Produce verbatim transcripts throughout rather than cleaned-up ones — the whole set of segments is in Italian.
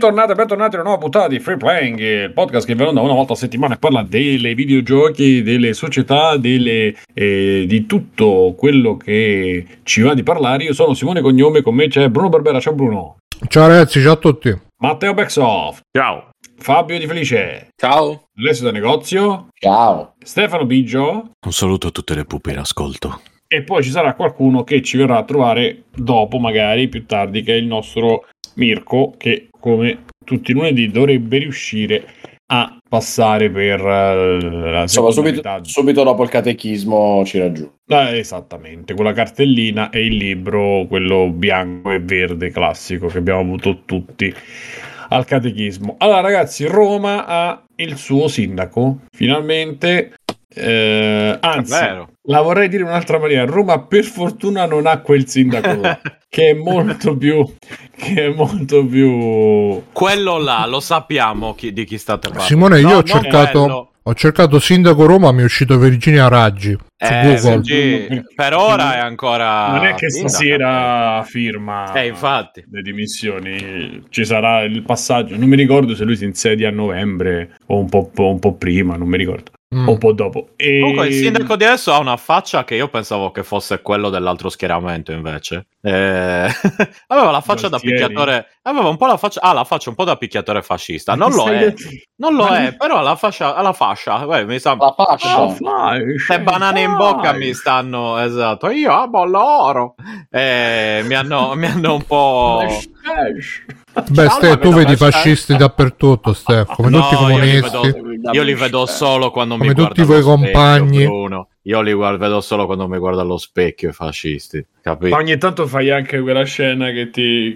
Bentornati, bentornati a una nuova puntata di Free Playing, il podcast che vi onda una volta a settimana e parla delle videogiochi, delle società, delle, eh, di tutto quello che ci va di parlare. Io sono Simone Cognome, con me c'è Bruno Barbera. Ciao Bruno. Ciao ragazzi, ciao a tutti. Matteo Backsoft. Ciao. Fabio Di Felice. Ciao. Alessio da Negozio. Ciao. Stefano Biggio. Un saluto a tutte le pupe in ascolto. E poi ci sarà qualcuno che ci verrà a trovare dopo, magari più tardi, che è il nostro Mirko, che come tutti i lunedì dovrebbe riuscire a passare per uh, la Insomma, subito, metà. subito dopo il catechismo ci raggiunge. Eh, esattamente, con la cartellina e il libro, quello bianco e verde classico che abbiamo avuto tutti al catechismo. Allora ragazzi, Roma ha il suo sindaco, finalmente. Eh, anzi, la vorrei dire in un'altra maniera: Roma per fortuna non ha quel sindaco là, che è molto più che è molto più quello là, lo sappiamo chi, di chi state parlando. Simone, no, io ho cercato quello. ho cercato sindaco Roma, mi è uscito Virginia Raggi su eh, Google. Sì, per ora è ancora non è che sindaca. Stasera firma eh, infatti. le dimissioni, ci sarà il passaggio, non mi ricordo se lui si insedia a novembre o un po', un po' prima, non mi ricordo. Mm. Un po' dopo. E... Comunque il sindaco di adesso ha una faccia che io pensavo che fosse quello dell'altro schieramento, invece. Eh... aveva la faccia Gualtieri. Da picchiatore. Aveva un po' la faccia. Ah, la faccia un po' da picchiatore fascista. Non lo è. Non lo è, però la fascia. La fascia. Beh, mi sta... La fascia. Le banane in bocca mi stanno. Esatto. Io amo loro. Eh, mi hanno, mi hanno un po'. Beh, Ste, tu vedi fascisti dappertutto, Ste, come no, tutti i comunisti. Io li, vedo, io li vedo solo quando come mi guardo tutti i tuoi compagni. Bruno. Io li guardo, vedo solo quando mi guardo allo specchio i fascisti, capito? Ma ogni tanto fai anche quella scena che ti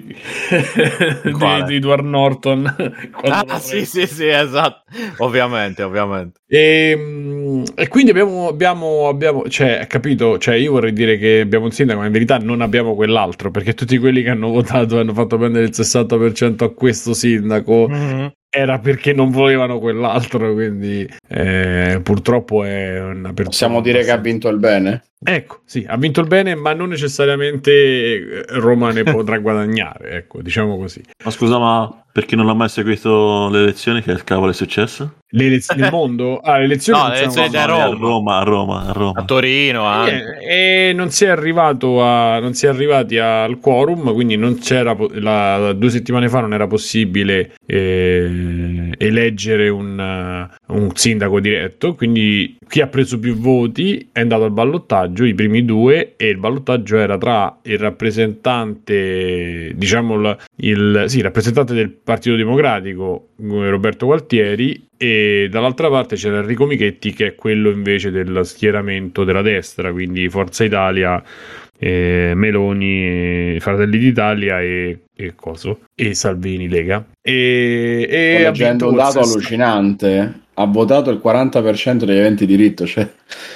di, di Edward Norton. Ah sì sì sì, esatto, ovviamente ovviamente. E, e quindi abbiamo, abbiamo, abbiamo, cioè, capito? Cioè, io vorrei dire che abbiamo un sindaco, ma in verità non abbiamo quell'altro, perché tutti quelli che hanno votato hanno fatto prendere il sessanta per cento a questo sindaco. Mm-hmm. Era perché non volevano quell'altro, quindi eh, purtroppo è una persona. Possiamo dire che ha vinto il bene? Ecco, sì, ha vinto il bene, ma non necessariamente Roma ne potrà guadagnare, ecco, diciamo così. Ma scusa, ma per chi non ha mai seguito le elezioni, che cavolo è successo? Le elezioni del mondo? Ah, le elezioni, no, le elezioni da Roma. A Roma, a Roma, a Roma. A Torino, anche. E, e non si è arrivato a, non si è arrivati al quorum, quindi non c'era, la, due settimane fa non era possibile eh, eleggere un, un sindaco diretto, quindi chi ha preso più voti è andato al ballottaggio, i primi due, e il ballottaggio era tra il rappresentante, diciamo il, il sì, rappresentante del Partito Democratico, Roberto Gualtieri, e dall'altra parte c'era Enrico Michetti, che è quello invece del schieramento della destra, quindi Forza Italia, eh, Meloni, Fratelli d'Italia e, e coso e Salvini Lega. E, e ha leggendo un dato allucinante, ha votato il quaranta per cento degli aventi diritto, cioè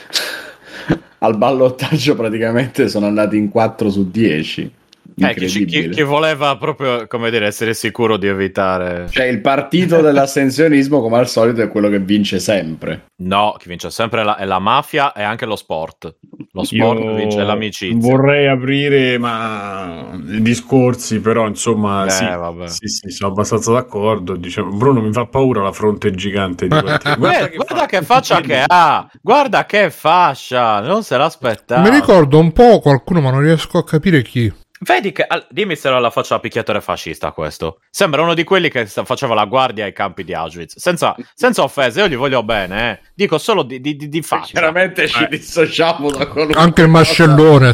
al ballottaggio praticamente sono andati in quattro su dieci. Eh, chi, chi, chi voleva proprio, come dire, essere sicuro di evitare. Cioè il partito dell'astensionismo, come al solito, è quello che vince sempre. No, chi vince sempre è la, è la mafia e anche lo sport. Lo sport Io vince l'amicizia. Vorrei aprire ma discorsi, però insomma eh, sì, vabbè. sì, sì, sono abbastanza d'accordo. Diciamo, Bruno, mi fa paura la fronte gigante di guarda, guarda, che, guarda fa... che faccia che ha, guarda che fascia, non se l'aspettava. Mi ricordo un po' qualcuno, ma non riesco a capire chi. Vedi che, dimmi se non la faccia da picchiatore fascista questo. Sembra uno di quelli che faceva la guardia ai campi di Auschwitz. Senza, senza offese, io gli voglio bene, eh. Dico solo di, di, di faccia. Chiaramente ci dissociamo da quello. Anche il mascellone,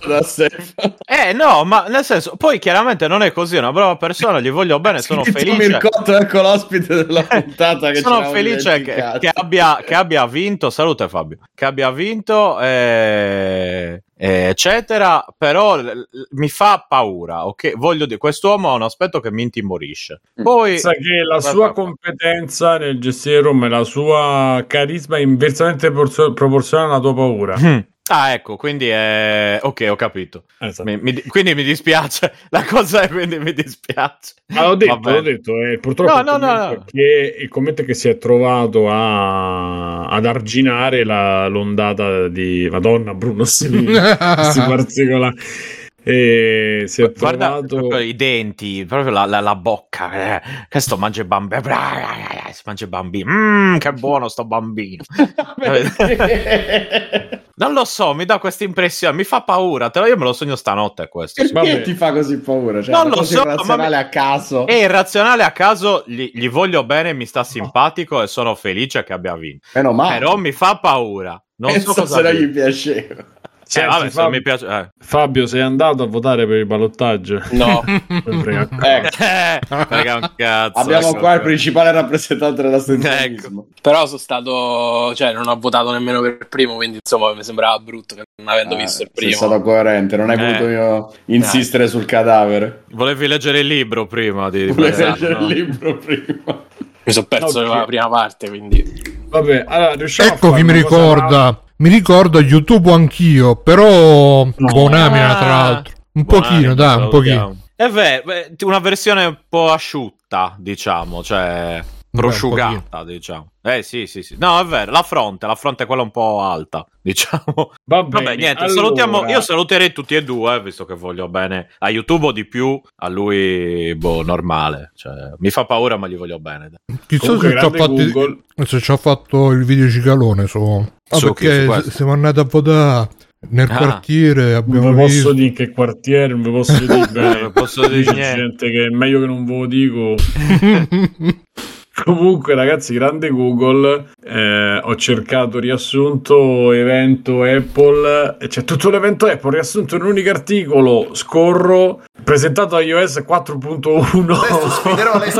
Eh no, ma nel senso, poi chiaramente non è così, è una brava persona, gli voglio bene, sono felice. Mircotto, ecco l'ospite della puntata che sono felice che, che, abbia, che abbia vinto, salute Fabio, che abbia vinto e... eccetera, però l- mi fa paura, ok? Voglio dire, quest'uomo ha un aspetto che mi intimorisce. Poi sa che la sua competenza nel gestire Roma e la sua carisma è inversamente porzio- proporzionale alla tua paura. Mm. Ah, ecco, quindi è... ok, ho capito. Esatto. Mi, mi, quindi mi dispiace. La cosa è, quindi mi dispiace. Ma l'ho detto, l'ho detto. Eh, purtroppo no, no, no, no. Che il commento che si è trovato a, ad arginare la, l'ondata di Madonna Bruno si, si particolare. e si è Guarda provato... proprio i denti, proprio la, la, la bocca, eh. Questo mangia i bambini, si mangia i bambini, mm, che buono sto bambino. Non lo so, mi dà questa impressione, mi fa paura, te lo, io me lo sogno stanotte questo. Perché Vabbè. ti fa così paura? Cioè, Non lo so, irrazionale ma mi... a caso. È irrazionale a caso, gli, gli voglio bene, mi sta simpatico e sono felice che abbia vinto. Meno male. Però mi fa paura. Non Penso so cosa se non dire. gli piaceva. Eh, Senti, vabbè, se Fabio, mi piace, eh. Fabio, sei andato a votare per il ballottaggio? No. Mi frega. Ecco. Eh, frega un cazzo. Abbiamo ecco qua il qua. principale rappresentante dell'astensionismo. Però sono stato, cioè non ho votato nemmeno per il primo, quindi insomma mi sembrava brutto che non avendo Eh, visto il sei primo. stato coerente, non hai Eh. voluto io insistere sul cadavere. Volevi leggere il libro prima di, di Volevi pensarlo, leggere no? il libro prima. Mi sono perso Ok. la prima parte, quindi Vabbè, allora riusciamo a Ecco fare chi mi una cosa ricorda. Mi ricordo YouTube anch'io, però buon'anima tra l'altro. Un Buonanima, pochino, dai, un pochino. salutiamo. È vero, beh, una versione un po' asciutta, diciamo, cioè prosciugata, diciamo. Eh sì, sì, sì. No, è vero, la fronte, la fronte è quella un po' alta, diciamo. Va bene, Vabbè, niente, allora- salutiamo, io saluterei tutti e due, visto che voglio bene a YouTube o di più, a lui, boh, normale. Cioè, mi fa paura, ma gli voglio bene. dai. Chissà Comunque, se ci, ha grande fatti- Google. se ci ha fatto il video cicalone su. Ah, Su chi? Su perché questo? s- siamo andati a votare nel Ah. quartiere, Non abbiamo vi posso visto. dire che quartiere, non vi posso dire bene. Non vi posso dire Dice niente. gente che è meglio che non ve lo dico. Comunque, ragazzi, grande Google. Eh, ho cercato riassunto evento Apple. E c'è tutto l'evento Apple riassunto in un unico articolo. Scorro. Presentato a iOS quattro punto uno. Adesso sfiderò lei.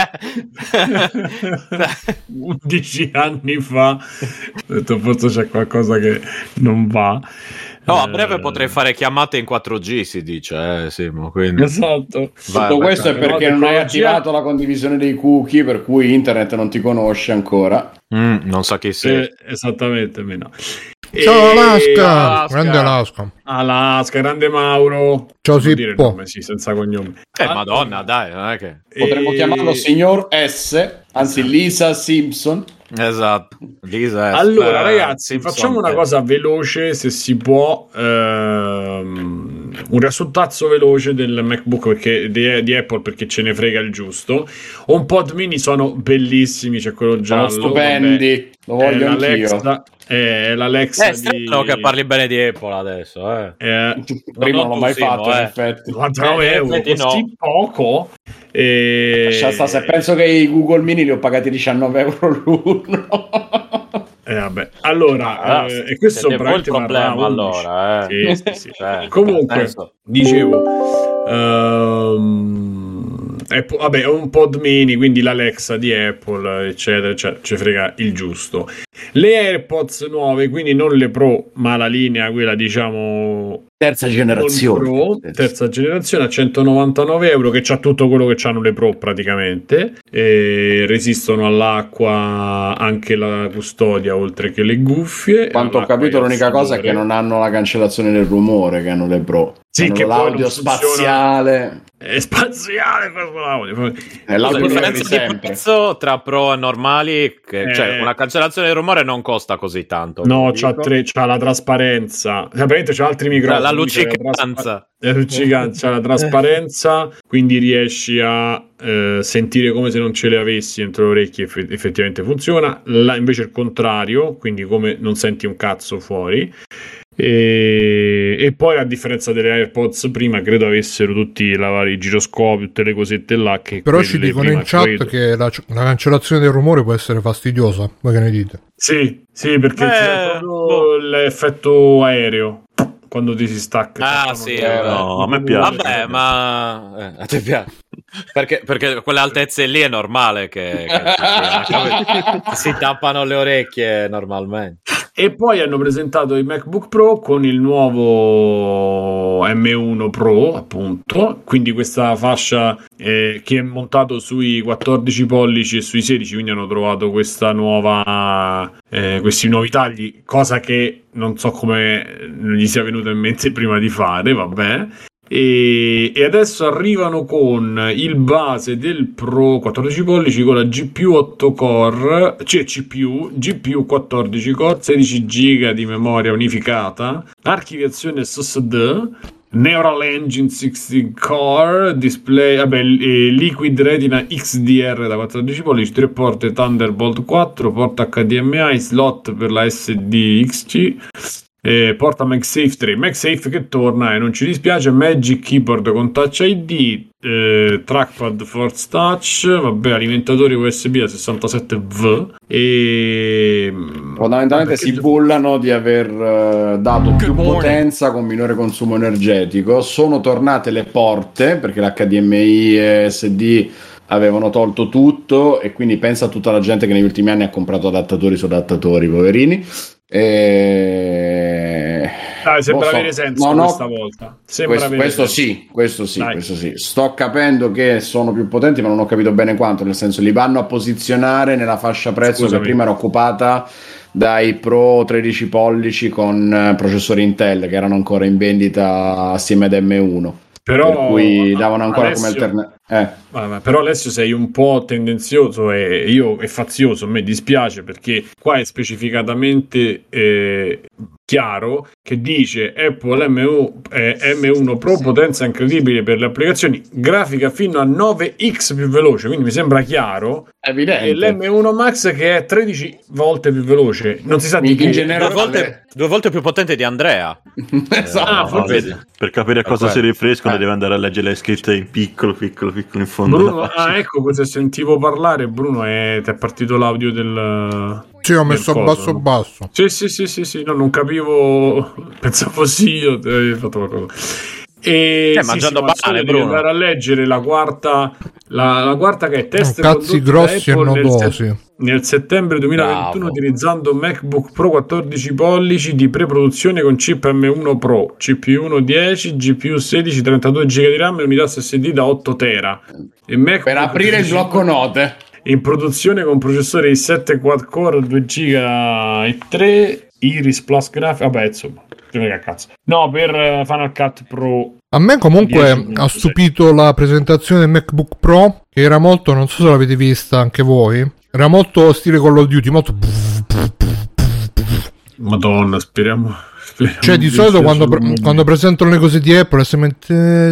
undici anni fa. Ho detto, forse c'è qualcosa che non va. No, a breve Eh, potrei fare chiamate in quattro G, si dice, eh, Simo, quindi... Esatto. Vai, Tutto vai, questo è vai. perché Però non hai tecnologia- attivato la condivisione dei cookie, per cui internet non ti conosce ancora. Mm, non sa chi sei. Sì, esattamente, meno. Ciao E- Alaska, Alaska. grande Alaska. Alaska, grande Mauro. Ciao, Non dire il Sippo. nome, sì, senza cognome. Eh, Ah, madonna, dai, non è che... Potremmo e- chiamarlo signor S, anzi Lisa Simpson. Esatto. Lisa è- Allora, eh, ragazzi, Simpson, facciamo una eh. cosa veloce, se si può. ehm, un riassuntazzo veloce del MacBook perché, di, di Apple, perché ce ne frega il giusto. HomePod mini sono bellissimi, c'è quello giallo. Sono stupendi, lo vabbè. È voglio anch'io. l'Alexa, è l'Alexa Eh, di... strano che parli bene di Apple adesso, eh. eh, Prima non Non l'ho tu, mai Simo, fatto, eh. in effetti. novantanove Eh, euro, vedi, così no. poco. E... Lascia sta, se penso che i Google Mini li ho pagati diciannove euro l'uno. Eh, vabbè. Allora, Ah, eh, e questo siete voi il veramente problema, varrà undici. allora, eh. Sì, sì, sì. Cioè, Comunque, nel senso- dicevo, ehm, Apple- vabbè, è un pod mini, quindi l'Alexa di Apple, eccetera, eccetera, ci frega il giusto. Le AirPods nuove, quindi non le Pro, ma la linea, quella diciamo Terza generazione. Pro, terza generazione a centonovantanove euro, che c'ha tutto quello che hanno le Pro praticamente, e resistono all'acqua, anche la custodia oltre che le cuffie. Quanto ho All'acqua capito, e al l'unica cosa è che sudore. non hanno la cancellazione del rumore che hanno le Pro. Sì, hanno che poi l'audio non funziona. spaziale. È spaziale questo audio. È l'audio La di differenza di sempre. prezzo tra Pro e normali, che, Eh. cioè una cancellazione del rumore non costa così tanto. No, lo c'ha, dico. tre, c'ha la trasparenza. Praticamente c'ha altri microfoni. la c'ha luccicanza. La luccicanza, c'ha la trasparenza, quindi riesci a eh, sentire come se non ce le avessi dentro le orecchie. eff- effettivamente funziona. La, invece il contrario, quindi come non senti un cazzo fuori. E, e poi a differenza delle AirPods prima credo avessero tutti la vari giroscopi, tutte le cosette là che Però ci quelle dicono prima in chat credo- che la, la cancellazione del rumore può essere fastidiosa. Voi che ne dite? sì, sì, perché Eh, c'è proprio boh. l'effetto aereo quando ti si stacca. Ah, Facciamo sì, le- è vero. No, a me piace. Vabbè, ma eh, a te piace? Perché, perché a quelle altezze lì è normale che, che ci sia- che si tappano le orecchie normalmente. E poi hanno presentato il MacBook Pro con il nuovo M uno Pro, appunto, quindi questa fascia eh, che è montato sui quattordici pollici e sui sedici, quindi hanno trovato questa nuova eh, questi nuovi tagli, cosa che non so come gli sia venuto in mente prima di fare, vabbè. E, e adesso arrivano con il base del Pro quattordici pollici con la G P U otto core, cioè C P U, G P U quattordici core, sedici giga di memoria unificata, archiviazione S S D Neural Engine sedici core, display, vabbè, eh, Liquid Retina X D R da quattordici pollici, tre porte Thunderbolt quattro, porta H D M I, slot per la S D X C, eh, porta MagSafe tre, MagSafe che torna e non ci dispiace, Magic Keyboard con Touch I D, eh, trackpad Force Touch, vabbè, alimentatore U S B da sessantasette volt e fondamentalmente si bullano di aver uh, dato più potenza con minore consumo energetico. Sono tornate le porte perché l'H D M I e S D avevano tolto tutto, e quindi pensa a tutta la gente che negli ultimi anni ha comprato adattatori su adattatori, poverini. E... Dai, sembra so. avere senso no, no, questa volta. Sembra questo, avere questo senso. sì, questo sì, questo sì. Sto capendo che sono più potenti, ma non ho capito bene quanto. Nel senso, li vanno a posizionare nella fascia prezzo Scusami. che prima era occupata dai Pro tredici pollici con processori Intel che erano ancora in vendita assieme ad M uno. Però, per cui davano ancora Alessio, come alternativa. Eh. Però Alessio sei un po' tendenzioso e io e fazioso, a me dispiace perché qua è specificatamente eh, chiaro che dice Apple M uno, eh, M uno Pro potenza incredibile per le applicazioni, grafica fino a nove x più veloce, quindi mi sembra chiaro. Evidente. E l'M uno Max che è tredici volte più veloce, non si sa di in che. generale due, volte, due volte più potente di Andrea. Esatto. Ah, forse vedi, per capire a cosa Okay. si rifrescono Eh. deve andare a leggere le scritte in piccolo piccolo piccolo in fondo Bruno, alla pagina. ah, ecco cosa sentivo parlare. Bruno, è, ti è partito l'audio del. Sì, ho del messo coso, basso no? basso. Sì, sì, sì, sì, sì, no, non capivo. Pensavo fossi io, ti avevi fatto qualcosa. E Stai sì, mangiando sì, ma banane, devi Bruno. andare a leggere la quarta, la, la quarta che è test Cazzi condotti da grossi e Apple nel, nodosi. se- nel settembre duemilaventuno Bravo. utilizzando MacBook Pro quattordici pollici di pre-produzione con chip M uno Pro, C P U uno dieci, G P U sedici, trentadue giga di RAM e unità S S D da otto tera. E MacBook Per aprire il blocco note. in produzione con processore i sette quad core, due giga e tre, Iris Plus Graphics, vabbè, insomma, che cazzo. No, per uh, Final Cut Pro. A me comunque dieci punto sei. ha stupito la presentazione del MacBook Pro, che era molto, non so se l'avete vista anche voi, era molto stile Call of Duty, molto... Madonna, speriamo. speriamo Cioè di che solito sia quando, solo pre- un- quando presentano le cose di Apple è sempre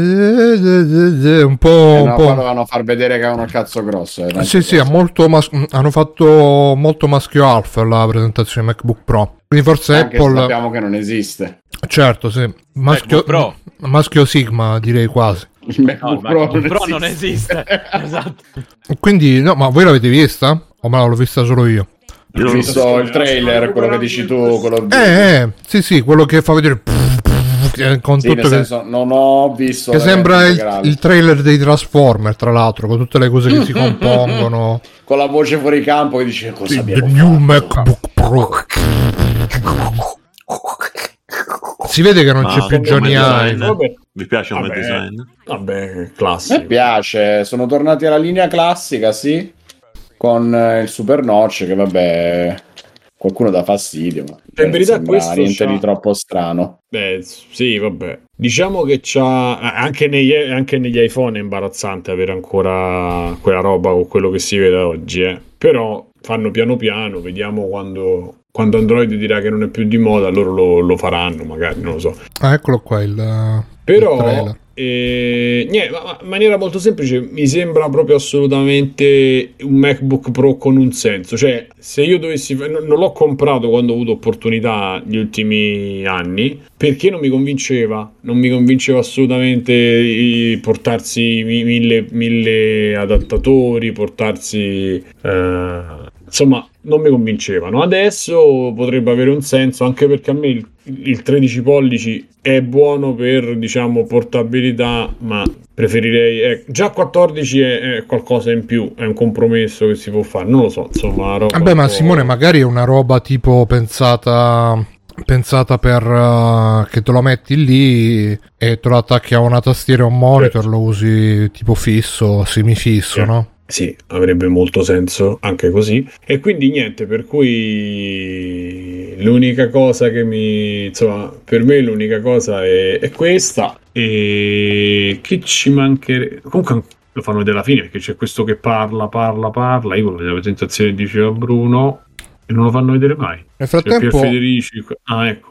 un po'... Eh un no, po'... qua dovevano far vedere che avevano il cazzo grosso. eh, Sì, sì, ha molto mas- hanno fatto molto maschio alfa la presentazione MacBook Pro. Quindi forse Anche Apple... sappiamo che non esiste. Certo, sì. Maschio, MacBook Pro. maschio Sigma, direi quasi. Il MacBook No, il MacBook Pro, Pro non esiste. Esatto. Quindi, no, ma voi l'avete vista? O me l'ho vista solo io? Io Ho non visto so. il trailer, quello che dici tu, quello di... Eh, eh, sì, sì, quello che fa vedere... Con Sì, tutto nel che... senso, non ho visto... Che la sembra il, integrale. il trailer dei Transformer, tra l'altro, con tutte le cose che si compongono. Con la voce fuori campo che dice cosa Sì, abbiamo The new fatto? MacBook Pro. Si vede che non Ma c'è più come Johnny design? Ive. Vabbè, Vi piace come Vabbè. design? vabbè, Mi classico. piace, sono tornati alla linea classica, sì, con eh, il super notch che vabbè, qualcuno dà fastidio, ma In verità sembra questo niente c'ha- di troppo strano. Beh, sì, vabbè. Diciamo che c'ha anche negli, anche negli iPhone è imbarazzante avere ancora quella roba con quello che si vede oggi, eh. Però fanno piano piano, vediamo quando, quando Android dirà che non è più di moda, loro lo, lo faranno, magari, non lo so. Ah, eccolo qua il, il Però, trailer. eh, niente, ma- ma in maniera molto semplice, mi sembra proprio assolutamente un MacBook Pro con un senso. Cioè, se io dovessi, fa- non non l'ho comprato quando ho avuto opportunità negli ultimi anni, perché non mi convinceva, non mi convinceva assolutamente i- portarsi mi- mille, mille adattatori, portarsi... eh, insomma, non mi convincevano. Adesso potrebbe avere un senso, anche perché a me il, il tredici pollici è buono per, diciamo, portabilità, ma preferirei... eh, già quattordici è, è qualcosa in più, è un compromesso che si può fare, non lo so, insomma... una roba Vabbè, un ma po'- Simone, magari è una roba tipo pensata pensata per uh, che te lo metti lì e te lo attacchi a una tastiera o un monitor, Certo. lo usi tipo fisso, semifisso, Certo. no? Sì, avrebbe molto senso anche così. E quindi niente, per cui l'unica cosa che mi... insomma, per me l'unica cosa è, è questa. E che ci mancherebbe... Comunque lo fanno vedere alla fine, perché c'è questo che parla, parla, parla. Io quello della presentazione diceva Bruno e non lo fanno vedere mai. Nel C'è Pier frattempo, Federici... Ah, eccolo.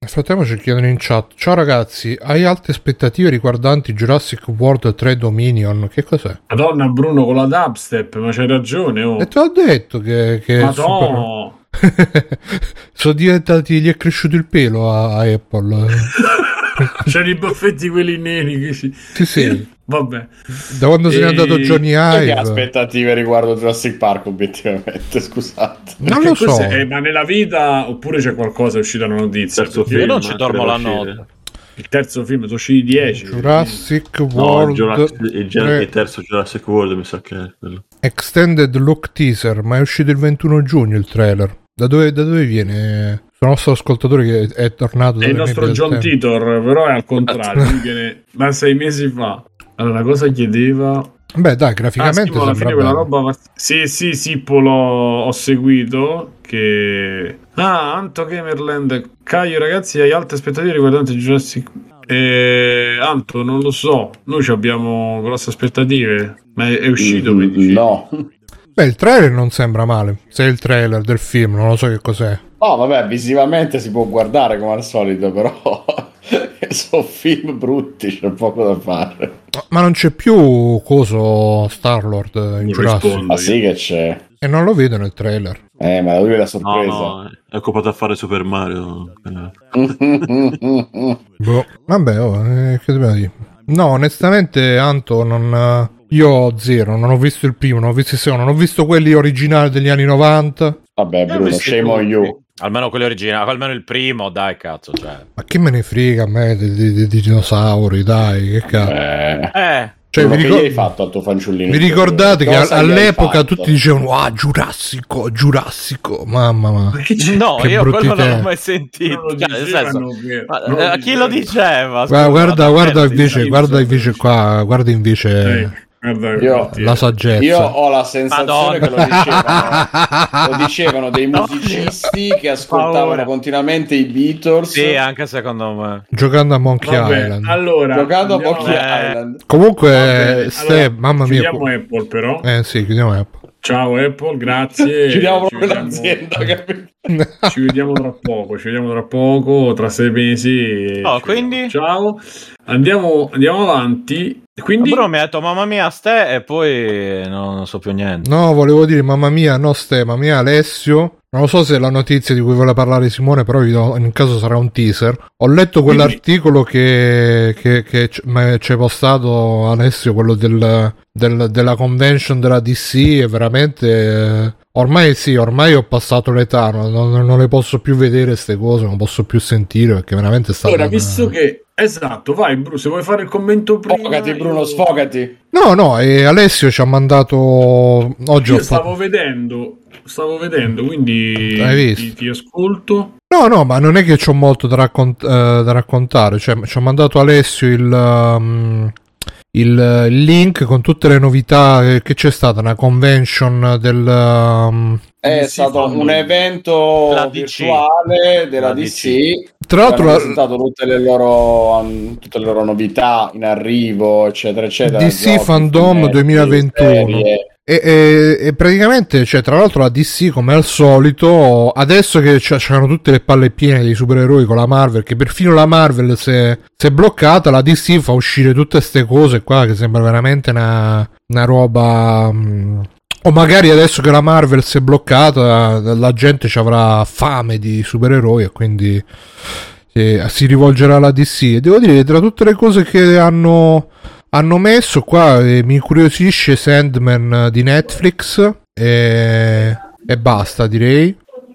Nel frattempo ci chiedono in chat: ciao ragazzi, hai alte aspettative riguardanti Jurassic World tre Dominion? Che cos'è? Madonna Bruno con la dubstep, ma c'hai ragione, oh. E te l'ho detto che, che ma super... no. sono diventati, gli è cresciuto il pelo a, a Apple. C'erano i baffetti quelli neri che si... Sì, sì. Vabbè. Da quando e... se n'è andato Johnny Ive. Che aspettative riguardo Jurassic Park obiettivamente, scusate. Non lo so. È, ma nella vita oppure c'è qualcosa, è uscita una notizia? Terzo Io non ci dormo la notte. Il terzo film, sono usciti dieci. Jurassic no, World il, Jurassic, il, tre... il terzo Jurassic World mi sa che è quello. Extended Look Teaser, ma è uscito il ventuno giugno il trailer. Da dove, da dove viene? Il nostro ascoltatore che è, è tornato. È il nostro John Titor, però è al contrario. Lui viene da sei mesi fa. Allora, cosa chiedeva? Beh, dai, graficamente ah, sì, alla fine quella roba. Sì, sì, sì, Polo, ho seguito. Che ah, Anto Gamerland. Caio, ragazzi, hai alte aspettative riguardanti Jurassic. Eh, Anto, non lo so. Noi abbiamo grosse aspettative. Ma è, è uscito? Mm, no. Beh, il trailer non sembra male. Se è il trailer del film, non lo so che cos'è. No, vabbè, visivamente si può guardare come al solito, però sono film brutti, c'è poco da fare. Ma non c'è più coso Star-Lord in Non Jurassic? rispondo Ah sì che c'è. E non lo vedo nel trailer. Eh, ma lui è la sorpresa. No, no, è occupato a fare Super Mario. Boh. Vabbè, oh, eh, che dobbiamo dire? No, onestamente, Anto, non... Io ho zero, non ho visto il primo, non ho visto il secondo, non ho visto quelli originali degli anni novanta. Vabbè, Bruno, scemo you. Almeno quelli originali, almeno il primo, dai, cazzo, cioè. Ma che me ne frega a me di, di, di, di dinosauri, dai, che cazzo. Eh... Eh... Cioè, Bruno, vi, che ricor- gli hai fatto al tuo fanciullino? vi ricordate che Cosa all'epoca tutti dicevano ah, Giurassico, Giurassico, mamma ma no, che io quello te. non l'ho mai sentito, cioè, nel senso, che... ma, a chi lo diceva? Guarda, guarda, guarda invece, sì, guarda sì, invece sì. qua, guarda invece Eh. Guarda, io, la saggezza. Io ho la sensazione Madonna. che lo dicevano, lo dicevano dei musicisti che ascoltavano Paura. continuamente i Beatles. Sì, anche secondo me. Giocando a Monkey Vabbè, Island. allora, Giocando a andiamo- Monkey eh. Island. Comunque, Vabbè, Ste, allora, mamma mia. chiudiamo Apple però. Eh sì, chiudiamo Apple. Ciao Apple, grazie. Chiudiamo Ci proprio vediamo- l'azienda, capito? Ci vediamo tra poco, ci vediamo tra poco, tra sei mesi. Oh, Ci quindi? vediamo. Ciao. Andiamo, andiamo avanti. Quindi Bruno mi ha detto mamma mia ste e poi non, non so più niente. No, volevo dire mamma mia, no Ste, mamma mia Alessio. Non lo so se è la notizia di cui vuole parlare Simone, però vi do, in caso sarà un teaser. Ho letto quell'articolo che, che, che c- m- ci hai postato Alessio, quello del, del, della convention della D C, e veramente... eh, ormai sì, ormai ho passato l'età, non, non, non le posso più vedere queste cose, non posso più sentire, perché veramente sta... Ora, visto che esatto, vai Bruno, se vuoi fare il commento prima. Sfogati, Bruno, io- sfogati. No, no, e Alessio ci ha mandato... Oggi Io ho stavo fatto... vedendo, stavo vedendo, quindi Hai visto? ti, ti ascolto. No, no, ma non è che c'ho molto da, raccont- eh, da raccontare. Cioè, ci ha mandato Alessio il, um, il, il link con tutte le novità. eh, Che c'è stata una convention del. Um, È D C stato fanno- un evento La D C. virtuale della La D D C. C. tra l'altro, Hanno la, presentato tutte le loro um, tutte le loro novità in arrivo, eccetera, eccetera. D C giochi, Fandom fumetti, duemilaventuno. serie. E, e, e praticamente, cioè, tra l'altro, la D C, come al solito, adesso che c- c'hanno tutte le palle piene dei supereroi con la Marvel, che perfino la Marvel si è, si è bloccata, la D C fa uscire tutte queste cose qua che sembra veramente una, una roba. Mh, o magari adesso che la Marvel si è bloccata, la gente ci avrà fame di supereroi e quindi sì, si rivolgerà alla D C. E devo dire che tra tutte le cose che hanno. Hanno messo qua, eh, mi incuriosisce Sandman di Netflix e, e basta, direi.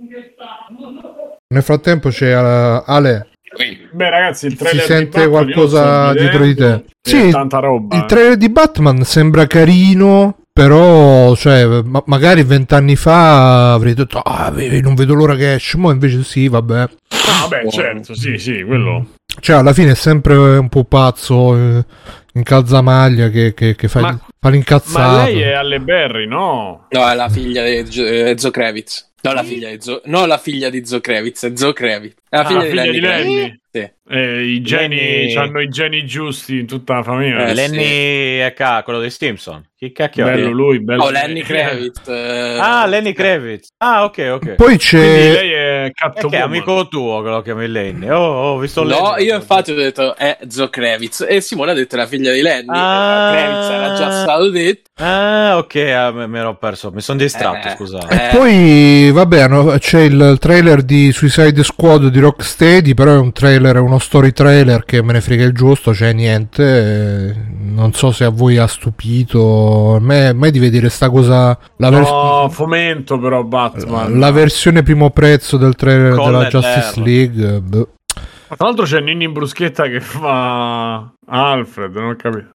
Nel frattempo c'è uh, Ale. Beh, ragazzi, il Si trailer di sente Batman, qualcosa io lo sto dietro di te? vedendo, Sì, è tanta roba. Il eh. trailer di Batman sembra carino, però, cioè, ma- magari vent'anni fa avrei detto, ah, eh, non vedo l'ora che esce, mo invece sì, vabbè. Ah, beh, certo, sì, sì, quello. Cioè, alla fine è sempre un po' pazzo, eh, in calzamaglia che, che, che fa, Ma- fa l'incazzato. Ma lei è alle Berry, no? No, è la figlia di Zo- eh, Zoe Kravitz. No, la figlia di Zo- no, la figlia di Zoe Kravitz, è Zoe Kravitz. È la Ah, figlia, la figlia di di Lenny Kravitz. Lenny. Sì. Eh, I geni Lenny... hanno i geni giusti in tutta la famiglia. Eh, Lenny è ca- quello dei Simpson. Chi cacchio bello è? lui, bello. Oh, Lenny Kravitz. Eh... Ah, Lenny Kravitz. Ah, ok, ok. Poi c'è. Quindi lei è È che è amico tuo quello che chiami Lenny. Oh, ho visto No, Lenny. io infatti ho detto è Zoe Kravitz e Simone ha detto la figlia di Lenny. Ah. Kravitz era già stato detto. Ah, ok, ah, mi ero perso. Mi sono distratto, Eh, scusate. E poi, vabbè, hanno- c'è il trailer di Suicide Squad di Rocksteady, però è un trailer, è uno story trailer che me ne frega il giusto, cioè niente. eh, Non so se a voi ha stupito. A me, a me di vedere sta cosa. La, vers- No, fomento però Batman. la versione primo prezzo del trailer Con della le Justice terre. League. boh. Tra l'altro c'è Ninni Bruschetta che fa Alfred, non ho capito.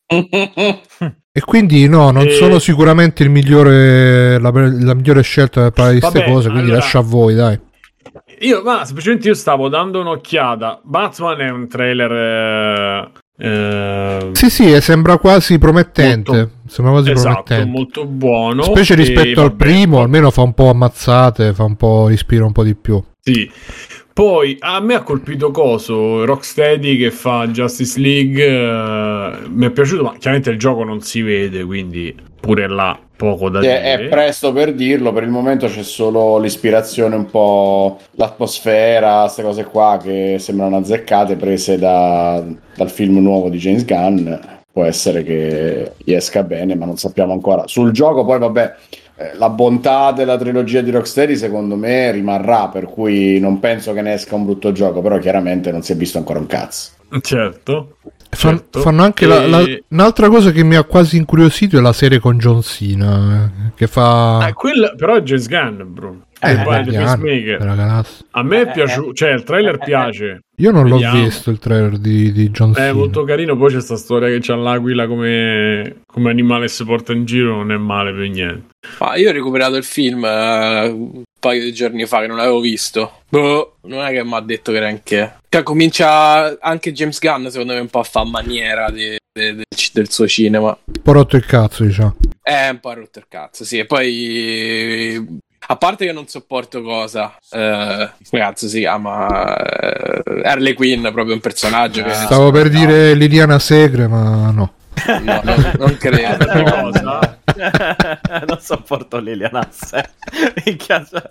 E quindi no, non E- sono sicuramente il migliore, la, la migliore scelta per parlare di queste Vabbè, cose, quindi allora- lascio a voi, dai. Io, ma semplicemente io stavo dando un'occhiata. Batman è un trailer. Eh, eh, Sì, sì, e sembra quasi promettente. Molto- Sembra quasi esatto, promettente. molto buono. Specie E rispetto al vabbè, primo, poi- almeno fa un po' ammazzate, fa un po' ispira un po' di più. Sì. Poi a me ha colpito coso Rocksteady che fa Justice League. eh, mi è piaciuto, ma chiaramente il gioco non si vede, quindi pure là poco da È, dire. è presto per dirlo, per il momento c'è solo l'ispirazione, un po' l'atmosfera, queste cose qua che sembrano azzeccate, prese da- dal film nuovo di James Gunn. Può essere che gli esca bene, ma non sappiamo ancora. Sul gioco poi vabbè, eh, la bontà della trilogia di Rocksteady secondo me rimarrà, per cui non penso che ne esca un brutto gioco, però chiaramente non si è visto ancora un cazzo. Certo. Fan- certo. fanno anche la- E- la- un'altra cosa che mi ha quasi incuriosito è la serie con John Cena, eh, che fa... Ah, quella, però è James Gunn, bro. Eh, E poi The vediamo, Peacemaker. della galassia. A me è piaciuto, cioè il trailer piace. Io non Vediamo. l'ho visto il trailer di, di John Cena. È molto carino. Poi c'è sta storia che c'ha l'aquila come, come animale che si porta in giro. Non è male per niente. Ma io ho recuperato il film eh, un paio di giorni fa che non l'avevo visto. Boh, non è che mi ha detto granché. Cioè, comincia anche James Gunn, secondo me, un po' a fare maniera di- di- del, del suo cinema. Un po' rotto il cazzo, diciamo. È un po' rotto il cazzo, sì. E poi, a parte che non sopporto cosa, eh, come cazzo si chiama? Eh, Harley Quinn, proprio un personaggio che... Stavo per dire Liliana Segre, ma no. No, non, non credo. Che cosa? Non sopporto Liliana Se. Minchia, cioè.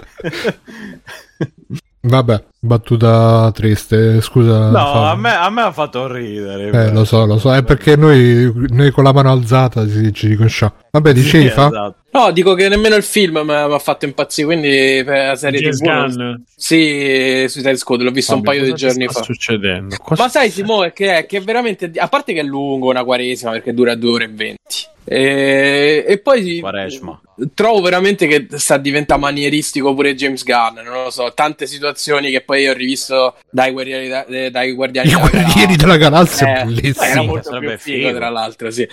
Vabbè, battuta triste, scusa. No, Fabio. a me, a me ha fatto ridere. Eh, lo so, lo so, è perché noi, noi con la mano alzata ci, ci riconosciamo. Vabbè, dicevi, Sì, fa? esatto. No, dico che nemmeno il film mi ha fatto impazzire, quindi per la serie James ti vu non- Gunn. Sì, Suicide Squad, l'ho visto un Fabio, paio di cosa giorni sta fa. succedendo? Cosa Ma sai, succede? Simone, che è, che è veramente, a parte che è lungo, una quaresima, perché dura due ore e venti. E, e poi Quaresma. trovo veramente che sta diventando manieristico pure James Gunn, non lo so, tante situazioni che poi ho rivisto dai guerrieri, da- eh, dai guardiani I della guerrieri Galassia. della galassia, Eh, bellissimo. era Sì, molto sarebbe più figo, figo. tra l'altro, sì.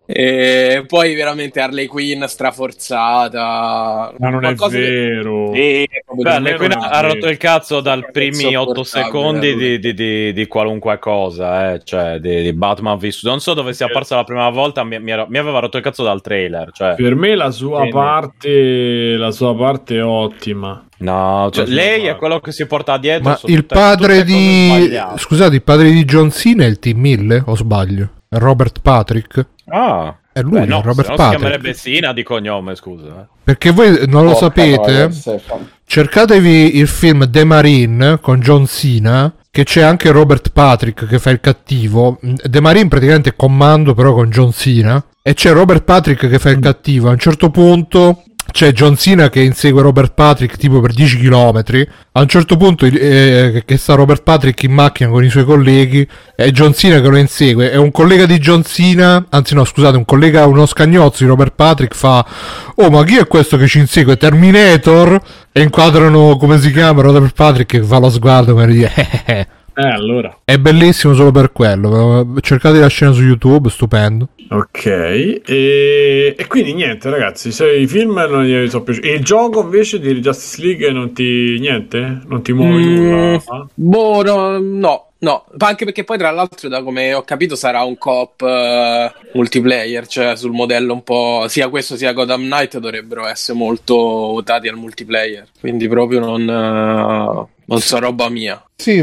E poi veramente Harley Quinn straforzata. Ma non è Qualcosa di- vero. Sì, proprio Beh, di- Harley Quinn non è ha rotto vero. il cazzo dal primi otto Insopportabile, secondi lui. di, di- di- di qualunque cosa, eh. Cioè di, di Batman visto. Non so dove sia apparsa la prima volta, mi, mi, ero- mi aveva rotto il cazzo dal trailer. Cioè. Per me la sua Bene. parte la sua parte è ottima. No, cioè, La sua lei è parte. quello che si porta dietro. Ma sono il tutte- padre tutte cose di... sbagliate. Scusate, il padre di John Cena è il Tim Mille, o sbaglio? È Robert Patrick? Ah, È lui, beh, no, è Robert se no si Patrick. chiamerebbe Sina di cognome, scusa. eh. Perché voi non lo Porca sapete? troia, Stefano. Cercatevi il film The Marine con John Cena, che c'è anche Robert Patrick che fa il cattivo. The Marine praticamente è Commando però con John Cena, e c'è Robert Patrick che fa il cattivo. A un certo punto c'è John Cena che insegue Robert Patrick tipo per dieci chilometri. A un certo punto eh, che sta Robert Patrick in macchina con i suoi colleghi, è John Cena che lo insegue. È un collega di John Cena, anzi no scusate, un collega, uno scagnozzo di Robert Patrick fa: oh, ma chi è questo che ci insegue? Terminator? E inquadrano, come si chiama, Robert Patrick che fa lo sguardo per dire eh. Eh, allora. È bellissimo solo per quello. Cercate la scena su YouTube, stupendo. Ok. E, e quindi niente, ragazzi. Se i film non gli sono piaciuti. E il gioco invece di Justice League non ti. Niente? Non ti muovi Mm, nulla? boh, no, no, no. Ma anche perché poi, tra l'altro, da come ho capito, sarà un co-op eh, multiplayer, cioè sul modello un po'. Sia questo sia Gotham Knight dovrebbero essere molto votati al multiplayer. Quindi proprio non. eh, non so roba mia. Sì,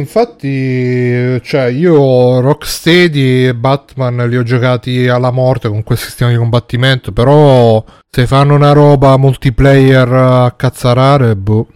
infatti, cioè io Rocksteady e Batman li ho giocati alla morte con quel sistema di combattimento, però se fanno una roba multiplayer a cazzarare, boh.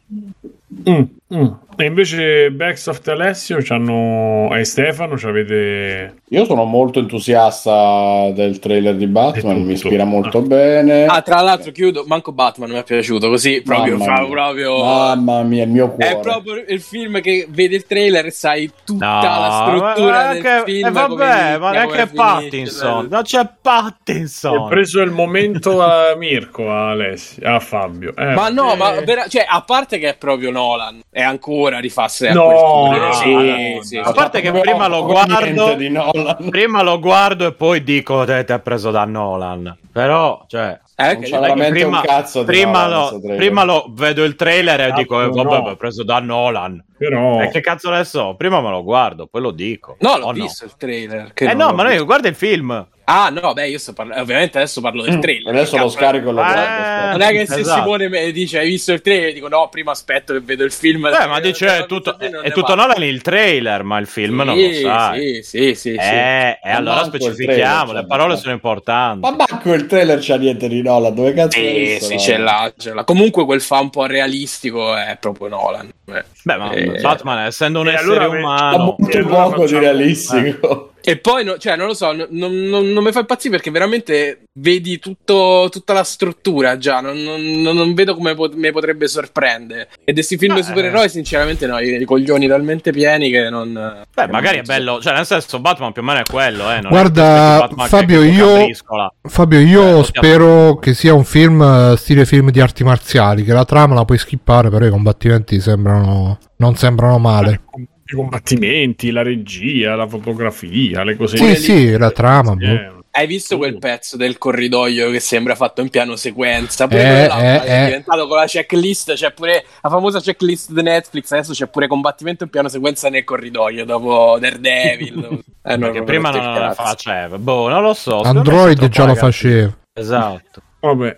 Mm, mm. E invece Backsoft e Alessio c'hanno... e Stefano c'avete... Io sono molto entusiasta del trailer di Batman, mi ispira molto ah. bene. Ah, tra l'altro chiudo, manco Batman mi è piaciuto, così proprio mamma fa mia. proprio Mamma mia, il mio cuore. È proprio il film che vedi il trailer e sai tutta no, la struttura ma del che, film. E vabbè, ma neanche Pattinson, Pattinson, non c'è Pattinson. Ha preso il momento a Mirko, a Alessio, a Fabio. Eh, ma no, eh. ma vera- cioè, a parte che è proprio Nolan, è ancora rifasse a no, quel no, sì, no, sì, no. A parte che prima lo guardo, di Nolan. prima lo guardo e poi dico te ti ha preso da Nolan. Però, cioè, eh, Non che c'è veramente prima, un cazzo di prima, Nolan, lo, prima lo vedo il trailer e Ah, dico eh, vabbè, no. mi ha preso da Nolan. Però... E che cazzo ne so? Prima me lo guardo, poi lo dico. no, l'ho O visto il trailer. Che Eh non no, l'ho ma visto. noi guarda il film. Ah no, beh, io sto parlando, ovviamente adesso parlo del trailer. Adesso lo Cazzo, scarico e lo Eh, guardo. non è che se esatto. Simone mi dice hai visto il trailer, dico no, prima aspetto che vedo il film. Eh, ma dice Eh, è tutto, non è ne tutto parlo. Nolan il trailer, ma il film Sì, non lo sai. Sì, sì, sì, sì. Eh, e Ma allora manco il specifichiamo, trailer, le parole cioè, sono importanti. Ma manco il trailer c'ha niente di Nolan, dove cazzo l'hai Sì, visto, sì, no? ce l'ha, ce l'ha. Comunque quel fa un po' realistico è proprio Nolan. Eh. Beh, ma Eh, Batman, essendo un e essere allora- Ha umano, molto E allora poco di facciamo- realistico. E poi, no, cioè, non lo so, non, non, non mi fa impazzire perché veramente vedi tutto, tutta la struttura già, non, non, non vedo come pot- mi potrebbe sorprendere. E di questi film Ah, di supereroi, sinceramente, no, i, i coglioni talmente pieni che non... beh, magari è bello, cioè nel senso Batman più o meno è quello, eh. Non Guarda, è Batman Fabio, che- che io- briscola. Fabio, io Eh, spero che sia un film eh, stile film di arti marziali, che la trama la puoi skippare, però i combattimenti sembrano non sembrano male. I combattimenti, la regia, la fotografia, le cose Sì, sì, la trama, boh. Eh, Hai visto quel pezzo del corridoio che sembra fatto in piano sequenza? Pure Eh, quello là eh, è eh. diventato con la checklist, c'è pure la famosa checklist di Netflix, adesso c'è pure combattimento in piano sequenza nel corridoio dopo Daredevil. eh, no, Perché prima non la cazzo. faceva. Boh, non lo so. secondo me Android c'è già troppo lo ragazzi. faceva. Esatto. Vabbè.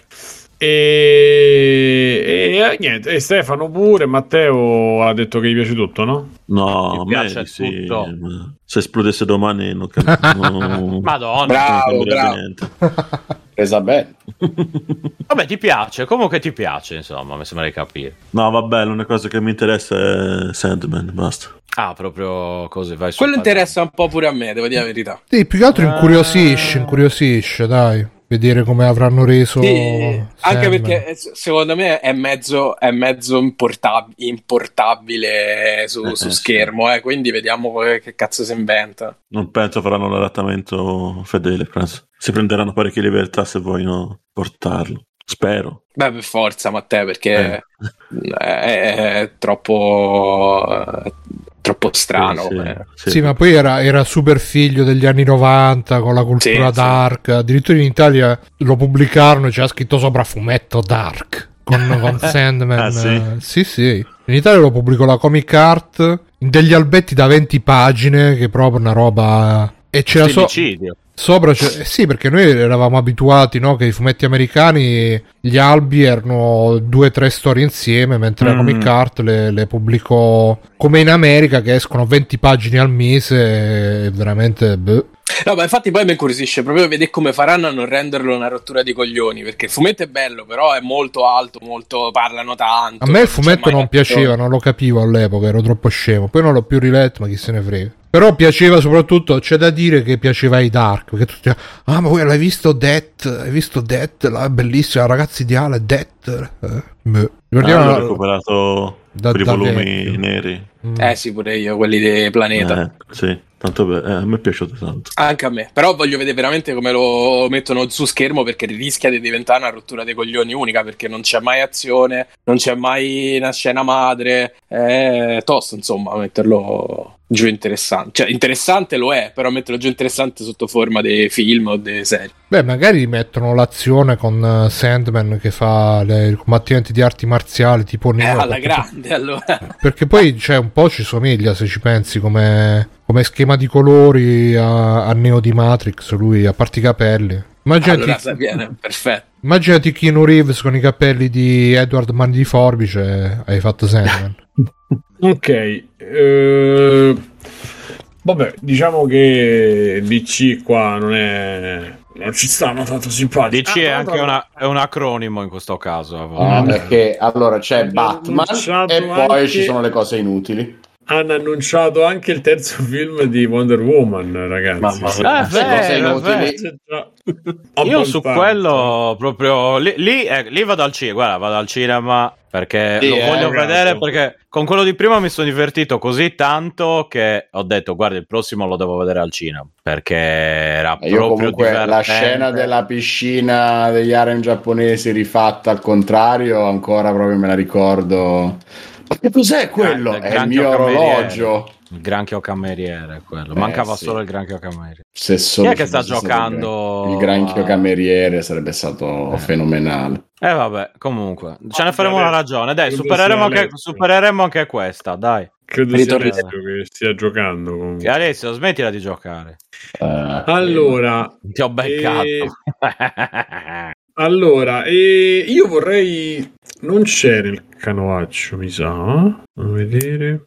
E... e eh, niente, e Stefano pure, Matteo ha detto che gli piace tutto, no? No, Mi a me piace sì, tutto. ma se esplodesse domani non capisco. No, Madonna. Bravo, non cambierebbe bravo. niente. Presa bene. Vabbè, ti piace, comunque ti piace, insomma, mi sembra di capire. No, vabbè, l'unica cosa che mi interessa è Sandman, basta. Ah, proprio così, vai su. Quello interessa un po' pure a me, devo dire la verità. Sì, più che altro incuriosisce, incuriosisce, dai. Vedere come avranno reso Sì, anche Sandman. perché eh, secondo me è mezzo, è mezzo importab- importabile su, Eh, su eh, schermo, eh, quindi vediamo che, che cazzo si inventa. Non penso faranno l'adattamento fedele, penso. Si prenderanno parecchie libertà se vogliono portarlo. Spero. Beh, per forza, Matteo, perché Eh. è, è troppo, è troppo strano. Sì, sì, come- sì. Sì, ma poi era, era super figlio degli anni novanta con la cultura Sì, sì. dark. Addirittura in Italia lo pubblicarono e c'era scritto sopra fumetto dark con, con Sandman. Ah, sì? sì, sì. In Italia lo pubblicò la Comic Art in degli albetti da venti pagine, che è proprio una roba. E c'era so- Femicidio. sopra. C'è- eh sì, perché noi eravamo abituati, no, che i fumetti americani gli albi erano due o tre storie insieme, mentre la Mm. Comic Art le, le pubblicò come in America, che escono venti pagine al mese. E veramente. Beh. No, ma infatti poi mi incuriosisce proprio vedere come faranno a non renderlo una rottura di coglioni, perché il fumetto è bello, però è molto alto, molto parlano tanto. A me il c'è fumetto mai non azione. piaceva, non lo capivo all'epoca, ero troppo scemo. Poi non l'ho più riletto, ma chi se ne frega. Però piaceva soprattutto, c'è da dire che piaceva ai Dark, perché tutti ah, ma voi l'hai visto Death? Hai visto Death? La bellissima, la ragazza ideale, Death. Eh, beh. Ricordiamo Ah, la- l'ho recuperato da- per i da volumi vecchio. neri. Mm. Eh sì, pure io, quelli di Planeta. Eh, sì, tanto be- eh, a me è piaciuto tanto. Anche a me, però voglio vedere veramente come lo mettono su schermo, perché rischia di diventare una rottura dei coglioni unica, perché non c'è mai azione, non c'è mai una scena madre, è tosto insomma metterlo giù interessante, cioè interessante lo è, però metterlo giù interessante sotto forma di film o di serie. Beh, magari mettono l'azione con eh, Sandman che fa le, i combattimenti di arti marziali tipo Eh, Neo. alla perché- grande allora. Perché poi c'è un po' ci somiglia, se ci pensi, come, come schema di colori a, a Neo di Matrix, lui a parte i capelli. Immaginati, Allora sa- viene perfetto. immaginati Keanu Reeves con i capelli di Edward Mani di Forbice, hai fatto Sandman. Ok, eh, vabbè, diciamo che D C qua non è... non ci stanno tanto simpatici. D C è anche una, è un acronimo in questo caso. Ah, perché allora c'è Hanno Batman annunciato e poi anche- ci sono le cose inutili. Hanno annunciato anche il terzo film di Wonder Woman, ragazzi. Mamma Sì. mia, Eh, queste vero, cose è inutili. C'è già- Io su abbastanza. quello proprio lì, lì, eh, lì vado al cinema, guarda, vado al cinema perché Sì, lo eh, voglio esatto. vedere, perché con quello di prima mi sono divertito così tanto che ho detto guarda, il prossimo lo devo vedere al cinema perché era Io proprio comunque la divertente. scena della piscina degli harem giapponesi rifatta al contrario ancora proprio me la ricordo. Ma che cos'è quello? Grande, È il granchio mio cameriere. orologio. Il granchio cameriere quello. Eh, Mancava sì. solo il granchio cameriere. Se solo Chi è che ci sta fosse stato giocando Il, gran- il granchio a- cameriere sarebbe stato Eh. fenomenale. Eh vabbè, comunque, ce ne Ah, faremo vabbè, una ragione. Dai, credo supereremo sia anche, Alessio. supereremo anche questa, dai. Credo Ritorni- sia Alessio che stia giocando comunque. E Alessio, smettila di giocare. Eh, Allora, Ti ho beccato. eh, allora eh, io vorrei... non c'è nel canovaccio, mi sa. A vedere.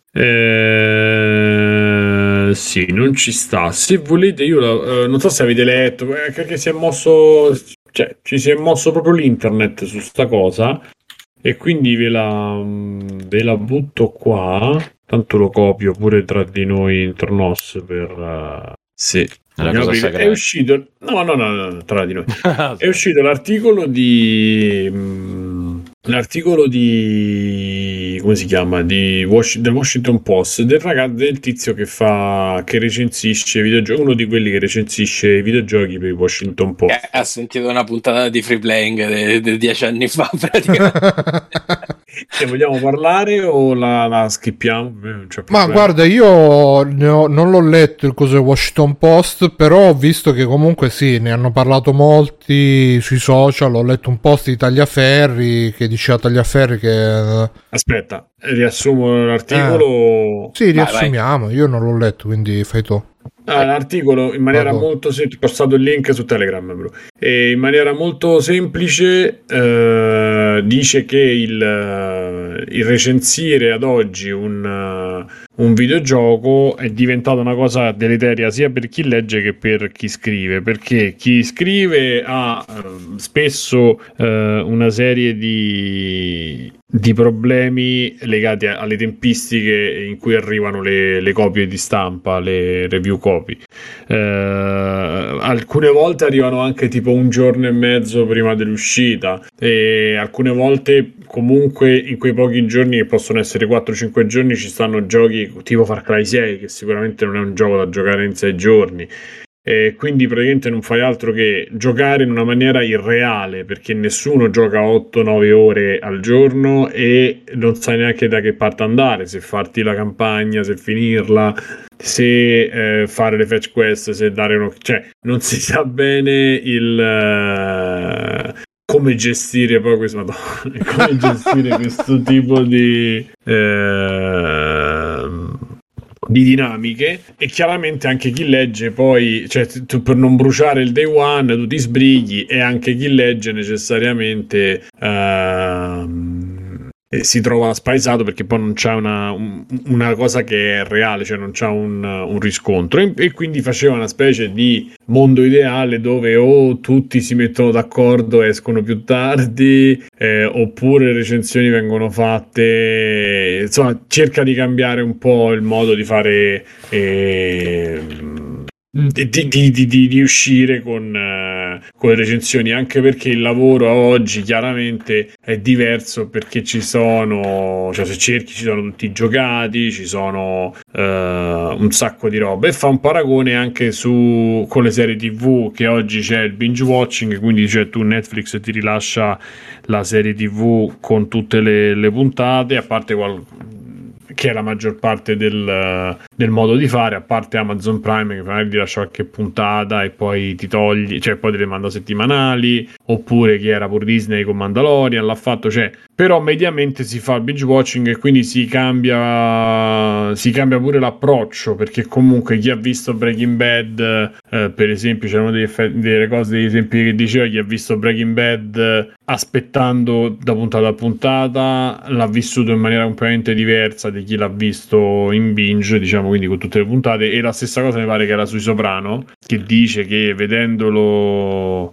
Eh, sì, non ci sta. Se volete, io la- eh, non so se avete letto, eh, che si è mosso, cioè ci si è mosso proprio l'internet su sta cosa. E quindi ve la, ve la butto qua. Tanto lo copio pure tra di noi, tra nos, per... eh, sì. È una Vogliamo cosa aprire- segreta. è uscito... No, no, no, no, tra di noi. È uscito l'articolo di... mh, l'articolo di... come si chiama? Di Wash- del Washington Post, del ragazzo, del tizio che fa... che recensisce i videogiochi, uno di quelli che recensisce i videogiochi per il Washington Post. Eh, ha sentito una puntata di Free Playing di dieci anni fa praticamente. Ne vogliamo parlare o la, la skippiamo? Eh, non c'è Ma problema. guarda, io ne ho- non l'ho letto il coso del Washington Post, però ho visto che comunque sì, ne hanno parlato molti sui social. Ho letto un post di Tagliaferri che diceva Tagliaferri che... Aspetta, riassumo l'articolo. Sì, riassumiamo, io non l'ho letto, quindi fai tu. Ah, l'articolo in maniera Vado. molto semplice, ho postato il link su Telegram, bro. E in maniera molto semplice eh, dice che il, eh, il recensire ad oggi un, uh, un videogioco è diventata una cosa deleteria sia per chi legge che per chi scrive, perché chi scrive ha eh, spesso eh, una serie di, di problemi legati a- alle tempistiche in cui arrivano le, le copie di stampa, le review copy. Eh, alcune volte arrivano anche tipo un giorno e mezzo prima dell'uscita e alcune volte comunque in quei pochi giorni, che possono essere quattro cinque giorni, ci stanno giochi tipo Far Cry sei, che sicuramente non è un gioco da giocare in sei giorni. E quindi praticamente non fai altro che giocare in una maniera irreale, perché nessuno gioca otto nove ore al giorno e non sai neanche da che parte andare, se farti la campagna, se finirla, se eh, fare le fetch quest, se dare uno... cioè non si sa bene il... eh, come gestire poi questo Madonna, come gestire questo tipo di... ehm, di dinamiche. E chiaramente anche chi legge poi, cioè tu, per non bruciare il day one tu ti sbrighi, e anche chi legge necessariamente ehm, e si trova spaesato perché poi non c'è una, un- una cosa che è reale, cioè non c'è un, un riscontro, e, e quindi faceva una specie di mondo ideale dove o tutti si mettono d'accordo e escono più tardi, eh, oppure le recensioni vengono fatte, insomma cerca di cambiare un po' il modo di fare, eh, di, di, di, di- di uscire con, eh, con le recensioni, anche perché il lavoro oggi chiaramente è diverso, perché ci sono, cioè se cerchi ci sono tutti i giocati, ci sono eh, un sacco di roba, e fa un paragone anche su con le serie tv, che oggi c'è il binge watching, quindi cioè tu Netflix ti rilascia la serie tv con tutte le, le puntate, a parte qual- che è la maggior parte del, del modo di fare, a parte Amazon Prime che magari ti lascia qualche puntata e poi ti togli, cioè poi te le manda settimanali, oppure chi era pure Disney con Mandalorian l'ha fatto, cioè però mediamente si fa il binge watching e quindi si cambia si cambia pure l'approccio, perché comunque chi ha visto Breaking Bad, eh, per esempio c'erano delle, delle cose, degli esempi che diceva, chi ha visto Breaking Bad eh, aspettando da puntata a puntata l'ha vissuto in maniera completamente diversa di chi l'ha visto in binge, diciamo, quindi con tutte le puntate. E la stessa cosa mi pare che era sui Soprano, che dice che vedendolo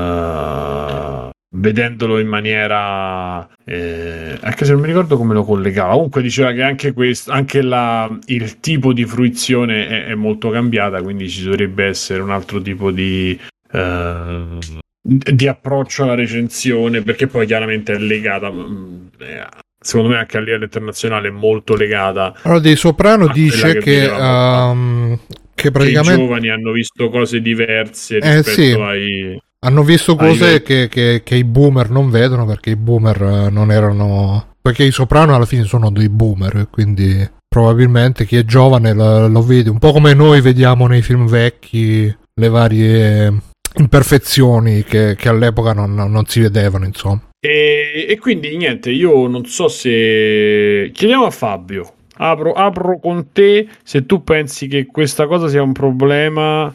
uh, vedendolo in maniera eh, anche se non mi ricordo come lo collegava, comunque diceva che anche questo, anche la, il tipo di fruizione è, è molto cambiata, quindi ci dovrebbe essere un altro tipo di uh, di approccio alla recensione, perché poi chiaramente è legata, secondo me anche a livello internazionale è molto legata. Allora, dei Soprano dice che, che, um, che praticamente che i giovani hanno visto cose diverse eh, rispetto sì. ai hanno visto cose che, che, che i boomer non vedono, perché i boomer non erano, perché i Soprano alla fine sono dei boomer, quindi probabilmente chi è giovane lo, lo vede un po' come noi vediamo nei film vecchi le varie imperfezioni che, che all'epoca non, non si vedevano, insomma. E, e quindi niente, io non so se chiediamo a Fabio, apro, apro con te, se tu pensi che questa cosa sia un problema.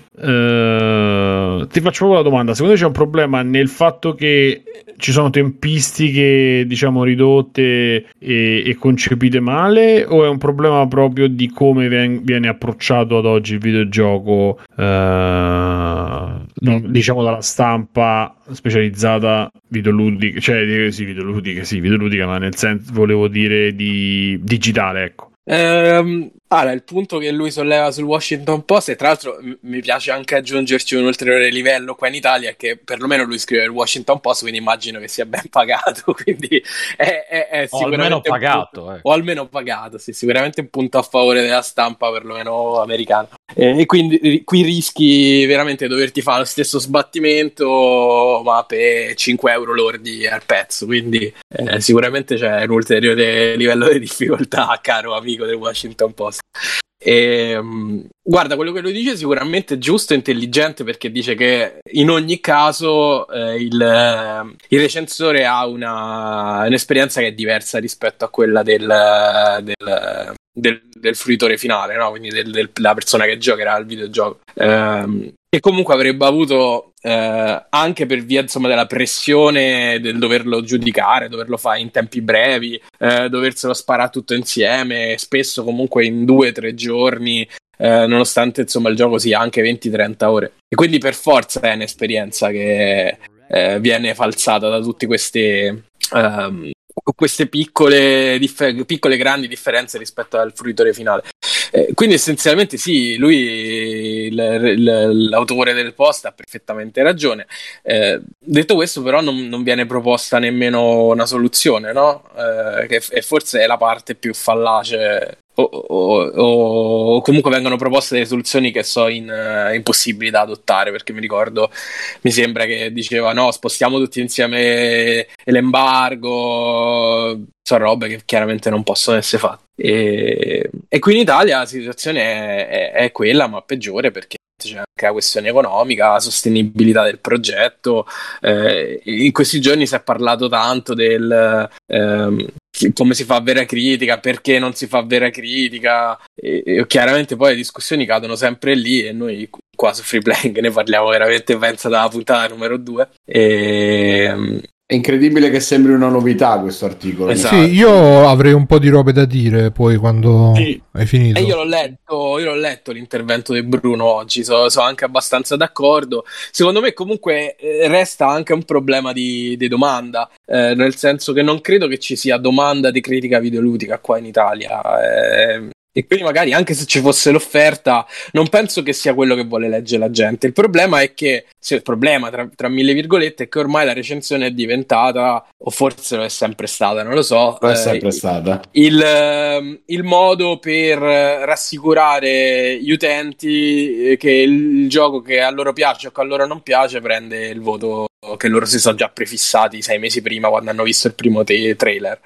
Eh, ti faccio proprio la domanda: secondo te c'è un problema nel fatto che ci sono tempistiche, diciamo, ridotte e, e concepite male, o è un problema proprio di come ven- viene approcciato ad oggi il videogioco, eh, no, diciamo dalla stampa specializzata videoludica, cioè sì, videoludica, sì, videoludica, ma nel senso, volevo dire, di digitale, ecco. Ehm, allora, il punto che lui solleva sul Washington Post, e tra l'altro m- mi piace anche aggiungerci un ulteriore livello qua in Italia, è che perlomeno lui scrive il Washington Post, quindi immagino che sia ben pagato, quindi è, è, è o almeno pagato, punto, eh. o almeno pagato, sì, sicuramente un punto a favore della stampa perlomeno americana, eh, e quindi qui rischi veramente di doverti fare lo stesso sbattimento ma per cinque euro lordi al pezzo, quindi eh, sicuramente c'è un ulteriore livello di difficoltà, caro amico del Washington Post. E, um, guarda, quello che lui dice è sicuramente giusto e intelligente, perché dice che in ogni caso eh, il, eh, il recensore ha una, un'esperienza che è diversa rispetto a quella del, del, del, del fruitore finale, no? Quindi del, del, della persona che giocherà al videogioco, ehm, e comunque avrebbe avuto eh, anche per via, insomma, della pressione del doverlo giudicare, doverlo fare in tempi brevi, eh, doverselo sparare tutto insieme, spesso comunque in due o tre giorni, eh, nonostante insomma il gioco sia anche venti trenta ore, e quindi per forza è un'esperienza che eh, viene falsata da tutte queste um, queste piccole, differ- piccole grandi differenze rispetto al fruitore finale. Eh, quindi essenzialmente sì, lui, il, il, l'autore del post ha perfettamente ragione. Eh, detto questo, però non, non viene proposta nemmeno una soluzione, no? Eh, che e forse è la parte più fallace, o, o, o comunque vengono proposte delle soluzioni che sono in, uh, impossibili da adottare, perché mi ricordo, mi sembra che diceva no, spostiamo tutti insieme l'embargo, sono robe che chiaramente non possono essere fatte, e, e qui in Italia la situazione è, è, è quella, ma peggiore, perché c'è anche la questione economica, la sostenibilità del progetto. Eh, in questi giorni si è parlato tanto del ehm, come si fa vera critica, perché non si fa vera critica, e, e chiaramente poi le discussioni cadono sempre lì, e noi qua su Free Playing ne parliamo veramente, penso, dalla puntata numero due. E, è incredibile che sembri una novità questo articolo. Esatto. Sì, io avrei un po' di robe da dire poi quando sì. hai finito. E io l'ho letto, io l'ho letto l'intervento di Bruno oggi, sono so anche abbastanza d'accordo. Secondo me comunque eh, resta anche un problema di, di domanda, eh, nel senso che non credo che ci sia domanda di critica videoludica qua in Italia. Eh, E quindi magari anche se ci fosse l'offerta, non penso che sia quello che vuole leggere la gente. Il problema è che, sì, il problema tra, tra mille virgolette, è che ormai la recensione è diventata, o forse lo è sempre stata, non lo so. Lo è sempre eh, stata. Il, il modo per rassicurare gli utenti che il gioco che a loro piace o che a loro non piace prende il voto che loro si sono già prefissati sei mesi prima quando hanno visto il primo te- trailer.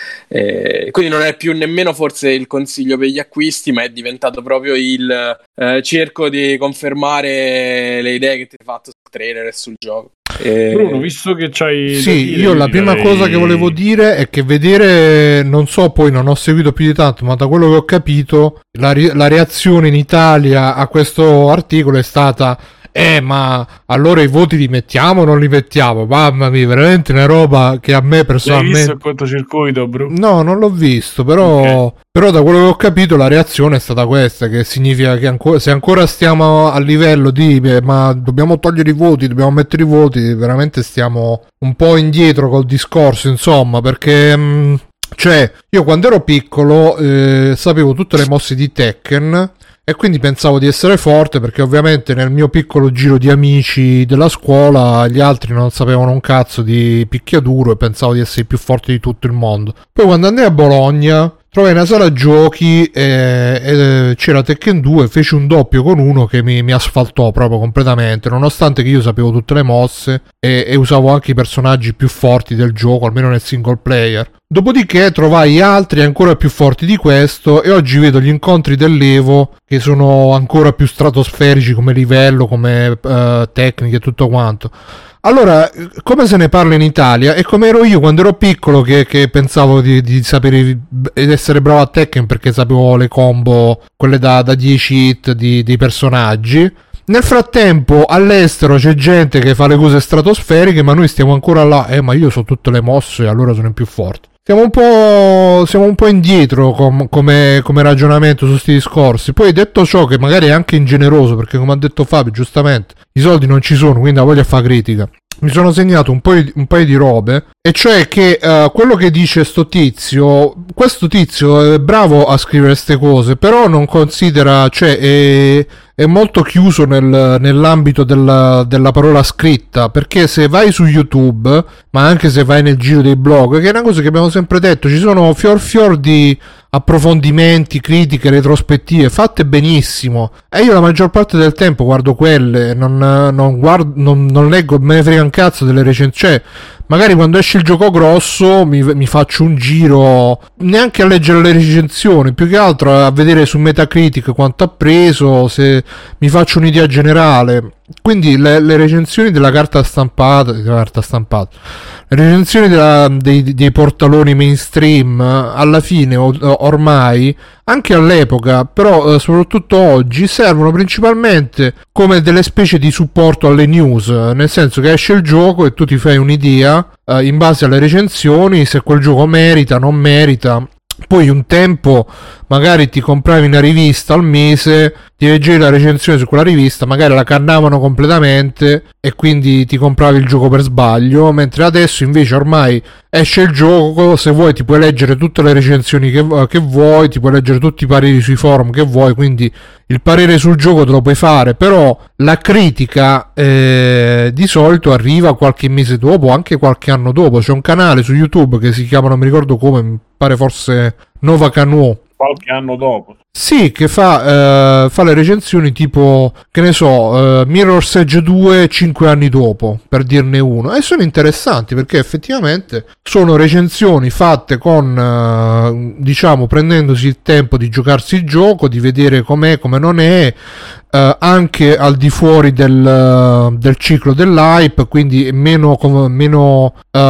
Eh, quindi non è più nemmeno forse il consiglio per gli acquisti, ma è diventato proprio il eh, cerco di confermare le idee che ti hai fatto sul trailer e sul gioco. Eh, Bruno, visto che c'hai sì, dire, io la prima direi... cosa che volevo dire è che vedere, non so, poi non ho seguito più di tanto, ma da quello che ho capito la, ri- la reazione in Italia a questo articolo è stata Eh ma allora i voti li mettiamo o non li mettiamo? Mamma mia, veramente una roba che a me personalmente... Hai visto il cortocircuito, bro? No, non l'ho visto, però... Okay. Però da quello che ho capito la reazione è stata questa, che significa che ancora, se ancora stiamo a livello di eh, ma dobbiamo togliere i voti, dobbiamo mettere i voti, veramente stiamo un po' indietro col discorso, insomma, perché... Mh, cioè, io quando ero piccolo eh, sapevo tutte le mosse di Tekken e quindi pensavo di essere forte, perché ovviamente nel mio piccolo giro di amici della scuola gli altri non sapevano un cazzo di picchiaduro e pensavo di essere il più forte di tutto il mondo. Poi quando andai a Bologna trovai una sala giochi e, e c'era Tekken due, feci un doppio con uno che mi, mi asfaltò proprio completamente, nonostante che io sapevo tutte le mosse e, e usavo anche i personaggi più forti del gioco, almeno nel single player. Dopodiché trovai altri ancora più forti di questo e oggi vedo gli incontri dell'Evo che sono ancora più stratosferici come livello, come uh, tecniche e tutto quanto. Allora, come se ne parla in Italia? E come ero io quando ero piccolo che, che pensavo di, di sapere ed essere bravo a Tekken perché sapevo le combo, quelle da, da dieci hit di, dei personaggi. Nel frattempo all'estero c'è gente che fa le cose stratosferiche, ma noi stiamo ancora là. Eh, ma io so tutte le mosse e allora sono il più forte. Siamo un po', siamo un po' indietro com, come, come ragionamento su questi discorsi. Poi detto ciò, che magari è anche ingeneroso, perché come ha detto Fabio giustamente i soldi non ci sono, quindi la voglia fa critica. Mi sono segnato un paio, un paio di robe, e cioè che uh, quello che dice sto tizio, questo tizio è bravo a scrivere queste cose, però non considera, cioè è, è molto chiuso nel, nell'ambito della, della parola scritta, perché se vai su YouTube, ma anche se vai nel giro dei blog, che è una cosa che abbiamo sempre detto, ci sono fior fior di approfondimenti, critiche, retrospettive fatte benissimo, e io la maggior parte del tempo guardo quelle, non, non, guardo, non, non leggo, me ne frega un cazzo delle recensioni. Cioè, magari quando esce il gioco grosso mi, mi faccio un giro, neanche a leggere le recensioni, più che altro a vedere su Metacritic quanto ha preso, se mi faccio un'idea generale. Quindi le, le recensioni della carta stampata, della carta stampata, le recensioni della, dei, dei portaloni mainstream, alla fine o, ormai, anche all'epoca, però eh, soprattutto oggi, servono principalmente come delle specie di supporto alle news, nel senso che esce il gioco e tu ti fai un'idea eh, in base alle recensioni, se quel gioco merita, non merita. Poi un tempo magari ti compravi una rivista al mese, ti leggevi la recensione su quella rivista, magari la cannavano completamente e quindi ti compravi il gioco per sbaglio, mentre adesso invece ormai esce il gioco, se vuoi ti puoi leggere tutte le recensioni che, che vuoi, ti puoi leggere tutti i pareri sui forum che vuoi, quindi il parere sul gioco te lo puoi fare, però la critica eh, di solito arriva qualche mese dopo, anche qualche anno dopo. C'è un canale su YouTube che si chiama, non mi ricordo come, mi pare forse Nova Canu, qualche anno dopo. Sì, che fa, eh, fa le recensioni tipo, che ne so, eh, Mirror's Edge due cinque anni dopo, per dirne uno, e sono interessanti perché effettivamente sono recensioni fatte con, eh, diciamo, prendendosi il tempo di giocarsi il gioco, di vedere com'è, come non è, eh, anche al di fuori del, del ciclo dell'hype, quindi meno, meno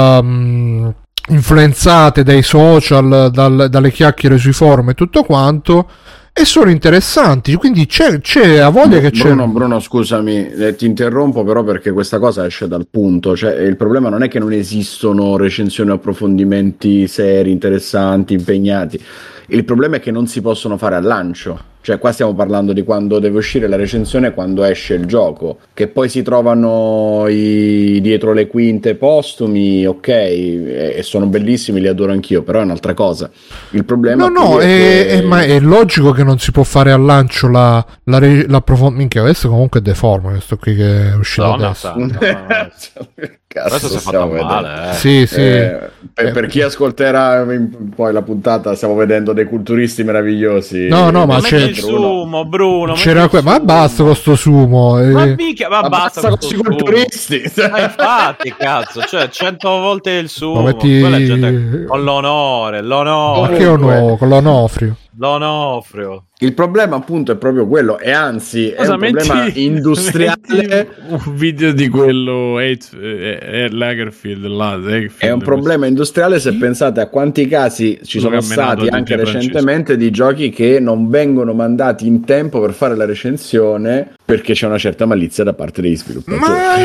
um, influenzate dai social, dal, dalle chiacchiere sui forum e tutto quanto, e sono interessanti, quindi c'è, c'è a voglia che c'è. Bruno, Bruno, scusami, eh, ti interrompo però perché questa cosa esce dal punto, cioè il problema non è che non esistono recensioni o approfondimenti seri, interessanti, impegnati, il problema è che non si possono fare al lancio. Cioè qua stiamo parlando di quando deve uscire la recensione, quando esce il gioco, che poi si trovano i... dietro le quinte postumi, ok, e sono bellissimi, li adoro anch'io, però è un'altra cosa. Il problema no, no, è, che... è, ma è logico che non si può fare al lancio la, la, la, l'approfondimento. Minchia, questo comunque è deforme, questo qui che è uscito no, adesso. No, no, no. Questo si è fatto male, eh. Sì, sì. Eh, per, per chi ascolterà poi la puntata, stiamo vedendo dei culturisti meravigliosi. No, no, ma ma c'è il sumo, Bruno. C'era que... Ma basta con sto sumo. Eh. Ma, mica, ma, ma basta, basta con questi culturisti. Ma infatti, cazzo, cioè cento volte il sumo. Metti... Gente... Con l'onore, l'onore. Ma che onore? Con l'onofrio. L'onofrio. Il problema appunto è proprio quello, e anzi è Cosa un problema metti, industriale. metti un video di quello Eight, eh, eh, Lagerfield là, Lagerfield, è un problema industriale se pensate a quanti casi ci sono stati anche recentemente di giochi che non vengono mandati in tempo per fare la recensione perché c'è una certa malizia da parte degli sviluppatori.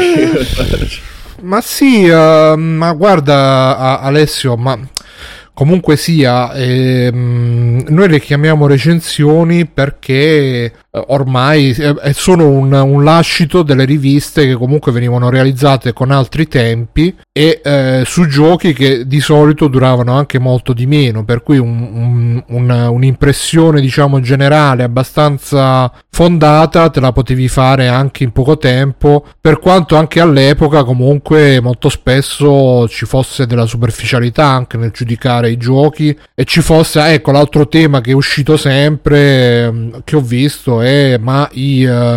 Ma, ma sì, uh, ma guarda uh, Alessio, ma comunque sia, ehm, noi le chiamiamo recensioni perché eh, ormai eh, sono un, un lascito delle riviste che comunque venivano realizzate con altri tempi e eh, su giochi che di solito duravano anche molto di meno, per cui un, un, una, un'impressione diciamo generale abbastanza fondata te la potevi fare anche in poco tempo, per quanto anche all'epoca comunque molto spesso ci fosse della superficialità anche nel giudicare i giochi e ci fosse, ecco, l'altro tema che è uscito sempre che ho visto è ma i, uh,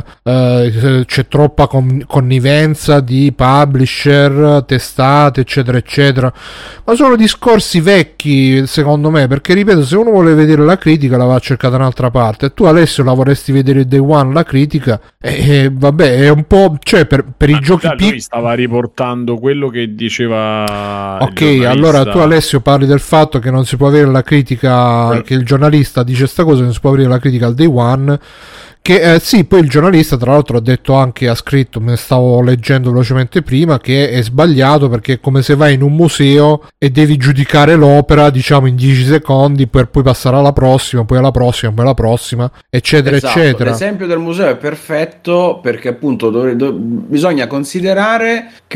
uh, c'è troppa con- connivenza di publisher, testate eccetera eccetera, ma sono discorsi vecchi secondo me, perché ripeto, se uno vuole vedere la critica la va a cercare da un'altra parte. Tu Alessio la vorresti vedere day one la critica e, e vabbè è un po', cioè per, per i giochi piccoli lui stava riportando quello che diceva ok, allora tu Alessio parli del fatto che non si può avere la critica, che il giornalista dice sta cosa, non si può avere la critica al day one, che eh, sì, poi il giornalista tra l'altro ha detto anche, ha scritto, me ne stavo leggendo velocemente prima, che è sbagliato perché è come se vai in un museo e devi giudicare l'opera diciamo in dieci secondi per poi passare alla prossima, poi alla prossima, poi alla prossima eccetera esatto. eccetera. L'esempio del museo è perfetto perché appunto dov- dov- bisogna considerare che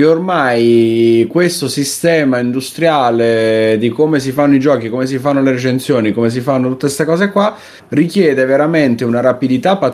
ormai questo sistema industriale di come si fanno i giochi, come si fanno le recensioni, come si fanno tutte queste cose qua richiede veramente una rapidità pazzesca,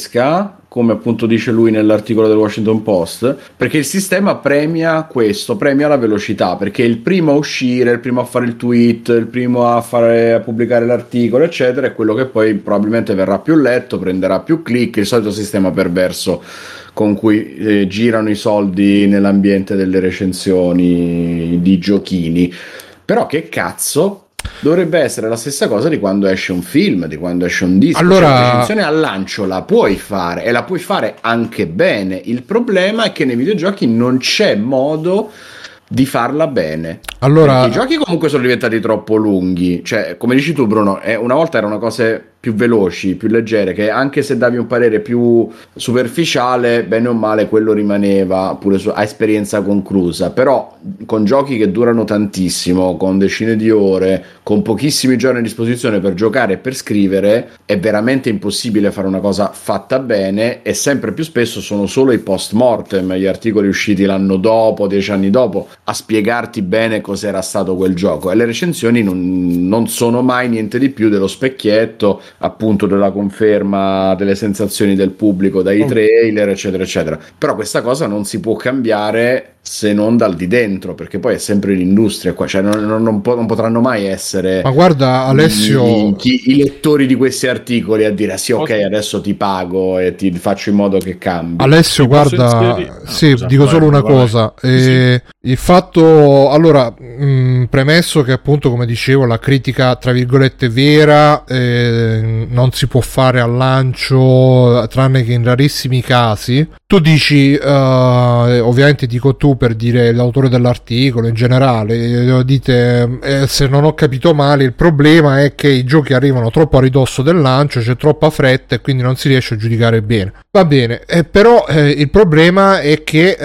come appunto dice lui nell'articolo del Washington Post, perché il sistema premia questo, premia la velocità, perché il primo a uscire, il primo a fare il tweet, il primo a fare a pubblicare l'articolo eccetera è quello che poi probabilmente verrà più letto, prenderà più click, il solito sistema perverso con cui eh, girano i soldi nell'ambiente delle recensioni di giochini. Però che cazzo, dovrebbe essere la stessa cosa di quando esce un film, di quando esce un disco. Allora, cioè, la recensione al lancio la puoi fare e la puoi fare anche bene. Il problema è che nei videogiochi non c'è modo di farla bene. Allora, perché i giochi comunque sono diventati troppo lunghi. Cioè, come dici tu, Bruno, eh, una volta erano cose più veloci, più leggere, che anche se davi un parere più superficiale, bene o male quello rimaneva pure su, a esperienza conclusa. Però con giochi che durano tantissimo, con decine di ore, con pochissimi giorni a disposizione per giocare e per scrivere, è veramente impossibile fare una cosa fatta bene, e sempre più spesso sono solo i post mortem, gli articoli usciti l'anno dopo, dieci anni dopo, a spiegarti bene cos'era stato quel gioco, e le recensioni non, non sono mai niente di più dello specchietto appunto della conferma delle sensazioni del pubblico dai trailer eccetera eccetera. Però questa cosa non si può cambiare se non dal di dentro, perché poi è sempre l'industria qua, cioè non, non, non, po- non potranno mai essere, ma guarda Alessio, i, i, i lettori di questi articoli a dire sì, ok, adesso ti pago e ti faccio in modo che cambi. Alessio, guarda, no, sì, scusa, dico vai, solo una vai, cosa, eh, sì. Il fatto, allora, mh, premesso che appunto, come dicevo, la critica tra virgolette vera eh, non si può fare al lancio, tranne che in rarissimi casi. Tu dici, uh, ovviamente dico tu per dire l'autore dell'articolo in generale, dite eh, se non ho capito male il problema è che i giochi arrivano troppo a ridosso del lancio, c'è troppa fretta e quindi non si riesce a giudicare bene. Va bene, eh, però eh, il problema è che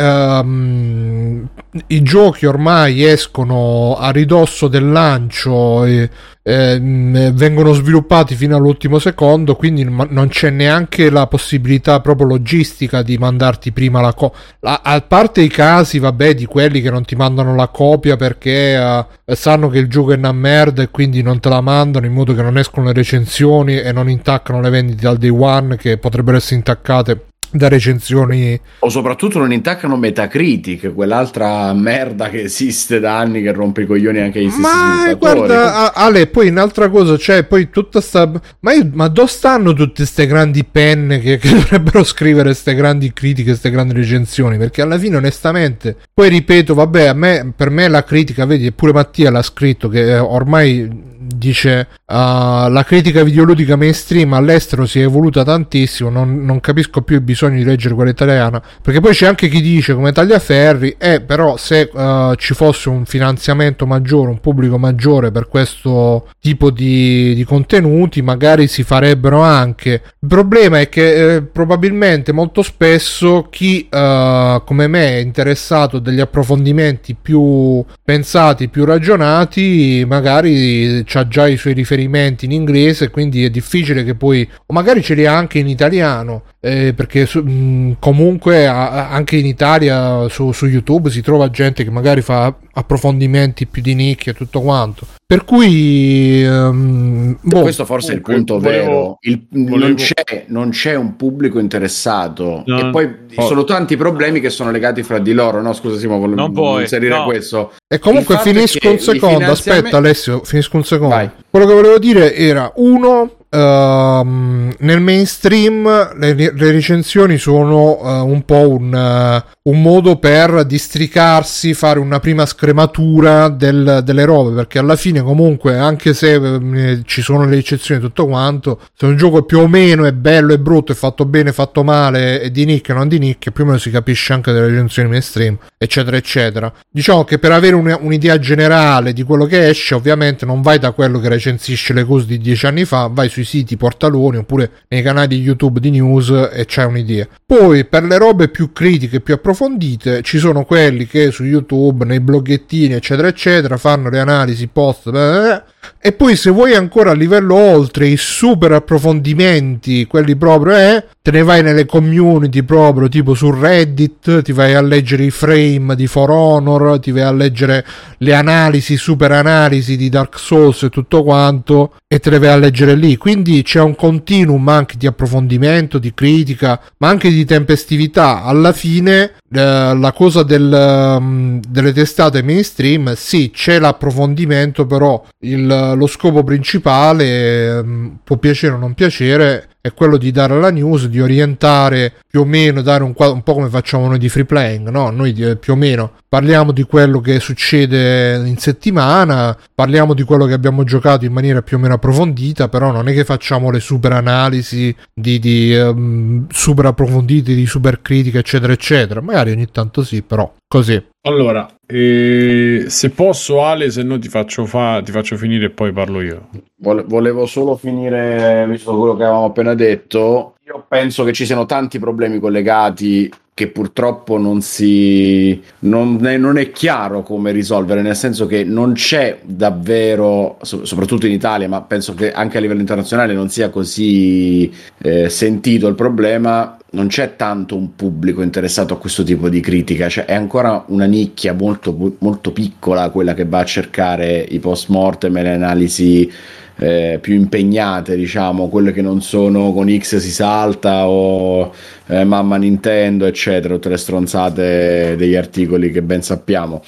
um, i giochi ormai escono a ridosso del lancio e eh, vengono sviluppati fino all'ultimo secondo, quindi non c'è neanche la possibilità proprio logistica di mandarti prima la copia. A parte i casi, vabbè, di quelli che non ti mandano la copia perché uh, sanno che il gioco è una merda e quindi non te la mandano, in modo che non escono le recensioni e non intaccano le vendite al day one, che potrebbero essere intaccate da recensioni, o soprattutto non intaccano Metacritic, quell'altra merda che esiste da anni che rompe i coglioni anche agli stessi ma sviluppatori. Guarda Ale, poi un'altra cosa, cioè poi tutta sta ma, io, ma dove stanno tutte queste grandi penne che, che dovrebbero scrivere queste grandi critiche, queste grandi recensioni? Perché alla fine onestamente, poi ripeto, vabbè, a me, per me la critica, vedi, pure Mattia l'ha scritto, che ormai dice uh, la critica videoludica mainstream all'estero si è evoluta tantissimo, non, non capisco più il bisogno di leggere quella italiana, perché poi c'è anche chi dice come Tagliaferri, eh però se uh, ci fosse un finanziamento maggiore, un pubblico maggiore per questo tipo di, di contenuti, magari si farebbero anche. Il problema è che eh, probabilmente molto spesso chi uh, come me è interessato a degli approfondimenti più pensati, più ragionati, magari c'ha già i suoi riferimenti in inglese, quindi è difficile che poi, o magari ce li ha anche in italiano, eh, perché su, mh, comunque a, anche in Italia su, su YouTube si trova gente che magari fa approfondimenti più di nicchia e tutto quanto, per cui um, boh, questo forse comunque, è il punto volevo, vero il, volevo... non, c'è, non c'è un pubblico interessato, no, e poi oh. sono tanti problemi che sono legati fra di loro, no scusa Simo, volevo non puoi, inserire no. questo, e comunque finisco un secondo finanziamenti... aspetta Alessio, finisco un secondo. Vai. Quello che volevo dire era uno, Uh, nel mainstream le, le recensioni sono uh, un po' un, uh, un modo per districarsi, fare una prima scrematura del, delle robe, perché alla fine comunque, anche se uh, ci sono le eccezioni e tutto quanto, se un gioco più o meno è bello e brutto, è fatto bene, fatto male, è di nicchia non di nicchia, più o meno si capisce anche delle recensioni mainstream, eccetera eccetera. Diciamo che per avere un, un'idea generale di quello che esce, ovviamente non vai da quello che recensisce le cose di dieci anni fa, vai su siti portaloni oppure nei canali YouTube di news e c'è un'idea. Poi per le robe più critiche, più approfondite, ci sono quelli che su YouTube, nei bloggettini eccetera eccetera fanno le analisi post, blah, blah, blah. E poi se vuoi ancora a livello oltre i super approfondimenti, quelli proprio eh, te ne vai nelle community proprio tipo su Reddit, ti vai a leggere i frame di For Honor, ti vai a leggere le analisi, super analisi di Dark Souls e tutto quanto, e te le vai a leggere lì. Quindi c'è un continuum anche di approfondimento, di critica, ma anche di tempestività. Alla fine eh, la cosa del, um, delle testate mainstream, sì, c'è l'approfondimento, però il, lo scopo principale, um, può piacere o non piacere, è quello di dare la news, di orientare più o meno, dare un quadro, un po' come facciamo noi di Free Playing, no? Noi di, più o meno parliamo di quello che succede in settimana, parliamo di quello che abbiamo giocato in maniera più o meno approfondita, però non è che facciamo le super analisi di, di um, super approfondite, di super critiche eccetera eccetera, magari ogni tanto sì, però così. Allora, eh, se posso Ale, se no ti faccio, fa- ti faccio finire e poi parlo io. Vole- volevo solo finire, visto quello che avevamo appena detto, io penso che ci siano tanti problemi collegati che purtroppo non si non è, non è chiaro come risolvere, nel senso che non c'è davvero, so- soprattutto in Italia, ma penso che anche a livello internazionale non sia così eh, sentito il problema. Non c'è tanto un pubblico interessato a questo tipo di critica, cioè è ancora una nicchia molto, molto piccola quella che va a cercare i post mortem e le analisi eh, più impegnate, diciamo, quelle che non sono con X si salta o eh, mamma Nintendo eccetera, tutte le stronzate degli articoli che ben sappiamo.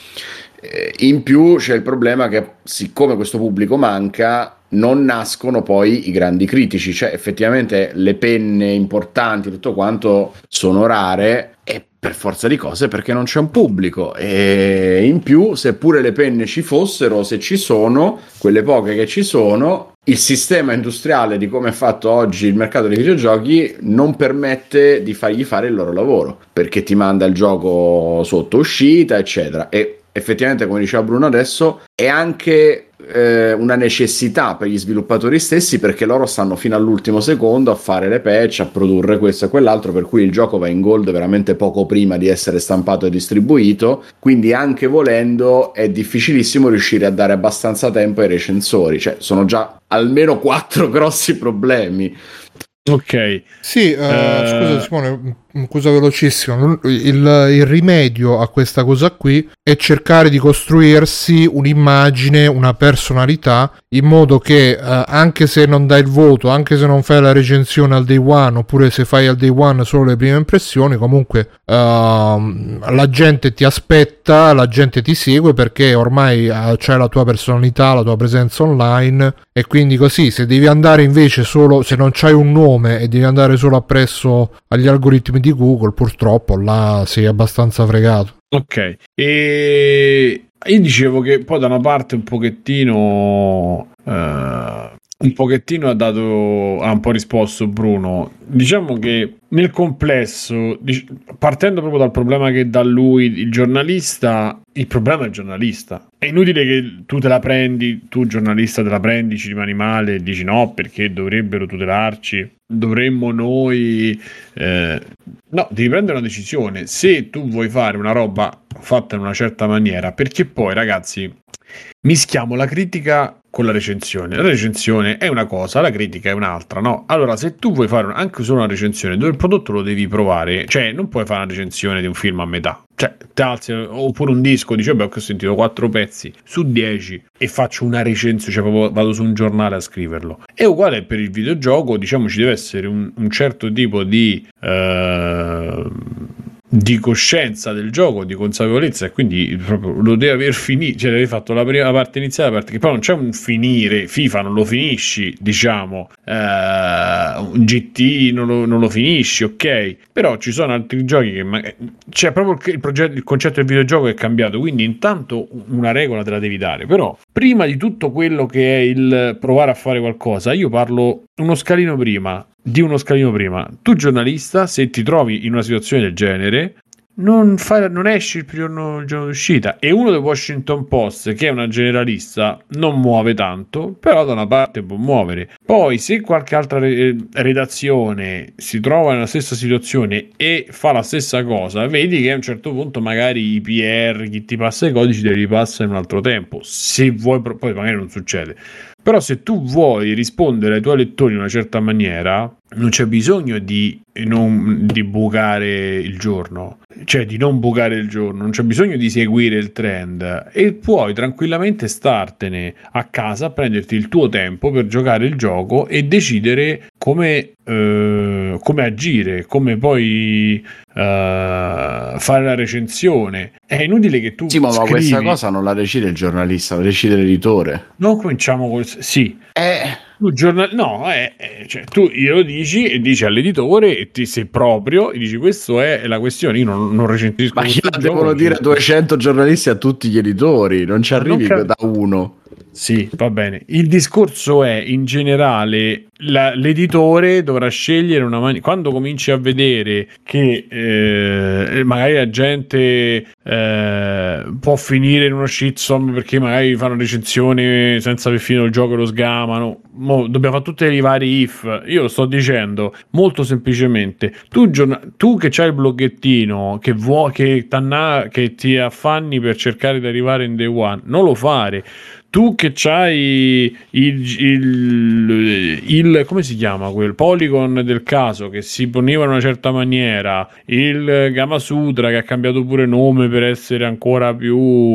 In più c'è il problema che siccome questo pubblico manca, non nascono poi i grandi critici, cioè effettivamente le penne importanti, tutto quanto sono rare, e per forza di cose perché non c'è un pubblico. E in più, seppure le penne ci fossero, se ci sono, quelle poche che ci sono, il sistema industriale di come è fatto oggi il mercato dei videogiochi non permette di fargli fare il loro lavoro, perché ti manda il gioco sotto uscita eccetera. E effettivamente, come diceva Bruno adesso, è anche eh, una necessità per gli sviluppatori stessi, perché loro stanno fino all'ultimo secondo a fare le patch, a produrre questo e quell'altro, per cui il gioco va in gold veramente poco prima di essere stampato e distribuito, quindi anche volendo è difficilissimo riuscire a dare abbastanza tempo ai recensori, cioè sono già almeno quattro grossi problemi. Ok, sì, uh, uh... scusa Simone, cosa velocissima, il, il rimedio a questa cosa qui è cercare di costruirsi un'immagine, una personalità, in modo che eh, anche se non dai il voto, anche se non fai la recensione al day one, oppure se fai al day one solo le prime impressioni, comunque uh, la gente ti aspetta, la gente ti segue perché ormai uh, c'è la tua personalità, la tua presenza online, e quindi così se devi andare invece solo, se non c'hai un nome e devi andare solo appresso agli algoritmi di Google, purtroppo là sei abbastanza fregato. Ok, e io dicevo che poi da una parte un pochettino uh, un pochettino ha dato ha un po' risposto Bruno. Diciamo che nel complesso, partendo proprio dal problema che dà lui il giornalista, il problema è il giornalista. È inutile che tu te la prendi, tu giornalista te la prendi, ci rimani male e dici no perché dovrebbero tutelarci, dovremmo noi eh, no, devi prendere una decisione. Se tu vuoi fare una roba fatta in una certa maniera, perché poi ragazzi mischiamo la critica con la recensione. La recensione è una cosa, la critica è un'altra, no? Allora, se tu vuoi fare anche solo una recensione dove il prodotto lo devi provare, cioè non puoi fare una recensione di un film a metà, cioè ti alzi, oppure un disco, dice beh, ho sentito quattro pezzi su dieci e faccio una recensione, cioè proprio vado su un giornale a scriverlo. È uguale per il videogioco, diciamo ci deve essere un, un certo tipo di eh, di coscienza del gioco, di consapevolezza, e quindi proprio lo deve aver finito, cioè deve aver fatto la prima parte iniziale, la parte che poi non c'è un finire. FIFA non lo finisci, diciamo, eh, un G T non lo, non lo finisci, ok, però ci sono altri giochi che magari, cioè proprio il, il, progetto, il concetto del videogioco è cambiato, quindi intanto una regola te la devi dare. Però prima di tutto quello che è il provare a fare qualcosa, io parlo uno scalino prima di uno scalino prima. Tu giornalista, se ti trovi in una situazione del genere, non, fai, non esci il giorno, il giorno d'uscita. E uno del Washington Post, che è una generalista, non muove tanto, però da una parte può muovere. Poi se qualche altra re- redazione si trova nella stessa situazione e fa la stessa cosa, vedi che a un certo punto magari i P R, chi ti passa i codici, te li passa in un altro tempo, se vuoi. Poi magari non succede. Però se tu vuoi rispondere ai tuoi lettori in una certa maniera, non c'è bisogno di, non, di bucare il giorno, cioè di non bucare il giorno, non c'è bisogno di seguire il trend, e puoi tranquillamente startene a casa, prenderti il tuo tempo per giocare il gioco e decidere come, eh, come agire, come poi eh, fare la recensione. È inutile che tu sì, ma scrivi... questa cosa non la decide il giornalista, la decide l'editore. Non cominciamo col... sì eh tu giornal... no eh, eh, cioè, tu glielo dici e dici all'editore, e ti sei proprio e dici questa è la questione. Io non, non recensisco, ma gliela devono dire duecento giornalisti a tutti gli editori, non ci arrivi non ca... da uno. Sì, va bene. Il discorso è, in generale, la, l'editore dovrà scegliere una maniera. Quando cominci a vedere che eh, magari la gente eh, può finire in uno shitstorm perché magari fanno recensione senza aver finito il gioco e lo sgamano, mo dobbiamo fare tutte le varie if. Io lo sto dicendo molto semplicemente. Tu, giorn- tu che c'hai il bloggettino che, vuoi, che, che ti affanni per cercare di arrivare in day one, non lo fare. Tu che c'hai il, il, il come si chiama quel Polygon del caso che si poneva in una certa maniera, il Gamasutra che ha cambiato pure nome per essere ancora più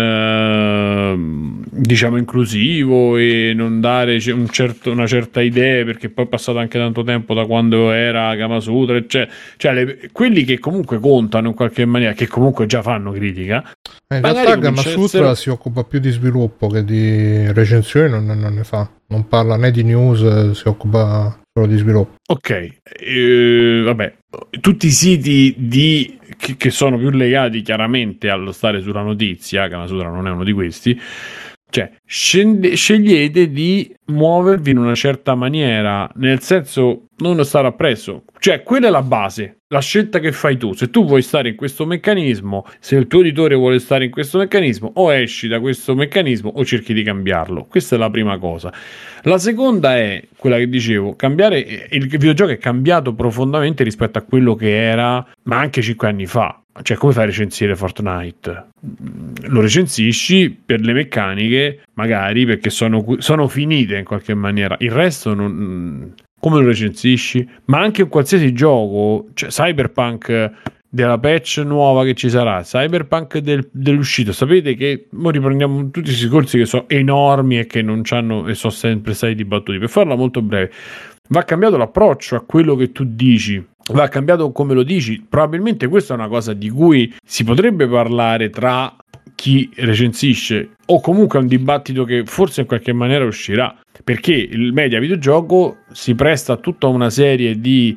eh, diciamo inclusivo e non dare un certo, una certa idea, perché poi è passato anche tanto tempo da quando era Gamasutra, cioè, cioè le, quelli che comunque contano in qualche maniera, che comunque già fanno critica. In realtà Gamasutra si occupa più di sviluppo che di recensioni, non, non ne fa, non parla né di news, si occupa solo di sviluppo. Ok, eh, vabbè, tutti i siti di, che, che sono più legati chiaramente allo stare sulla notizia, Gamasutra non è uno di questi, cioè scende, scegliete di muovervi in una certa maniera, nel senso non stare appresso, cioè quella è la base, la scelta che fai tu. Se tu vuoi stare in questo meccanismo, se il tuo editore vuole stare in questo meccanismo, o esci da questo meccanismo o cerchi di cambiarlo. Questa è la prima cosa. La seconda è quella che dicevo, cambiare. Il videogioco è cambiato profondamente rispetto a quello che era, ma anche cinque anni fa. Cioè, come fai a recensire Fortnite? Lo recensisci per le meccaniche, magari perché sono, sono finite in qualche maniera. Il resto non, come lo recensisci, ma anche un qualsiasi gioco, cioè Cyberpunk della patch nuova che ci sarà, Cyberpunk del, dell'uscita, sapete che ora riprendiamo tutti questi discorsi che sono enormi e che non c'hanno e sono sempre stati dibattuti. Per farla molto breve, va cambiato l'approccio a quello che tu dici, va cambiato come lo dici. Probabilmente questa è una cosa di cui si potrebbe parlare tra chi recensisce, o comunque è un dibattito che forse in qualche maniera uscirà, perché il media videogioco si presta a tutta una serie di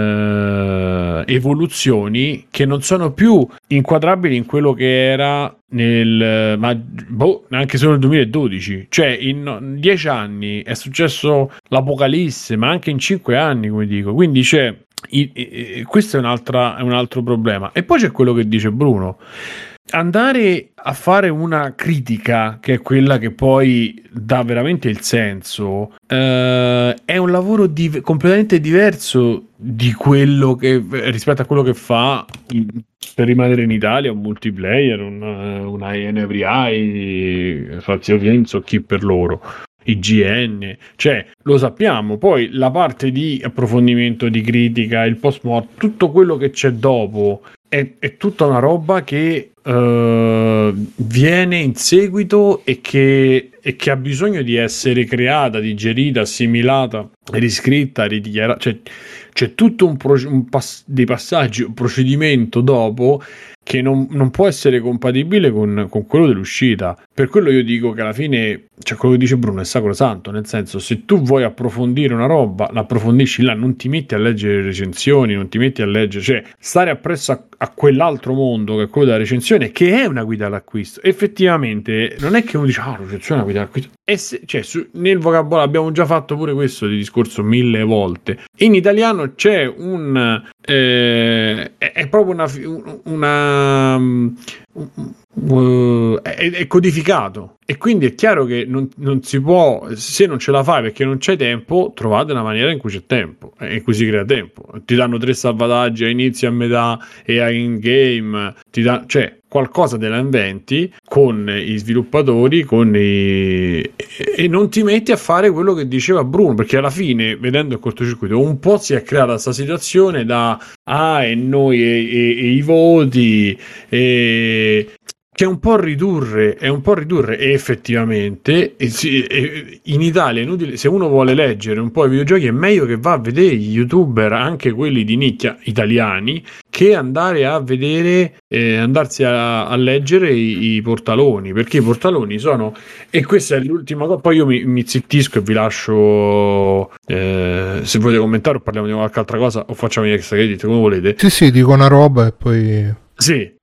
eh, evoluzioni che non sono più inquadrabili in quello che era nel ma boh, anche solo nel duemiladodici, cioè in dieci anni è successo l'apocalisse, ma anche in cinque anni, come dico, quindi c'è i, i, questo è un'altra, è un altro problema. E poi c'è quello che dice Bruno, andare a fare una critica, che è quella che poi dà veramente il senso, eh, è un lavoro di, completamente diverso di quello che rispetto a quello che fa per rimanere in Italia un multiplayer, una, una I N Every Eye, Fazio Games o chi per loro, I G N, cioè lo sappiamo. Poi la parte di approfondimento, di critica, il post mortem, tutto quello che c'è dopo è, è tutta una roba che uh, viene in seguito e che, e che ha bisogno di essere creata, digerita, assimilata, riscritta, ridichiarata. Cioè, c'è tutto un, pro- un pass- dei passaggi, un procedimento dopo che non, non può essere compatibile con, con quello dell'uscita. Per quello io dico che alla fine, cioè quello che dice Bruno è sacrosanto, nel senso, se tu vuoi approfondire una roba, l'approfondisci là, non ti metti a leggere recensioni, non ti metti a leggere, cioè stare appresso a, a quell'altro mondo che è quello della recensione, che è una guida all'acquisto. Effettivamente non è che uno dice ah, la recensione è una guida all'acquisto, e se, cioè su, nel vocabolario abbiamo già fatto pure questo di discorso mille volte. In italiano c'è un eh, è, è proprio una, una um, uh, è, è codificato, e quindi è chiaro che non, non si può, se non ce la fai perché non c'è tempo, trovate una maniera in cui c'è tempo e in cui si crea tempo. Ti danno tre salvataggi a inizio, a metà e a in game, ti da, cioè qualcosa te la inventi con i sviluppatori, con i... e non ti metti a fare quello che diceva Bruno, perché alla fine, vedendo il cortocircuito, un po' si è creata questa situazione da ah e noi e, e, e i voti e... che è un po' ridurre, è un po' ridurre e effettivamente e si, e in Italia è inutile, se uno vuole leggere un po' i videogiochi è meglio che va a vedere gli youtuber, anche quelli di nicchia italiani, che andare a vedere, eh, andarsi a, a leggere i, i portaloni, perché i portaloni sono, e questa è l'ultima cosa, poi io mi, mi zittisco e vi lascio, eh, se volete commentare o parliamo di qualche altra cosa o facciamo gli extra credit, come volete. Sì sì, dico una roba e poi... Sì,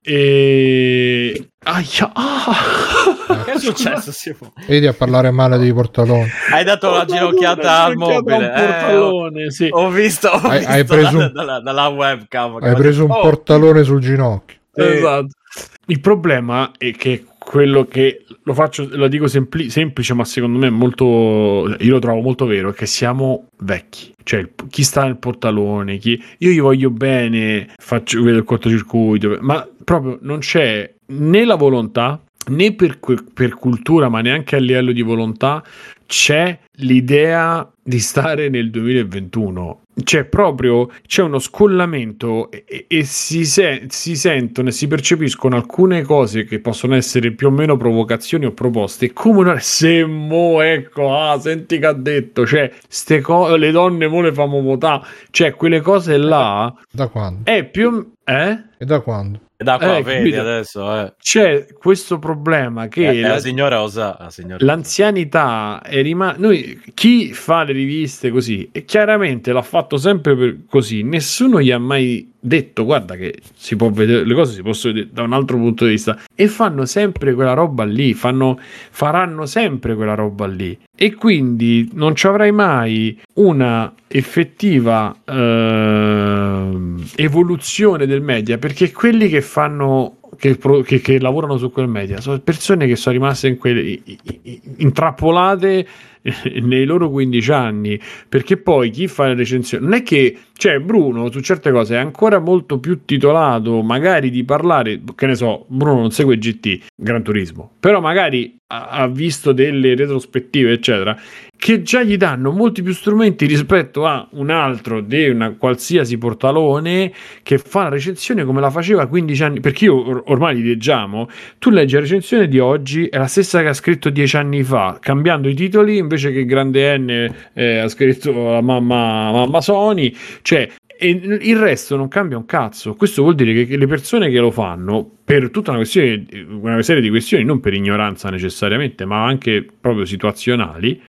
e... Aia, ah. Che è successo? Simo? Vedi a parlare male dei portaloni. Hai dato la ginocchiata al mobile. Un portalone, eh, sì. Ho visto, ho hai, visto hai preso da, un... dalla, dalla webcam. Hai preso un oh. portalone sul ginocchio. Esatto. Il problema è che quello che lo faccio, lo dico sempli- semplice, ma secondo me è molto, io lo trovo molto vero, è che siamo vecchi. Cioè, il, chi sta nel portalone, chi, io gli voglio bene, faccio vedo il cortocircuito, ma proprio non c'è né la volontà, né per, per cultura, ma neanche a livello di volontà c'è l'idea di stare nel duemilaventuno. C'è proprio c'è uno scollamento e, e si, se, si sentono e si percepiscono alcune cose che possono essere più o meno provocazioni o proposte, come una se mo ecco ah senti che ha detto, cioè ste co- le donne mo le famo votare, cioè quelle cose là da quando? È più eh? E da quando? E da qua eh, vedi capito? adesso eh. C'è questo problema che eh, la, la signora osa, la signora l'anzianità è rimasta. Noi, chi fa le riviste così, e chiaramente l'ha fatto sempre per così, nessuno gli ha mai detto guarda che si può vedere, le cose si possono vedere da un altro punto di vista, e fanno sempre quella roba lì, fanno, faranno sempre quella roba lì, e quindi non ci avrai mai una effettiva eh, evoluzione del media, perché quelli che fanno Che, che, che lavorano su quel media sono persone che sono rimaste in quelle, intrappolate nei loro quindici anni, perché poi chi fa le recensioni non è che, cioè Bruno su certe cose è ancora molto più titolato magari di parlare, che ne so, Bruno non segue G T, Gran Turismo, però magari ha, ha visto delle retrospettive eccetera, che già gli danno molti più strumenti rispetto a un altro di una qualsiasi portalone che fa la recensione come la faceva quindici anni, perché io or- ormai li leggiamo, tu leggi la recensione di oggi è la stessa che ha scritto dieci anni fa, cambiando i titoli, invece che Grande N eh, ha scritto la mamma, mamma Sony, cioè, e il resto non cambia un cazzo. Questo vuol dire che le persone che lo fanno per tutta una questione, una serie di questioni, non per ignoranza necessariamente, ma anche proprio situazionali,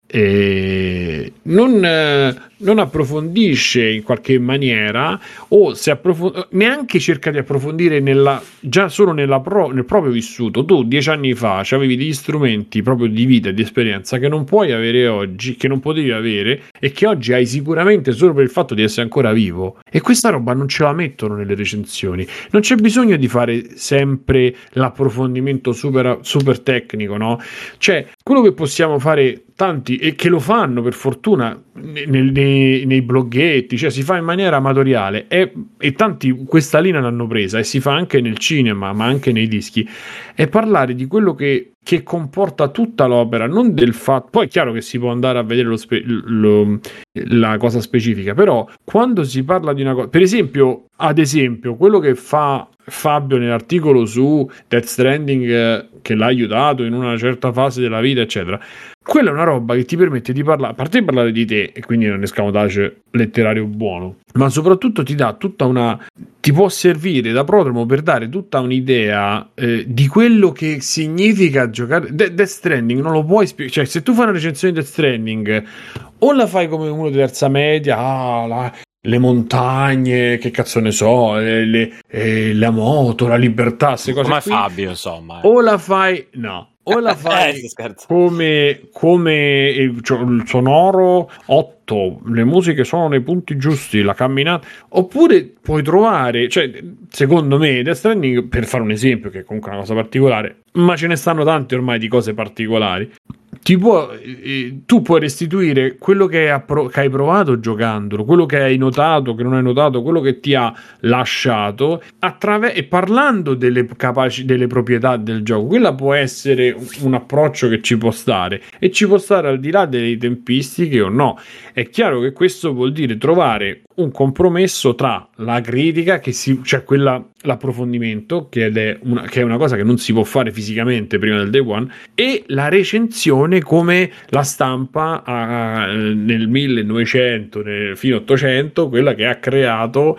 e non, eh, non approfondisce in qualche maniera, o se approfond- neanche cerca di approfondire nella, già solo nella pro- nel proprio vissuto. Tu dieci anni fa avevi degli strumenti proprio di vita e di esperienza che non puoi avere oggi, che non potevi avere, e che oggi hai sicuramente solo per il fatto di essere ancora vivo. E questa roba non ce la mettono nelle recensioni. Non c'è bisogno di fare sempre l'approfondimento super, super tecnico, no? Cioè, quello che possiamo fare tanti, e che lo fanno per fortuna nei, nei, nei bloggetti, cioè si fa in maniera amatoriale, e, e tanti questa linea l'hanno presa, e si fa anche nel cinema, ma anche nei dischi, è parlare di quello che, che comporta tutta l'opera, non del fatto. Poi è chiaro che si può andare a vedere lo spe, lo, la cosa specifica, però quando si parla di una cosa, per esempio, ad esempio, quello che fa Fabio nell'articolo su Death Stranding, eh, che l'ha aiutato in una certa fase della vita, eccetera, quella è una roba che ti permette di parlare, a parte di parlare di te, e quindi è un escamotage letterario buono, ma soprattutto ti dà tutta una, ti può servire da prodromo per dare tutta un'idea eh, di quello che significa giocare. De- Death Stranding non lo puoi spiegare, cioè se tu fai una recensione di Death Stranding o la fai come uno di terza media, ah, la, le montagne, che cazzo ne so, le, le, eh, la moto, la libertà, queste cose come qui. Fabio, insomma, eh. O la fai, no, o la fai eh, come, come il, cioè, il sonoro otto, le musiche sono nei punti giusti, la camminata, oppure puoi trovare, cioè secondo me Death Stranding, per fare un esempio che è comunque una cosa particolare, ma ce ne stanno tante ormai di cose particolari, ti può, eh, tu puoi restituire quello che hai, appro- che hai provato giocandolo, quello che hai notato, che non hai notato, quello che ti ha lasciato, attraver- e parlando delle, capaci- delle proprietà del gioco. Quella può essere un, un approccio che ci può stare, e ci può stare al di là delle tempistiche o no. È chiaro che questo vuol dire trovare un compromesso tra la critica, che si, cioè quella, l'approfondimento, che, ed è una, che è una cosa che non si può fare fisicamente prima del day one, e la recensione come la stampa ha, nel millenovecento, nel fine ottocento, quella che ha creato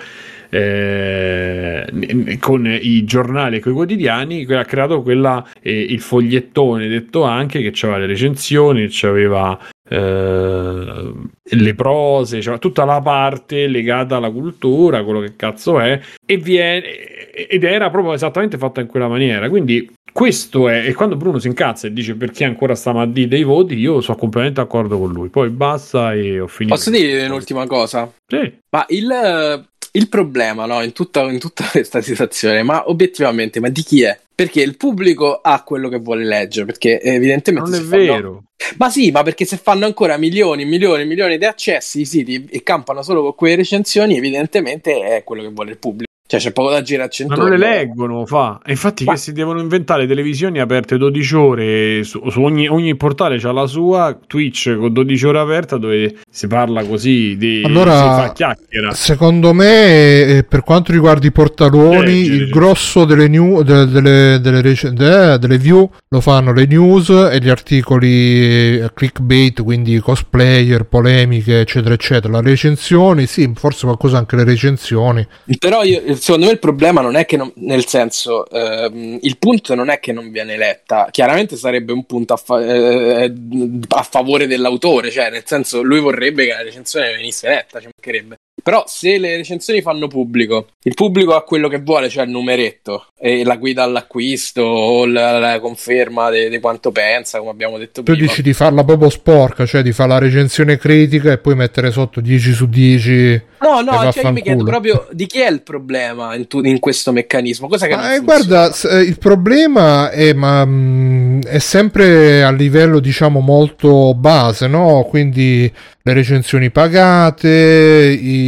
eh, con i giornali e con i quotidiani, che ha creato quella, eh, il fogliettone detto anche, che c'aveva le recensioni, c'aveva Uh, le prose, cioè tutta la parte legata alla cultura, quello che cazzo è, e viene, ed era proprio esattamente fatta in quella maniera. Quindi questo è, e quando Bruno si incazza e dice perché ancora stiamo a dire dei voti, io sono completamente d'accordo con lui. Poi basta e ho finito. Posso dire un'ultima cosa? Sì. Ma il, il problema, no, in tutta, in tutta questa situazione, ma obiettivamente, ma di chi è? Perché il pubblico ha quello che vuole leggere, perché evidentemente non è fanno... vero. Ma sì, ma perché se fanno ancora milioni, milioni, milioni di accessi ai siti e campano solo con quelle recensioni, evidentemente è quello che vuole il pubblico. Cioè c'è poco da girarci intorno. Ma non le leggono, fa. E infatti ma... che si devono inventare televisioni aperte dodici ore, su, su ogni, ogni portale c'ha la sua, Twitch con dodici ore aperta, dove si parla così di, allora, si fa chiacchiera. Secondo me, per quanto riguarda i portaloni, Leggere. il grosso delle, new, delle, delle, delle, rec- delle, delle view lo fanno le news e gli articoli clickbait, quindi cosplayer, polemiche, eccetera eccetera. La recensioni, sì, forse qualcosa anche le recensioni. Però io secondo me il problema non è che non, nel senso ehm, il punto non è che non viene letta, chiaramente sarebbe un punto a, fa- eh, a favore dell'autore, cioè nel senso lui vorrebbe che la recensione venisse letta, ci mancherebbe. Però se le recensioni fanno pubblico, il pubblico ha quello che vuole, cioè il numeretto e la guida all'acquisto o la, la conferma di quanto pensa, come abbiamo detto tu prima. Tu dici di farla proprio sporca, cioè di fare la recensione critica e poi mettere sotto dieci su dieci. No, no, cioè io mi chiedo proprio di chi è il problema in, tu, in questo meccanismo. Cosa che ma, non guarda, il problema è, ma, mh, è sempre a livello, diciamo, molto base, no? Quindi le recensioni pagate, i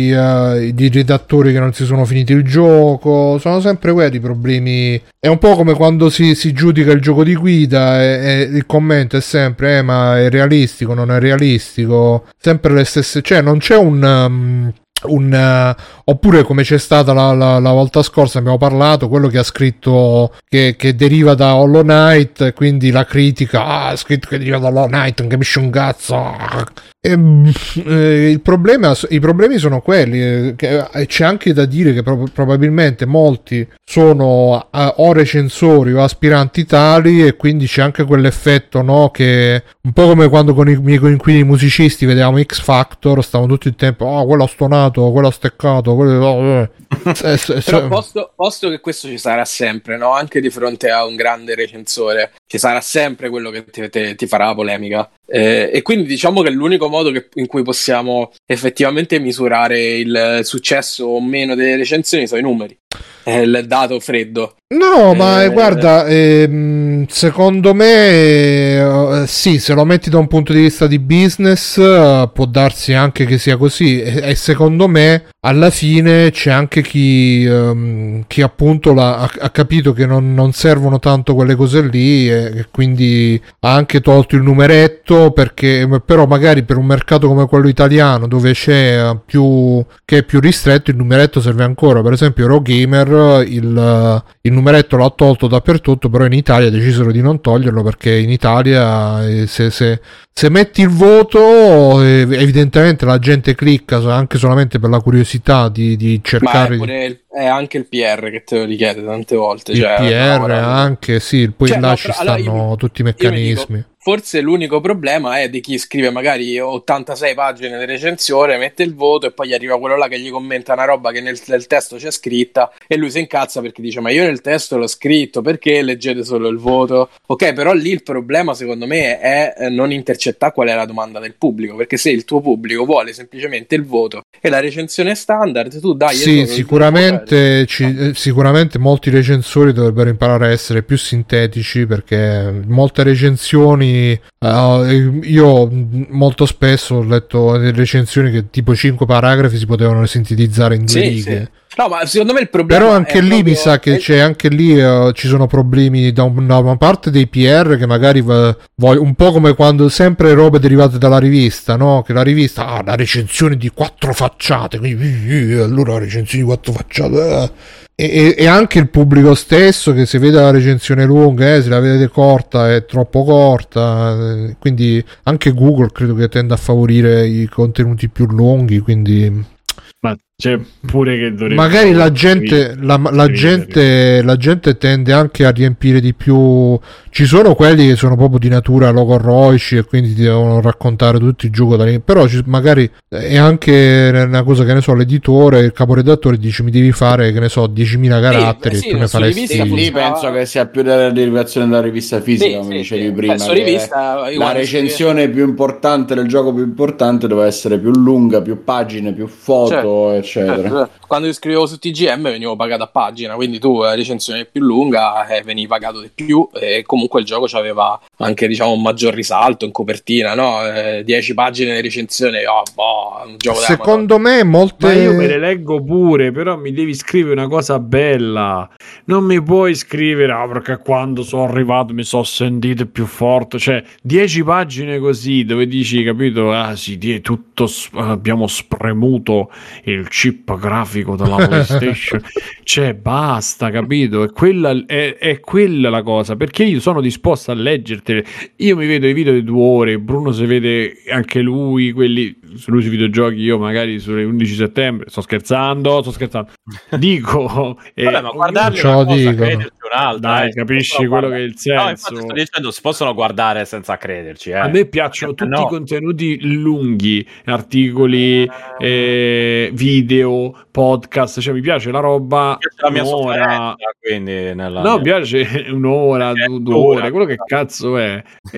i, uh, i redattori che non si sono finiti il gioco, sono sempre quelli i problemi. È un po' come quando si, si giudica il gioco di guida e, e il commento è sempre eh, ma è realistico, non è realistico, sempre le stesse, cioè non c'è un... Um, un uh, oppure come c'è stata la, la, la volta scorsa, abbiamo parlato, quello che ha scritto che, che deriva da Hollow Knight, quindi la critica ah, ha scritto che deriva da Hollow Knight, non capisce un cazzo. E, eh, il problema, i problemi sono quelli, eh, che, eh, c'è anche da dire che pro- probabilmente molti sono eh, o recensori o aspiranti tali, e quindi c'è anche quell'effetto, no, che un po' come quando con i miei coinquilini musicisti vedevamo X Factor, stavano tutto il tempo oh quello ha stonato, quello ha steccato, quello... oh, eh. eh, eh, Però posto, posto che questo ci sarà sempre, no? Anche di fronte a un grande recensore ci sarà sempre quello che ti, ti, ti farà la polemica, eh, e quindi diciamo che l'unico modo che, in cui possiamo effettivamente misurare il successo o meno delle recensioni sono i numeri, è il dato freddo. No, ma eh, guarda, ehm, secondo me eh, sì, se lo metti da un punto di vista di business eh, può darsi anche che sia così, e, e secondo me alla fine c'è anche chi, ehm, chi appunto la, ha, ha capito che non, non servono tanto quelle cose lì, e, e quindi ha anche tolto il numeretto, perché però magari per un mercato come quello italiano, dove c'è più, che è più ristretto, il numeretto serve ancora. Per esempio Eurogamer il, il numeretto l'ha tolto dappertutto, però in Italia decisero di non toglierlo, perché in Italia eh, se, se, se metti il voto eh, evidentemente la gente clicca anche solamente per la curiosità di, di cercare. Ma è, pure il, è anche il P R che te lo richiede tante volte, il cioè, P R no, no, anche sì, poi cioè, là no, ci però, stanno allora io, tutti i meccanismi. dico, forse l'unico problema è di chi scrive magari ottantasei pagine di recensione, mette il voto e poi gli arriva quello là che gli commenta una roba che nel, nel testo c'è scritta, e lui si incazza perché dice ma io nel testo l'ho scritto, perché leggete solo il voto? Ok, però lì il problema secondo me è non intercettare qual è la domanda del pubblico, perché se il tuo pubblico vuole semplicemente il voto e la recensione standard, tu dai sì, sicuramente, ci, sicuramente molti recensori dovrebbero imparare a essere più sintetici, perché molte recensioni Uh, io molto spesso ho letto delle recensioni che tipo cinque paragrafi si potevano sintetizzare in due sì, righe. Sì. No, ma secondo me il problema però anche è lì proprio... mi sa che c'è anche lì uh, ci sono problemi da, un, da una parte dei P R che magari uh, voglio, un po' come quando sempre robe derivate dalla rivista, no? Che la rivista ha ah, la recensione di quattro facciate, quindi allora la recensione di quattro facciate eh. E, e anche il pubblico stesso, che se vede la recensione lunga, eh, se la vedete corta è troppo corta, eh, quindi anche Google credo che tenda a favorire i contenuti più lunghi, quindi ma c'è pure che dovrebbe magari la gente la, la gente la gente tende anche a riempire di più. Ci sono quelli che sono proprio di natura logorroici e quindi ti devono raccontare tutto il gioco da lì, però ci, magari è anche una cosa, che ne so, l'editore, il caporedattore dice mi devi fare, che ne so, diecimila caratteri, sì, e tu ne faresti sì, lì penso che sia più della derivazione della rivista fisica, sì, come sì, dicevi sì. prima, che rivista, la recensione scrive... più importante del gioco più importante doveva essere più lunga, più pagine, più foto, certo, eccetera. Certo. Quando io scrivevo su T G M venivo pagato a pagina, quindi tu la recensione più lunga eh, venivi pagato di più, e comunque il gioco aveva anche, diciamo, un maggior risalto in copertina, no? Eh, dieci pagine di recensione, oh, boh, un gioco secondo me molte... ma io me le leggo pure, però mi devi scrivere una cosa bella, non mi puoi scrivere ah, perché quando sono arrivato mi sono sentito più forte, cioè dieci pagine così dove dici, capito, ah sì, di tutto abbiamo spremuto il chip grafico della PlayStation cioè basta, capito, è quella, è, è quella la cosa, perché io sono disposto a leggertele, io mi vedo i video di due ore, Bruno si vede anche lui quelli su lui sui videogiochi, io magari sulle undici settembre, sto scherzando sto scherzando dico eh, vabbè, ma guardarli ciò una cosa, dico crederci un'altra, dai, eh, capisci quello che è il senso. no, infatti sto dicendo si possono guardare senza crederci, eh. A me piacciono tutti no. i contenuti lunghi, articoli, eh, video, podcast, cioè mi piace la roba la mia un'ora, quindi nella no, mia... mi piace un'ora, due, due ore, quello che cazzo è,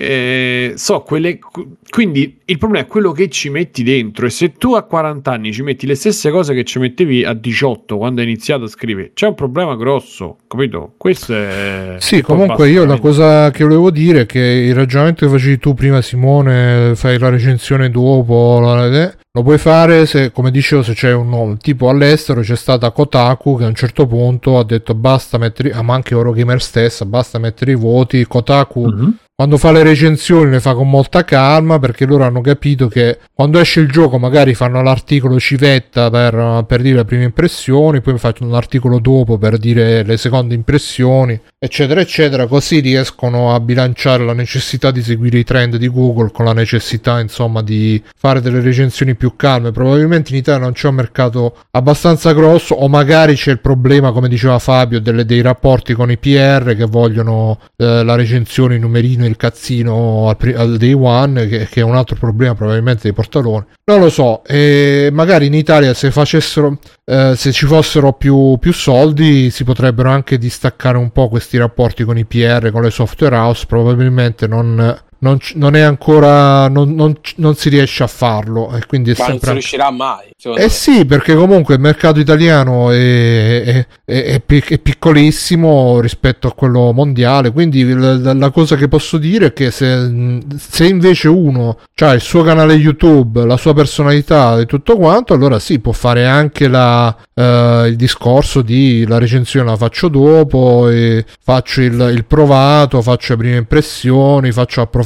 eh, so quelle, quindi il problema è quello che ci metti dentro, e se tu a quaranta anni ci metti le stesse cose che ci mettevi a diciotto quando hai iniziato a scrivere, c'è un problema grosso, capito? Questo forse sì, comunque io la cosa che volevo dire è che il ragionamento che facevi tu prima, Simone, fai la recensione dopo, lo puoi fare se, come dicevo, se c'è un nome tipo all'estero. C'è stata Kotaku che a un certo punto ha detto basta mettere, ah, ma anche Eurogamer stessa, basta mettere i voti. Kotaku mm-hmm. quando fa le recensioni le fa con molta calma, perché loro hanno capito che quando esce il gioco magari fanno l'articolo civetta per, per dire le prime impressioni, poi fanno un articolo dopo per dire le seconde impressioni, eccetera eccetera, così riescono a bilanciare la necessità di seguire i trend di Google con la necessità, insomma, di fare delle recensioni più calme. Probabilmente in Italia non c'è un mercato abbastanza grosso, o magari c'è il problema, come diceva Fabio, delle, dei rapporti con i P R che vogliono eh, la recensione in numerino, il cazzino al, al day one, che, che è un altro problema probabilmente dei portaloni. Non lo so, e magari in Italia se facessero eh, se ci fossero più, più soldi si potrebbero anche distaccare un po' questi rapporti con i P R, con le software house. Probabilmente non Non, non è ancora non, non, non si riesce a farlo, e quindi è ma sempre... non si riuscirà mai, eh me. Sì, perché comunque il mercato italiano è, è, è, è piccolissimo rispetto a quello mondiale, quindi la, la cosa che posso dire è che se, se invece uno ha il suo canale YouTube, la sua personalità e tutto quanto, allora sì, può fare anche la, uh, il discorso di la recensione la faccio dopo, e faccio il, il provato, faccio le prime impressioni, faccio approfondimento,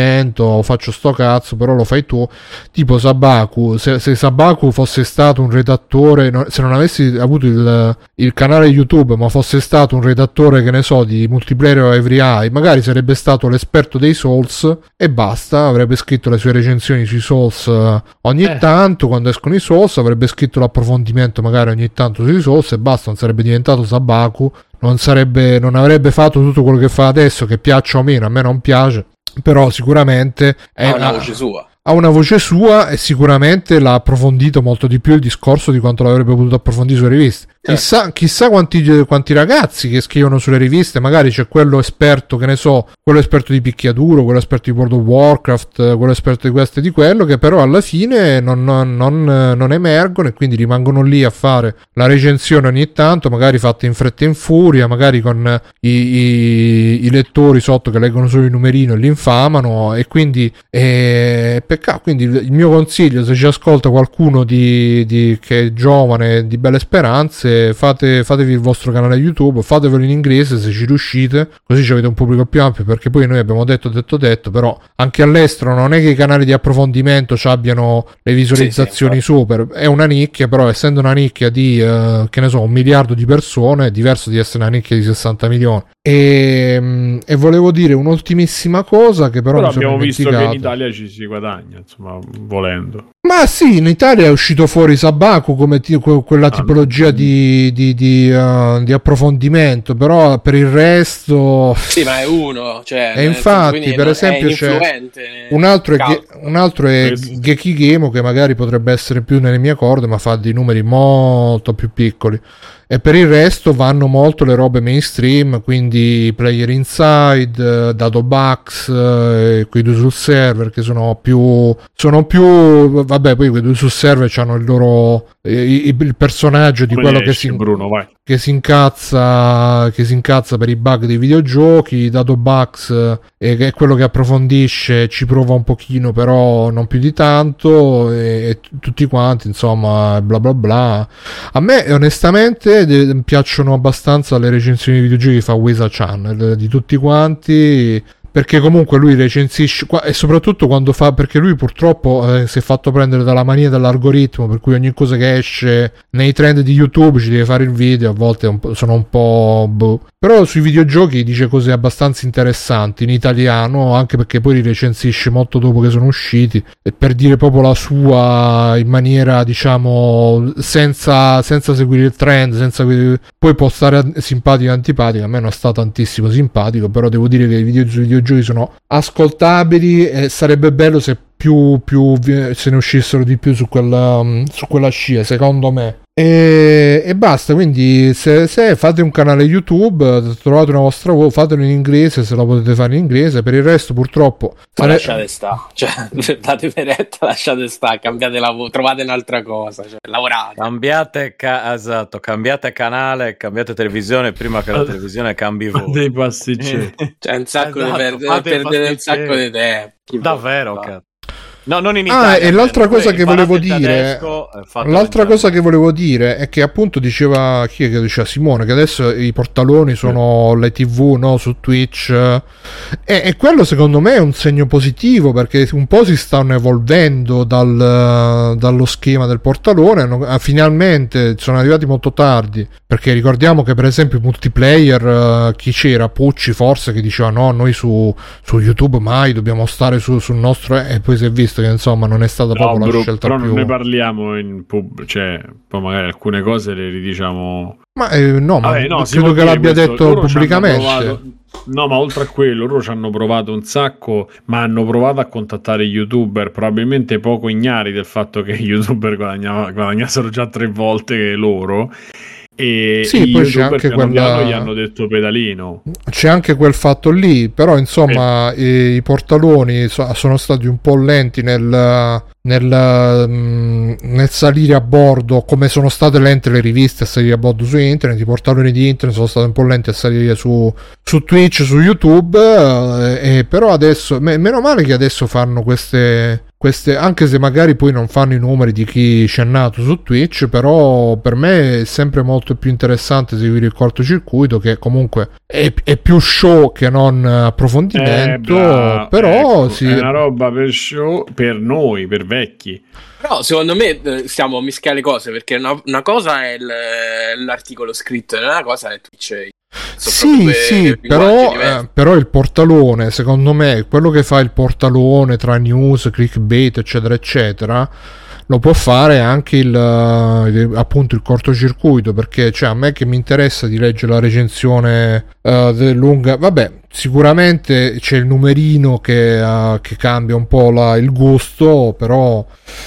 faccio sto cazzo, però lo fai tu. Tipo Sabaku, se, se Sabaku fosse stato un redattore, no, se non avessi avuto il, il canale YouTube, ma fosse stato un redattore, che ne so, di Multiplayer o Every Eye, magari sarebbe stato l'esperto dei Souls e basta, avrebbe scritto le sue recensioni sui Souls ogni eh. tanto, quando escono i Souls avrebbe scritto l'approfondimento magari ogni tanto sui Souls e basta, non sarebbe diventato Sabaku, non sarebbe, non avrebbe fatto tutto quello che fa adesso, che piaccia o meno, a me non piace, però sicuramente è ha una voce sua. Ha una voce sua e sicuramente l'ha approfondito molto di più il discorso di quanto l'avrebbe potuto approfondire sulle riviste. Chissà, chissà quanti, quanti ragazzi che scrivono sulle riviste, magari c'è quello esperto, che ne so, quello esperto di picchiaduro, quello esperto di World of Warcraft, quello esperto di questo e di quello, che però alla fine non, non, non, non emergono e quindi rimangono lì a fare la recensione ogni tanto, magari fatta in fretta e in furia, magari con i, i, i lettori sotto che leggono solo il numerino e li infamano, e quindi eh, peccato. Quindi il mio consiglio, se ci ascolta qualcuno di, di, che è giovane, di belle speranze, Fate, fatevi il vostro canale YouTube, fatevelo in inglese se ci riuscite, così ci avete un pubblico più ampio, perché poi noi abbiamo detto detto detto però anche all'estero non è che i canali di approfondimento abbiano le visualizzazioni sì, sì, super, è una nicchia, però essendo una nicchia di eh, che ne so, un miliardo di persone, è diverso di essere una nicchia di sessanta milioni. E, e volevo dire un'ultimissima cosa che però, però mi sono abbiamo visto dimenticato. che in Italia ci si guadagna, insomma, volendo. Ma sì, in Italia è uscito fuori Sabaku come t- quella tipologia ah, di, di, di, uh, di approfondimento, però per il resto... Sì, ma è uno, cioè... E infatti, per esempio, c'è un altro, è Ge- un altro è Geki Gemo, che magari potrebbe essere più nelle mie corde, ma fa dei numeri molto più piccoli. E per il resto vanno molto le robe mainstream, quindi Player Inside, Datobugs, eh, quei due sul server che sono più sono più vabbè, poi quei due sul server hanno il loro eh, il personaggio di quello che si, Bruno, vai. che si incazza che si incazza per i bug dei videogiochi. Datobugs eh, che è quello che approfondisce, ci prova un pochino, però non più di tanto, e, e t- tutti quanti, insomma, bla bla bla. A me onestamente piacciono abbastanza le recensioni di videogiochi che fa Wesa Channel, di tutti quanti, perché comunque lui recensisce, e soprattutto quando fa, perché lui purtroppo eh, si è fatto prendere dalla mania dell'algoritmo, per cui ogni cosa che esce nei trend di YouTube ci deve fare il video, a volte un sono un po' boh. Però sui videogiochi dice cose abbastanza interessanti in italiano, anche perché poi li recensisce molto dopo che sono usciti, e per dire proprio la sua in maniera, diciamo, senza, senza seguire il trend, senza, poi può stare simpatico o antipatico. A me non sta tantissimo simpatico, però devo dire che i video, i videogiochi sono ascoltabili, e sarebbe bello se più, più se ne uscissero di più su quella, su quella scia, secondo me. E, e basta. Quindi se, se fate un canale YouTube, trovate una vostra voce, fatelo in inglese se la potete fare in inglese. Per il resto purtroppo fare... lasciate sta, cioè date per retta, lasciate sta, cambiate la voce, trovate un'altra cosa, cioè, lavorate, cambiate ca- esatto, cambiate canale, cambiate televisione prima che la televisione cambi voce. Dei pasticceri. Cioè un sacco Esatto, di per- perdere un sacco di tempo. Davvero, cazzo. No, non in Italia. Ah, e l'altra bene. cosa Poi che volevo imparate il dire, tedesco, l'altra cosa che volevo dire è che appunto diceva chi è che diceva Simone che adesso i portaloni sono le tivù, no, su Twitch, e, e quello secondo me è un segno positivo, perché un po' si stanno evolvendo dal, dallo schema del portalone, hanno, finalmente sono arrivati molto tardi, perché ricordiamo che per esempio i multiplayer, chi c'era, Pucci forse, che diceva no, noi su, su YouTube mai dobbiamo stare su, sul nostro, e poi si è visto che insomma non è stata proprio no, la bro, scelta però più... non ne parliamo in pub, cioè poi magari alcune cose le ridiciamo, ma eh, no, ma Vabbè, no, credo che l'abbia questo, detto pubblicamente. Provato, no, ma oltre a quello loro ci hanno provato un sacco, ma hanno provato a contattare youtuber probabilmente poco ignari del fatto che i youtuber guadagnassero già tre volte che loro. E sì, poi c'è anche quella... gli hanno detto pedalino, c'è anche quel fatto lì, però insomma eh. i, i portaloni so, sono stati un po' lenti nel, nel, mh, nel salire a bordo, come sono state lente le riviste a salire a bordo su internet. I portaloni di internet sono stati un po' lenti a salire su, su Twitch, su YouTube, eh, eh, però adesso me, meno male che adesso fanno queste Queste, anche se magari poi non fanno i numeri di chi c'è nato su Twitch, però per me è sempre molto più interessante seguire il cortocircuito, che comunque è, è più show che non approfondimento, eh, bravo, però ecco, sì. È una roba per show per noi, per vecchi. Però secondo me stiamo a mischiare le cose, perché una, una cosa è il, l'articolo scritto e una cosa è Twitch. Sì, sì, però, eh, però il portalone, secondo me, quello che fa il portalone tra news, clickbait, eccetera, eccetera, lo può fare anche il, il appunto il cortocircuito, perché cioè, a me che mi interessa di leggere la recensione uh, lunga, vabbè, sicuramente c'è il numerino che, uh, che cambia un po' la, il gusto, però...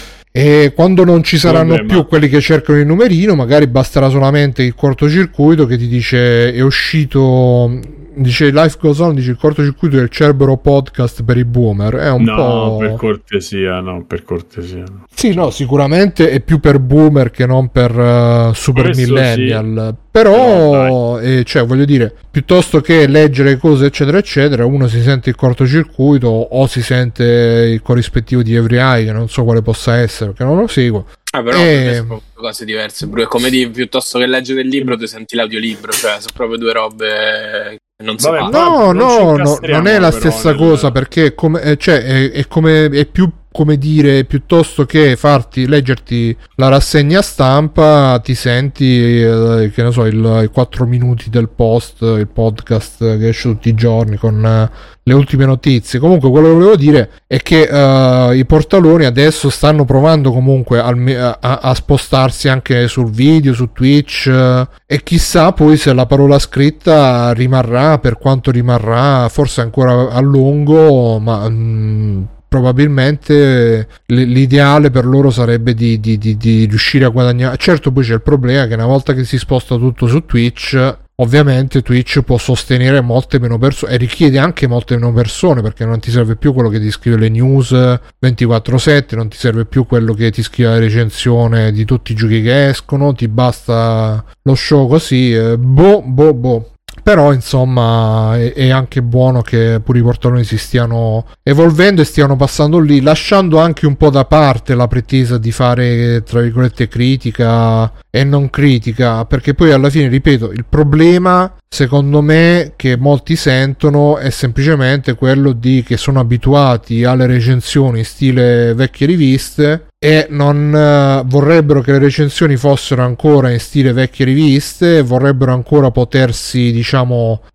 E quando non ci saranno Vabbè, più ma... quelli che cercano il numerino, magari basterà solamente il cortocircuito che ti dice è uscito, dice Life Goes On, dice il cortocircuito del Cerbero podcast per i boomer. È un no, po'... per cortesia, no, per cortesia. No. Sì, no, sicuramente è più per boomer che non per uh, super Questo millennial. Sì. Però, eh, cioè, voglio dire, piuttosto che leggere cose eccetera eccetera, uno si sente il cortocircuito o si sente il corrispettivo di Every Eye, che non so quale possa essere perché non lo seguo. Ah, però e... sono cose diverse, è come di piuttosto che leggere il libro ti senti l'audiolibro, cioè sono proprio due robe che non si Vabbè, no, no, no, non è la stessa nel... cosa, perché è come, cioè, è, è come è più come dire, piuttosto che farti leggerti la rassegna stampa, ti senti eh, che ne so, il, i quattro minuti del post, il podcast che esce tutti i giorni con uh, le ultime notizie. Comunque quello che volevo dire è che uh, i portaloni adesso stanno provando comunque al, a, a spostarsi anche sul video, su Twitch, uh, e chissà poi se la parola scritta rimarrà, per quanto rimarrà, forse ancora a lungo, ma mh, probabilmente l'ideale per loro sarebbe di, di, di, di riuscire a guadagnare. Certo, poi c'è il problema che una volta che si sposta tutto su Twitch, ovviamente Twitch può sostenere molte meno persone e richiede anche molte meno persone, perché non ti serve più quello che ti scrive le news ventiquattro sette, non ti serve più quello che ti scrive la recensione di tutti i giochi che escono, ti basta lo show così, eh, boh boh boh. Però insomma è, è anche buono che pure i portaloni si stiano evolvendo e stiano passando lì, lasciando anche un po' da parte la pretesa di fare tra virgolette critica e non critica, perché poi alla fine, ripeto, il problema secondo me che molti sentono è semplicemente quello di che sono abituati alle recensioni stile vecchie riviste e non uh, vorrebbero che le recensioni fossero ancora in stile vecchie riviste, vorrebbero ancora potersi, diciamo,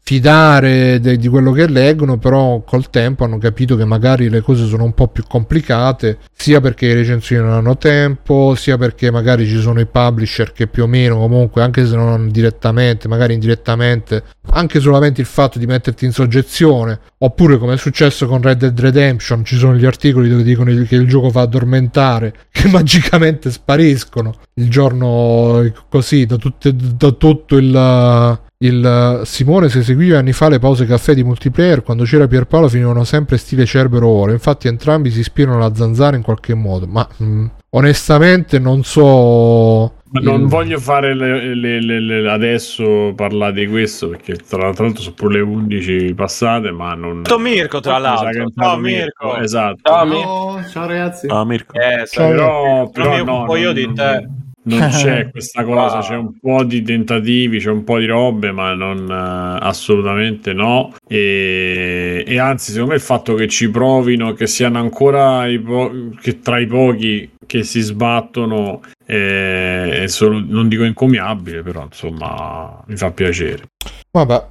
fidare de, di quello che leggono, però col tempo hanno capito che magari le cose sono un po' più complicate, sia perché i recensioni non hanno tempo, sia perché magari ci sono i publisher che più o meno comunque, anche se non direttamente, magari indirettamente, anche solamente il fatto di metterti in soggezione, oppure come è successo con Red Dead Redemption, ci sono gli articoli dove dicono che il gioco fa addormentare, che magicamente spariscono il giorno così da, tutte, da tutto il... Il Simone si seguiva anni fa le pause caffè di multiplayer, quando c'era Pierpaolo finivano sempre stile Cerbero oro, infatti entrambi si ispirano alla zanzara in qualche modo, ma mh, onestamente non so. Ma non il... voglio fare le, le, le, le, adesso parlare di questo, perché tra l'altro sono pure le undici passate, ma non... Ciao Mirko, tra l'altro. Ciao Mirko. Mirko, esatto. Ciao, Mirko. Ciao ragazzi. Ciao Mirko. Eh, Ciao, però, però no, un po' io di te. Non c'è questa cosa, c'è un po' di tentativi, c'è un po' di robe, ma non uh, assolutamente no. E, e anzi, secondo me il fatto che ci provino, che siano ancora i po- che tra i pochi che si sbattono, è, è solo, non dico encomiabile, però insomma mi fa piacere. Vabbè.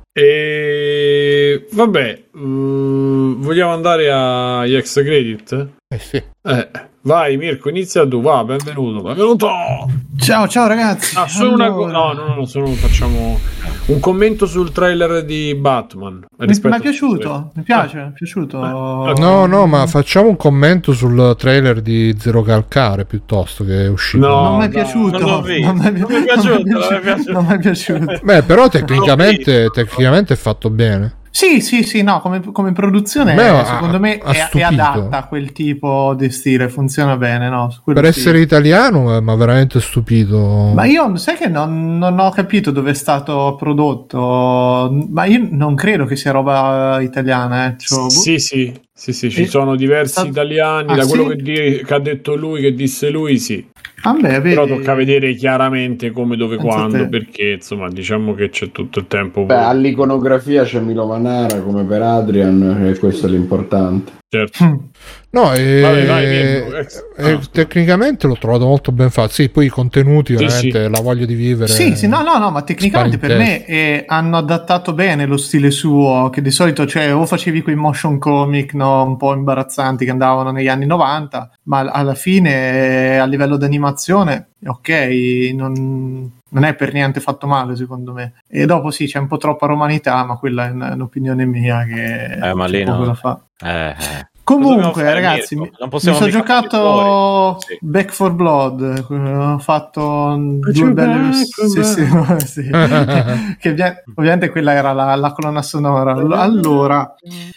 E vabbè, uh, vogliamo andare agli extra credit? Eh sì. Eh. Vai Mirko, inizia tu, va, benvenuto, benvenuto. Ciao, ciao ragazzi. Ah, solo allora... una co- no, no, no, solo facciamo un commento sul trailer di Batman. Mi è piaciuto, mi piace, mi è piaciuto. Eh. No, no, ma facciamo un commento sul trailer di Zero Calcare piuttosto che è uscito. No, non mi è piaciuto. Non mi è piaciuto. Non mi è piaciuto. Beh, però tecnicamente, tecnicamente è fatto bene. Sì, sì, sì, no, come, come produzione Beh, secondo ha, me ha è, è adatta a quel tipo di stile, funziona bene, no? Per stile. Essere italiano mi ha veramente stupito. Ma io sai che non, non ho capito dove è stato prodotto, ma io non credo che sia roba italiana, eh. Cioè, sì, sì, sì, sì, ci e sono diversi stato... italiani, ah, da quello sì? che, di, che ha detto lui, che disse lui, sì. Ah, beh, però tocca vedere chiaramente come, dove, Penso quando te. Perché insomma diciamo che c'è tutto il tempo. Beh, all'iconografia c'è Milo Manara come per Adrian e questo è l'importante. Certo. No, e... Vabbè, vai, e... Ah, tecnicamente l'ho trovato molto ben fatto. Sì, poi i contenuti, sì, veramente sì. La voglia di vivere. Sì, sì, no, no, no, ma tecnicamente per me eh, hanno adattato bene lo stile suo, che di solito, cioè, o facevi quei motion comic, no, un po' imbarazzanti che andavano negli anni novanta, ma alla fine eh, a livello di animazione, ok, non... non è per niente fatto male secondo me. E dopo sì, c'è un po' troppa romanità, ma quella è un'opinione mia che eh, ma lì no. la fa. Eh, eh. Comunque ragazzi, mi, mi sono giocato sì. Back for Blood, ho fatto due belle sì, sì, sì. che ovviamente quella era la, la colonna sonora. Allora,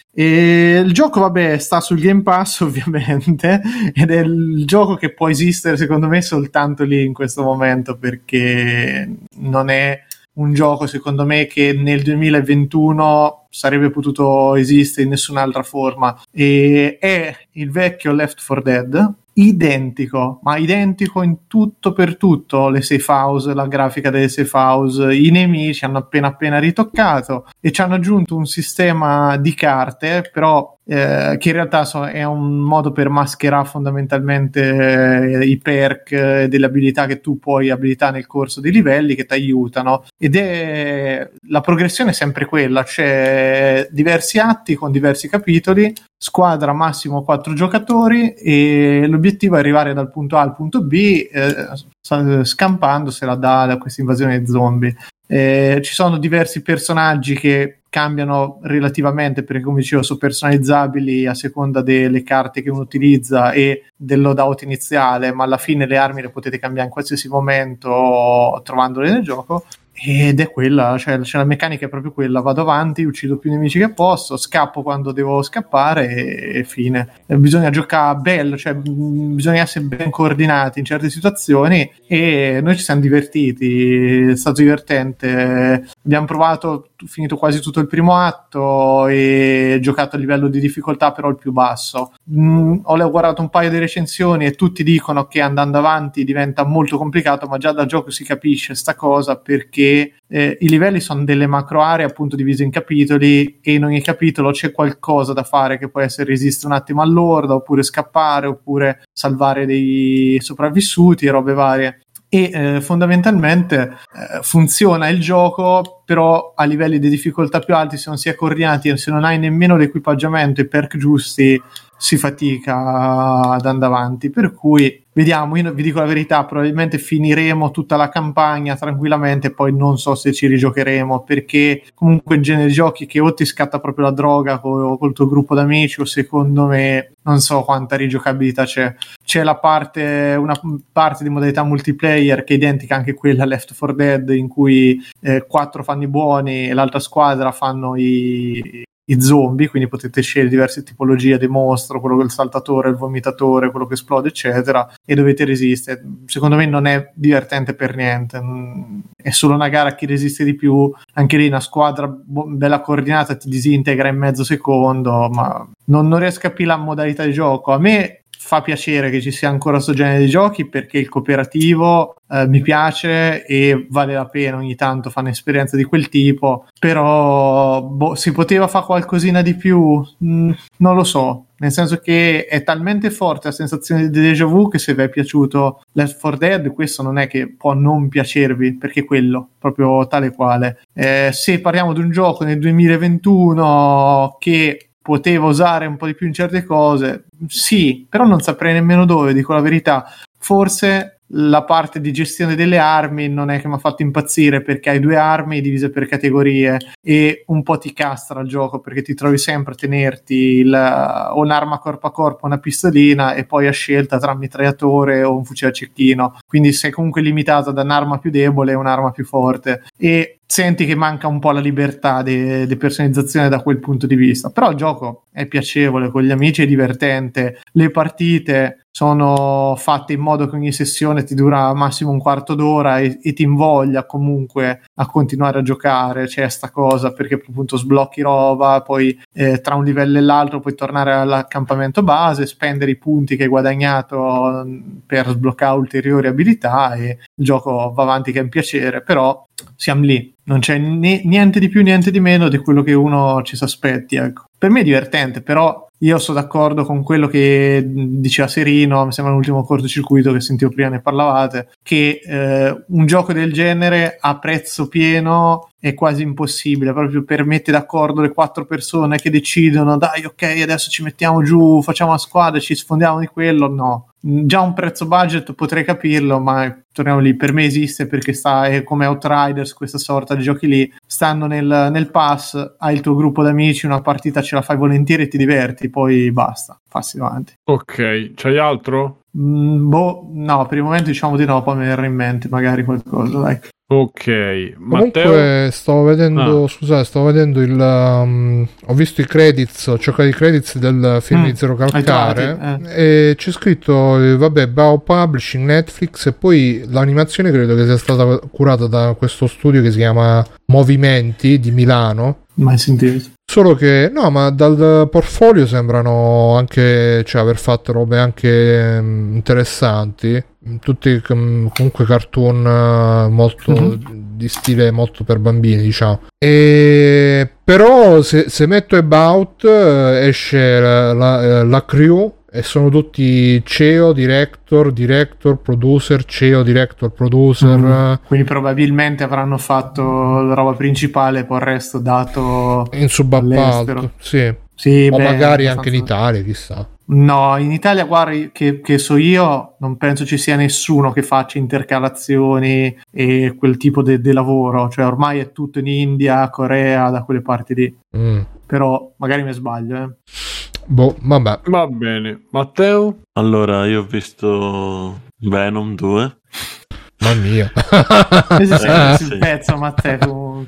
e il gioco vabbè sta sul Game Pass ovviamente, ed è il gioco che può esistere secondo me soltanto lì in questo momento, perché non è un gioco secondo me che nel duemilaventuno sarebbe potuto esistere in nessun'altra forma, e è il vecchio Left four Dead, identico, ma identico in tutto per tutto, le safe house, la grafica delle safe house, i nemici hanno appena appena ritoccato e ci hanno aggiunto un sistema di carte, però eh, che in realtà so, è un modo per mascherare fondamentalmente eh, i perk e delle abilità che tu puoi abilitare nel corso dei livelli che ti aiutano, ed è la progressione è sempre quella, c'è diversi atti con diversi capitoli, squadra massimo quattro giocatori e l'obiettivo è arrivare dal punto A al punto B eh, scampandosela da, da questa invasione zombie. Eh, ci sono diversi personaggi che cambiano relativamente, perché come dicevo sono personalizzabili a seconda delle carte che uno utilizza e del loadout iniziale, ma alla fine le armi le potete cambiare in qualsiasi momento trovandole nel gioco. Ed è quella, cioè, cioè la meccanica è proprio quella, vado avanti, uccido più nemici che posso, scappo quando devo scappare e, e fine. E bisogna giocare bello, cioè bisogna essere ben coordinati in certe situazioni, e noi ci siamo divertiti, è stato divertente, abbiamo provato, finito quasi tutto il primo atto e giocato a livello di difficoltà però il più basso. Mm, ho guardato un paio di recensioni e tutti dicono che andando avanti diventa molto complicato, ma già dal gioco si capisce sta cosa, perché Eh, i livelli sono delle macro aree appunto divise in capitoli, e in ogni capitolo c'è qualcosa da fare, che può essere resistere un attimo all'orda, oppure scappare, oppure salvare dei sopravvissuti e robe varie. e eh, fondamentalmente eh, funziona il gioco, però a livelli di difficoltà più alti, se non si è coordinati e se non hai nemmeno l'equipaggiamento e i perk giusti, si fatica ad andare avanti, per cui vediamo. Io vi dico la verità, probabilmente finiremo tutta la campagna tranquillamente, poi non so se ci rigiocheremo, perché comunque in genere giochi che o ti scatta proprio la droga col, col tuo gruppo d'amici, o secondo me non so quanta rigiocabilità c'è. C'è la parte, una parte di modalità multiplayer che è identica anche quella Left four Dead, in cui eh, quattro fanno i buoni e l'altra squadra fanno i i zombie, quindi potete scegliere diverse tipologie di mostro, quello che è il saltatore, il vomitatore, quello che esplode eccetera, e dovete resistere. Secondo me non è divertente per niente, è solo una gara a chi resiste di più. Anche lì una squadra bella coordinata ti disintegra in mezzo secondo, ma non, non riesco a capire la modalità di gioco. A me fa piacere che ci sia ancora questo genere di giochi, perché il cooperativo eh, mi piace e vale la pena ogni tanto fare un'esperienza di quel tipo, però boh, si poteva fare qualcosina di più? Mm, non lo so, nel senso che è talmente forte la sensazione di déjà vu che se vi è piaciuto Left four Dead, questo non è che può non piacervi, perché è quello, proprio tale quale. Eh, se parliamo di un gioco nel duemilaventuno che poteva usare un po' di più in certe cose, sì, però non saprei nemmeno dove, dico la verità. Forse la parte di gestione delle armi non è che mi ha fatto impazzire, perché hai due armi divise per categorie e un po' ti castra il gioco, perché ti trovi sempre a tenerti il, o un'arma corpo a corpo, una pistolina, e poi a scelta tra un mitragliatore o un fucile a cecchino, quindi sei comunque limitato da un'arma più debole e un'arma più forte, e senti che manca un po' la libertà di, di personalizzazione da quel punto di vista. Però il gioco è piacevole, con gli amici è divertente, le partite sono fatte in modo che ogni sessione ti dura massimo un quarto d'ora e, e ti invoglia comunque a continuare a giocare. C'è sta cosa, perché appunto sblocchi roba, poi eh, tra un livello e l'altro puoi tornare all'accampamento base, spendere i punti che hai guadagnato per sbloccare ulteriori abilità, e il gioco va avanti che è un piacere. Però siamo lì, non c'è ne- niente di più niente di meno di quello che uno ci si aspetti, ecco. Per me è divertente, però io sono d'accordo con quello che diceva Serino, mi sembra l'ultimo cortocircuito che sentivo prima, ne parlavate, che eh, un gioco del genere a prezzo pieno è quasi impossibile, proprio per mettere d'accordo le quattro persone che decidono dai ok adesso ci mettiamo giù, facciamo la squadra, ci sfondiamo di quello. No, già un prezzo budget potrei capirlo, ma torniamo lì, per me esiste perché sta, è come Outriders, questa sorta di giochi lì, stanno nel, nel pass, hai il tuo gruppo d'amici, una partita ce la fai volentieri e ti diverti, poi basta, passi avanti. Ok, c'hai altro? Mm, boh, no, per il momento diciamo di no, poi mi verrà in mente magari qualcosa, dai. Ok, Matteo? Comunque stavo vedendo, ah. scusate, stavo vedendo il um, ho visto i credits, ho cercato i credits del film mm. di Zero Calcare, eh. e c'è scritto vabbè, Bao Publishing, Netflix, e poi l'animazione credo che sia stata curata da questo studio che si chiama Movimenti di Milano. Mai sentito. Solo che no, ma dal portfolio sembrano anche, cioè, aver fatto robe anche um, interessanti, tutti um, comunque cartoon uh, molto mm-hmm. di stile molto per bambini, diciamo. E però se, se metto About uh, esce la, la, la crew, e sono tutti C E O, director, director, producer, C E O, director, producer. Mm. Quindi probabilmente avranno fatto la roba principale, poi il resto dato in subappalto, sì. Sì, o beh, magari anche in Italia, chissà. No, in Italia, guardi, che, che so io, non penso ci sia nessuno che faccia intercalazioni e quel tipo di lavoro. Cioè ormai è tutto in India, Corea, da quelle parti lì. Mm. Però magari mi sbaglio, eh. Boh, vabbè. Va bene. Matteo? Allora, io ho visto Venom due. Mamma mia. Questo è il pezzo, Matteo.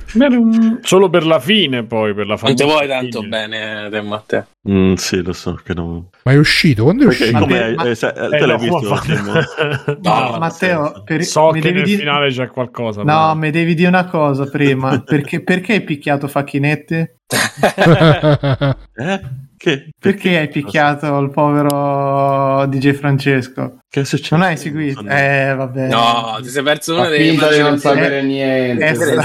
Solo per la fine, poi per la non ti vuoi tanto bene te, Matteo. Mm, sì, lo so che non... Ma è uscito? Quando è Perché uscito? Come ma... eh, se, eh, te l'hai visto? No, Matteo, per... so che nel di... finale c'è qualcosa. No, però. Mi devi dire una cosa prima. Perché, perché hai picchiato Facchinetti? eh? Che? Perché hai picchiato il povero D J Francesco? Che è successo? Non hai seguito? Eh, vabbè. No, ti sei perso una delle delle di non sapere niente.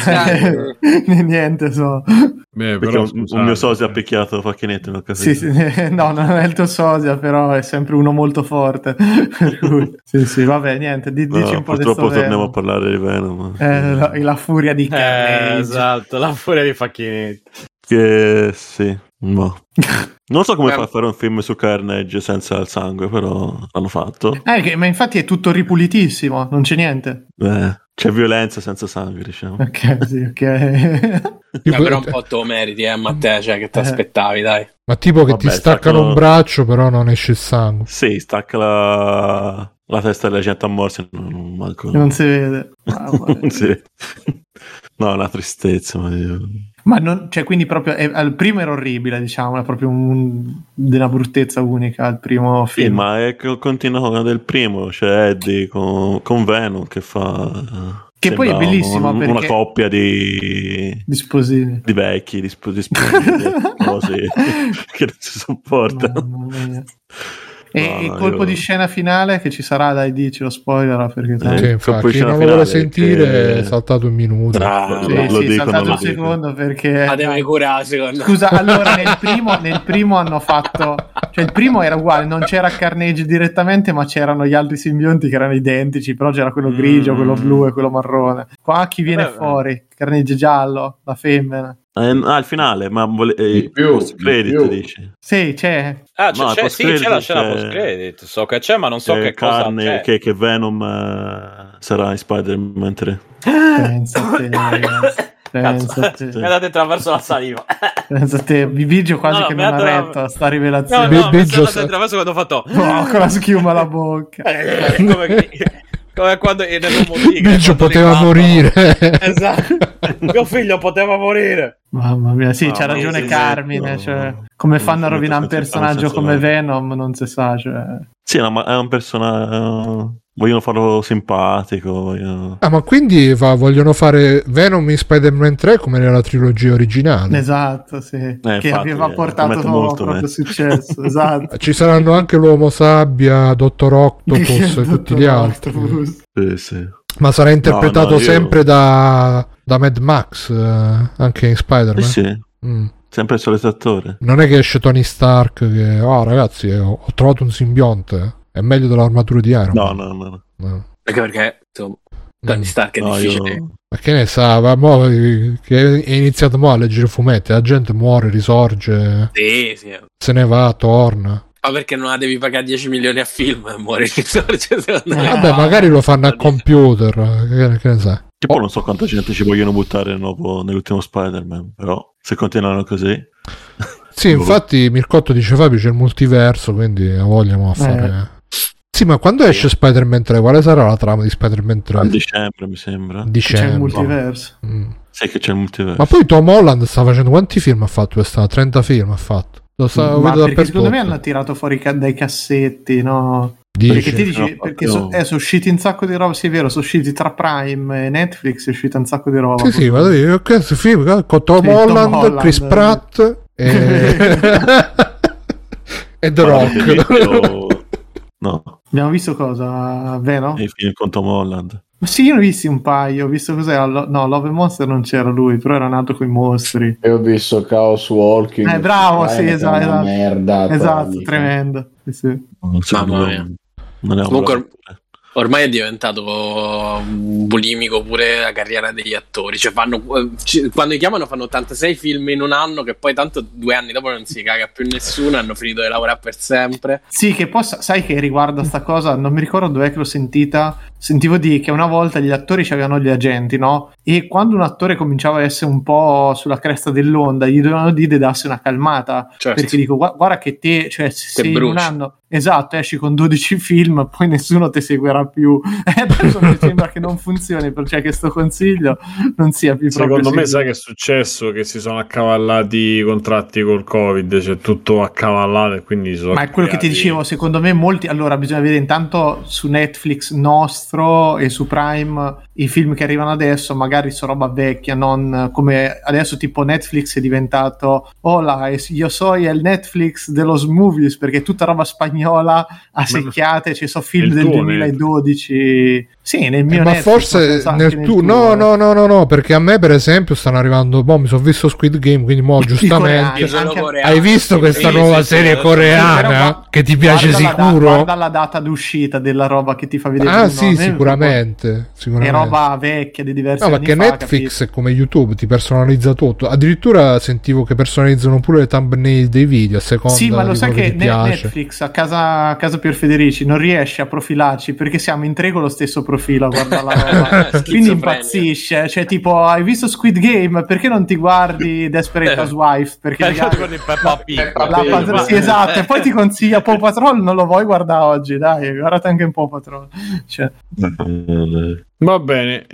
Eh, niente so. Beh, Perché però, un, scusate, un mio sosia ha picchiato Facchinetto in Sì, occasione. sì, no, non è il tuo sosia, però è sempre uno molto forte. Per cui, sì, sì, vabbè, niente. D- No, dici un po' purtroppo di torniamo a parlare di Venom. eh, la, la furia di Carnage. Eh, esatto, la furia di Facchinetti. Che sì, no. Non so come fa a fare un film su Carnage senza il sangue, però l'hanno fatto. Eh, che, ma infatti è tutto ripulitissimo, non c'è niente. Eh, c'è violenza senza sangue, diciamo. Ok, sì, ok. No, però un po' te lo meriti, eh, Matteo, cioè che ti aspettavi, dai. Ma tipo che Vabbè, ti staccano staccano... un braccio, però non esce il sangue. Sì, stacca la, la testa della gente a morte. Non, non, manco... non si vede. non si vede. No, è una tristezza. Ma, io... ma non, cioè, quindi proprio è, il primo era orribile, diciamo, è proprio un, della bruttezza unica. Il primo film, sì, ma è che continua con del primo. C'è Eddie con, con Venom che fa. Che poi è bellissimo un, perché una coppia di di sposini, di vecchi, di, sp- di sposini, cose che non si sopportano. E no, il no, colpo io... di scena finale che ci sarà, dai, dici lo spoiler perché eh, sì, infatti, chi non lo vuole sentire che... è saltato un minuto. Tra... sì, lo, lo sì, dico, saltato non un lo secondo dico. Perché Fatemi curare, secondo. Scusa, allora nel primo, nel primo hanno fatto, cioè il primo era uguale, non c'era Carnage direttamente, ma c'erano gli altri simbionti che erano identici, però c'era quello grigio, mm. quello blu e quello marrone. Qua chi viene Beh, fuori? Carnage giallo, la femmina. Eh, ah, il finale, ma vole... eh, post credit dici? Sì, c'è. Ah, c'è, no, c'è, sì, c'è la scena post credit. So che c'è, ma non so che carne, cosa c'è. Che, che Venom uh, sarà in Spider-Man tre. Pensa a te, ragazzi. Pensa a te. Mi andate attraverso la saliva. Pensa a te, Biggio quasi no, no, che non ha retto sta rivelazione. No, no, mi sono andato attraverso quando ho fatto no, con la schiuma alla bocca. Eh, come, come quando nell'uomo tigre Biggio poteva morire. Esatto. Mio figlio poteva morire. Mamma mia, sì, no, c'ha ragione sì, Carmine, no, cioè, come fanno a rovinare un personaggio come Venom, non si sa, cioè. Sì, no, ma è un personaggio, vogliono farlo simpatico. Vogliono... Ah, ma quindi va, vogliono fare Venom in Spider-Man tre come nella trilogia originale. Esatto, sì, eh, che infatti, aveva portato molto proprio successo, esatto. Ci saranno anche l'Uomo Sabbia, Dottor Octopus e tutti gli altri. Sì, sì. Ma sarà interpretato no, no, io... sempre da, da Mad Max, eh, anche in Spider-Man? Sì, sì. Mm. Sempre il solito attore. Non è che esce Tony Stark che, oh ragazzi, ho, ho trovato un simbionte, è meglio dell'armatura di Iron Man. No, no, no. no. Perché perché insomma, Tony Stark è no, difficile. Io... Ma che ne sa, va, mo, che è iniziato mo a leggere fumetti, la gente muore, risorge, sì, sì. se ne va, torna. Ma perché non la devi pagare dieci milioni a film e muore risorge, secondo me. Vabbè, magari lo fanno a computer, che, che ne sai. Che poi non so quanta gente ci vogliono buttare nuovo nell'ultimo Spider-Man, però se continuano così... Sì, infatti Mircotto dice Fabio c'è il multiverso, quindi vogliamo fare... Eh. Sì, ma quando sì. esce Spider-Man tre? Quale sarà la trama di Spider-Man tre? A dicembre, mi sembra. Dicembre. C'è il multiverso. Mm. Sai che c'è il multiverso. Ma poi Tom Holland sta facendo quanti film ha fatto quest'anno? trenta film ha fatto. Lo sta, ma perché secondo me hanno tirato fuori ca- dai cassetti, no? Dici? Perché ti dici, no, perché so, eh, sono usciti un sacco di roba, sì è vero, sono usciti tra Prime e Netflix, è uscita un sacco di roba. Sì, sì, ma io questo film con Tom, sì, Holland, Tom Holland, Chris Pratt e, e The Rock. No. Abbiamo visto cosa? Venom? Il film con Tom Holland. Ma sì, io ne ho visti un paio, ho visto cos'era, no, Love and Monster non c'era lui, però era nato con i mostri. E ho visto Chaos Walking. Eh, bravo, sì, esatto. Una merda. Esatto, tagli. Tremendo. Sì, sì. Mamma mia. Comunque ormai è diventato bulimico pure la carriera degli attori, cioè fanno, quando li chiamano fanno ottantasei film in un anno che poi tanto due anni dopo non si caga più nessuno, hanno finito di lavorare per sempre. Sì, che poi sai che riguardo a sta cosa non mi ricordo dov'è che l'ho sentita, sentivo dire che una volta gli attori c'avevano gli agenti, no? E quando un attore cominciava a essere un po' sulla cresta dell'onda gli dovevano dire di darsi una calmata, certo. Perché dico guarda che te, cioè se in un anno esatto, esci con dodici film, poi nessuno ti seguirà più. E adesso mi sembra che non funzioni, perché questo consiglio non sia più proprio secondo me seguito. sai che è successo? Che si sono accavallati i contratti col Covid, c'è cioè tutto accavallato e quindi sono ma è quello creati... che ti dicevo, secondo me molti, allora bisogna vedere intanto su Netflix nostro e su Prime i film che arrivano adesso magari sono roba vecchia, non come adesso tipo Netflix è diventato hola, io so è il Netflix dello movies, perché è tutta roba spagnola a secchiate, ci sono film del duemiladodici. Sì, nel mio eh, ma Netflix, forse ma nel, nel tu... tuo, no, eh. no, no, no, no, perché a me per esempio stanno arrivando, boh, mi sono visto Squid Game, quindi mo giustamente coreani, hai visto questa sì, nuova sì, serie sì, coreana sì, che ti piace sicuro? Da, guarda la data d'uscita della roba che ti fa vedere. Ah, uno. sì, sicuramente, sicuramente. È roba vecchia di diversi no, anni perché fa, Netflix capito? è come YouTube, ti personalizza tutto. Addirittura sentivo che personalizzano pure le thumbnail dei video a seconda sì, ma lo di sai che ti piace. Netflix a casa, a casa Pier Federici non riesce a profilarci perché siamo in tre con lo stesso profilo, guarda la roba. Quindi impazzisce, cioè tipo hai visto Squid Game, perché non ti guardi Desperate Housewives? Perché magari... Peppa Pig, la patr- sì, esatto, e poi ti consiglia Paw Patrol, non lo vuoi guardare oggi, dai, guardate anche un Paw Patrol, cioè. Va bene,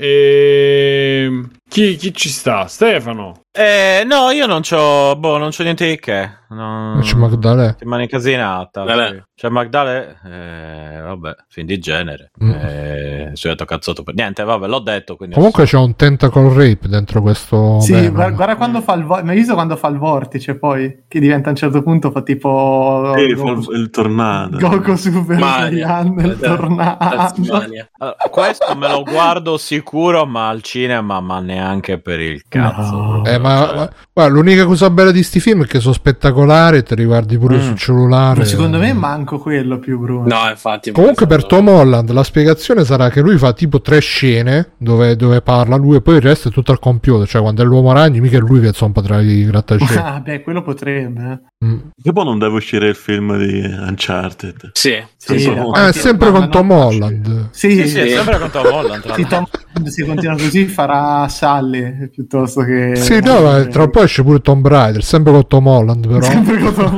e... chi, chi ci sta? Stefano? Eh, no, io non c'ho, boh, non c'ho niente di che. Non... C'è Magdalè. Rimane incasinata. Sì. C'è Magdalè, eh, vabbè, fin di genere. Mm. Eh, si è detto cazzotto per niente, vabbè, l'ho detto. Comunque c'è un tentacle rape dentro questo. Sì, bene. guarda, guarda quando fa il vo- mi hai visto quando fa il vortice poi? Che diventa a un certo punto fa tipo. Eh, Goku, fa il, il tornado. Goku Super Saiyan, il tornado. Allora, questo me lo guardo sicuro, ma al cinema, ma neanche per il cazzo. No. Eh, ma, cioè... ma guarda, l'unica cosa bella di sti film è che sono spettacolari, te li guardi pure mm. sul cellulare. Ma secondo me manco quello più, Bruno. No, infatti. Comunque per Tom Holland la spiegazione sarà che lui fa tipo tre scene dove, dove parla lui e poi il resto è tutto al computer, cioè quando è l'uomo ragno mica è lui che insomma potrà i grattacieli. Ah beh, quello potrebbe. Mm. Che poi non deve uscire il film di Uncharted. Sì, sì, sì. Ah, è sempre con Tom Holland. Sì, sì, sì, è sempre con Tom Holland. Sì, Tom Holland, se continua così farà Sally piuttosto che. Sì, no, ma tra un po' esce pure Tomb Raider, sempre con Tom Holland, però. Sempre con Tom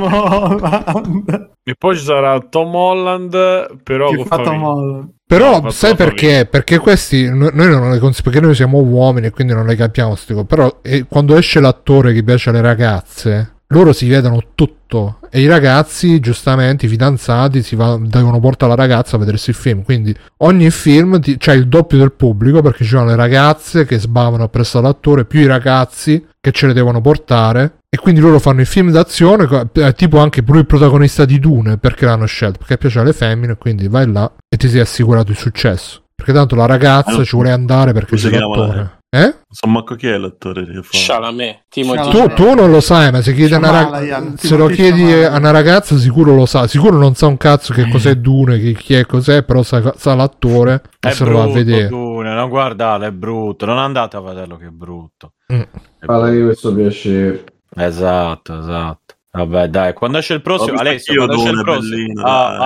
Holland. E poi ci sarà Tom Holland, però che con fa Tom Holland. Però no, sai perché? Famiglia. Perché questi noi non le cons- perché noi siamo uomini e quindi non le capiamo sti cose. Però eh, quando esce l'attore che piace alle ragazze, loro si vedono tutto e i ragazzi, giustamente i fidanzati, si va, devono portare la ragazza a vedersi il film. Quindi ogni film ti, c'è il doppio del pubblico, perché ci sono le ragazze che sbavano appresso all'attore più i ragazzi che ce le devono portare. E quindi loro fanno il film d'azione, tipo anche pure il protagonista di Dune, perché l'hanno scelto? Perché piace alle femmine, quindi vai là e ti sei assicurato il successo. Perché tanto la ragazza ah, ci vuole andare perché c'è l'attore. Eh? Insomma, chi è l'attore che fa? Chalamet. Tu, tu non lo sai, ma se chiedi a una rag... se lo chiedi a una ragazza sicuro lo sa. Sicuro non sa un cazzo che cos'è Dune, che chi è cos'è, però sa, sa l'attore e è se lo va a vedere. Dune, non guardate, è brutto, non andate a vederlo che è brutto. Mm. Fate di questo piacere. Esatto, esatto. Vabbè, dai, quando esce il prossimo, Alessio, io quando esce il prossimo, bellino,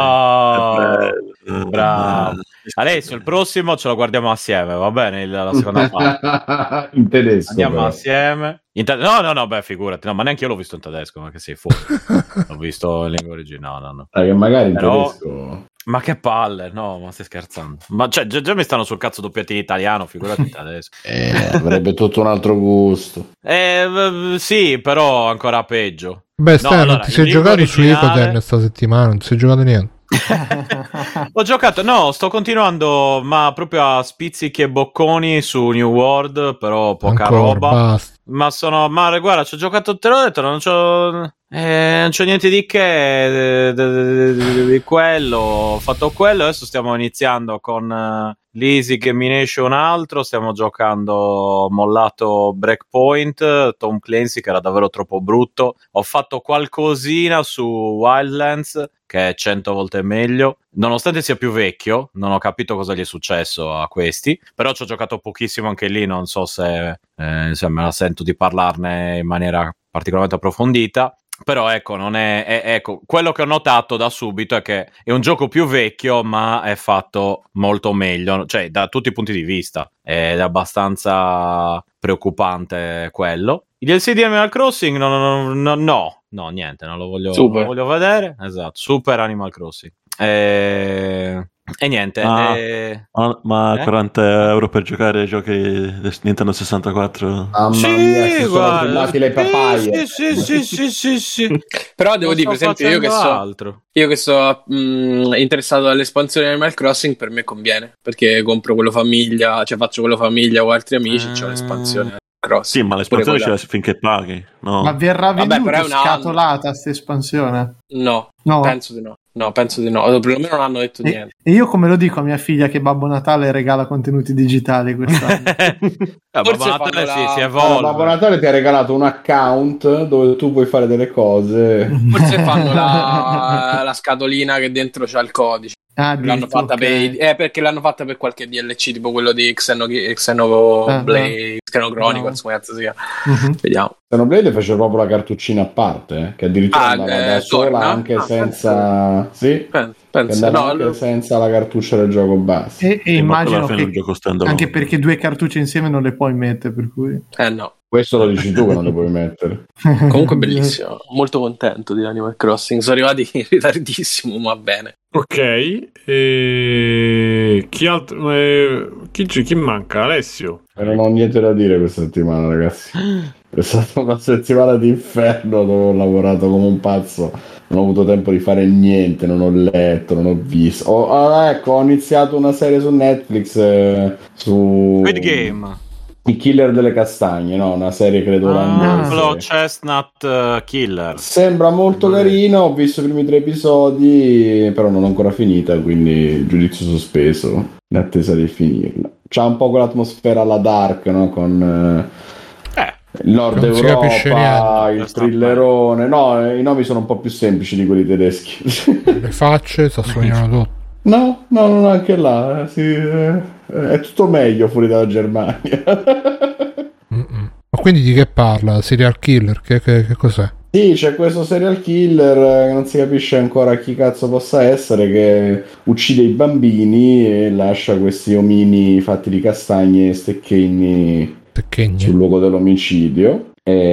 ah, ah, bello, bravo. Alessio, il prossimo ce lo guardiamo assieme, va bene? La seconda parte. In tedesco. Andiamo però. assieme. In te- no, no, no, beh, figurati, no, ma neanche io l'ho visto in tedesco, ma che sei fuori. L'ho visto in lingua originale, no, no. Ah, che magari in Però... tedesco. Ma che palle, no, ma stai scherzando. Ma cioè, già, già mi stanno sul cazzo doppiati in italiano, figurati in tedesco. Eh, avrebbe tutto un altro gusto. Eh, sì, però ancora peggio. Beh, Stan, no, allora, ti sei giocato originale... su Icoten sta settimana, non ti sei giocato niente. Ho giocato, no, sto continuando, ma proprio a spizzichi e bocconi su New World, però poca Ancora, roba. Basta. Ma sono, ma guarda, ci ho giocato, te l'ho detto, non c'ho, eh, non c'ho niente di che di, di, di quello, ho fatto quello, adesso stiamo iniziando con uh, l'Easy Gemination un altro, stiamo giocando mollato Breakpoint, Tom Clancy che era davvero troppo brutto, ho fatto qualcosina su Wildlands che è cento volte meglio, nonostante sia più vecchio, non ho capito cosa gli è successo a questi, però ci ho giocato pochissimo anche lì, non so se, eh, se me la sento di parlarne in maniera particolarmente approfondita. Però ecco, non è, è ecco, quello che ho notato da subito è che è un gioco più vecchio, ma è fatto molto meglio, cioè da tutti i punti di vista ed è abbastanza preoccupante quello. I D L C di Animal Crossing no, no, no, no, No, niente, non lo voglio, non lo voglio vedere. Esatto, Super Animal Crossing. E, e niente. Ah, e... ma, ma eh? quaranta euro per giocare ai giochi del Nintendo sessantaquattro? Mamma sì, mia, si guarda, sono filmati le papaie. Sì, sì, sì, sì, sì, sì. Però devo dire, per esempio, io che so altro. io che sono mh, interessato all'espansione di Animal Crossing, per me conviene, perché compro quello famiglia, cioè faccio quello famiglia o altri amici, uh... c'ho l'espansione Crossing. Sì, ma l'espansione c'è finché paghi, no? Ma verrà venduta Vabbè, scatolata questa espansione? No, no, penso di no. No, penso di no. Perlomeno non hanno detto e, niente. E io come lo dico a mia figlia che Babbo Natale regala contenuti digitali quest'anno? Babbo Natale la... si, si evolve. Allora, Babbo Natale ti ha regalato un account dove tu puoi fare delle cose. Forse fanno la, la scatolina che dentro c'ha il codice. Ah, l'hanno fatta okay. per, eh, perché l'hanno fatta per qualche D L C tipo quello di Xeno, Xenoblade, uh-huh. Xenochronicles, come cazzo si chiama. Uh-huh. Vediamo. Xenoblade fece proprio la cartuccina a parte, eh, che addirittura ah, andava eh, da sola torna? anche ah, senza penso. Sì, penso, penso. andava no, anche lo... senza la cartuccia del gioco base. E, e immagino che anche perché due cartucce insieme non le puoi mettere, per cui eh no. Questo lo dici tu che non le puoi mettere. Comunque bellissimo, molto contento di Animal Crossing. Sono arrivati in ritardissimo, ma bene. Ok, e... chi altro? Eh, chi, chi manca? Alessio? E non ho niente da dire questa settimana, ragazzi. È stata una settimana di inferno dove ho lavorato come un pazzo. Non ho avuto tempo di fare niente, non ho letto, non ho visto. Oh, ah, ecco, ho iniziato una serie su Netflix eh, su Squid Game. Il killer delle castagne, no? Una serie credo olandese. Ah, Chestnut uh, Killer. Sembra molto carino, ho visto i primi tre episodi, però non l'ho ancora finita, quindi giudizio sospeso, in attesa di finirla. C'ha un po' quell'atmosfera alla Dark, no? Con eh, il Nord non Europa, il thrillerone. No, i nomi sono un po' più semplici di quelli tedeschi. Le facce, sta sognando tutto. No, no, non anche là, eh, sì, eh, è tutto meglio fuori dalla Germania. Ma quindi di che parla? Serial killer? Che, che, che cos'è? Sì, c'è questo serial killer che non si capisce ancora chi cazzo possa essere, che uccide i bambini e lascia questi omini fatti di castagne e stecchegni, stecchegni. sul luogo dell'omicidio.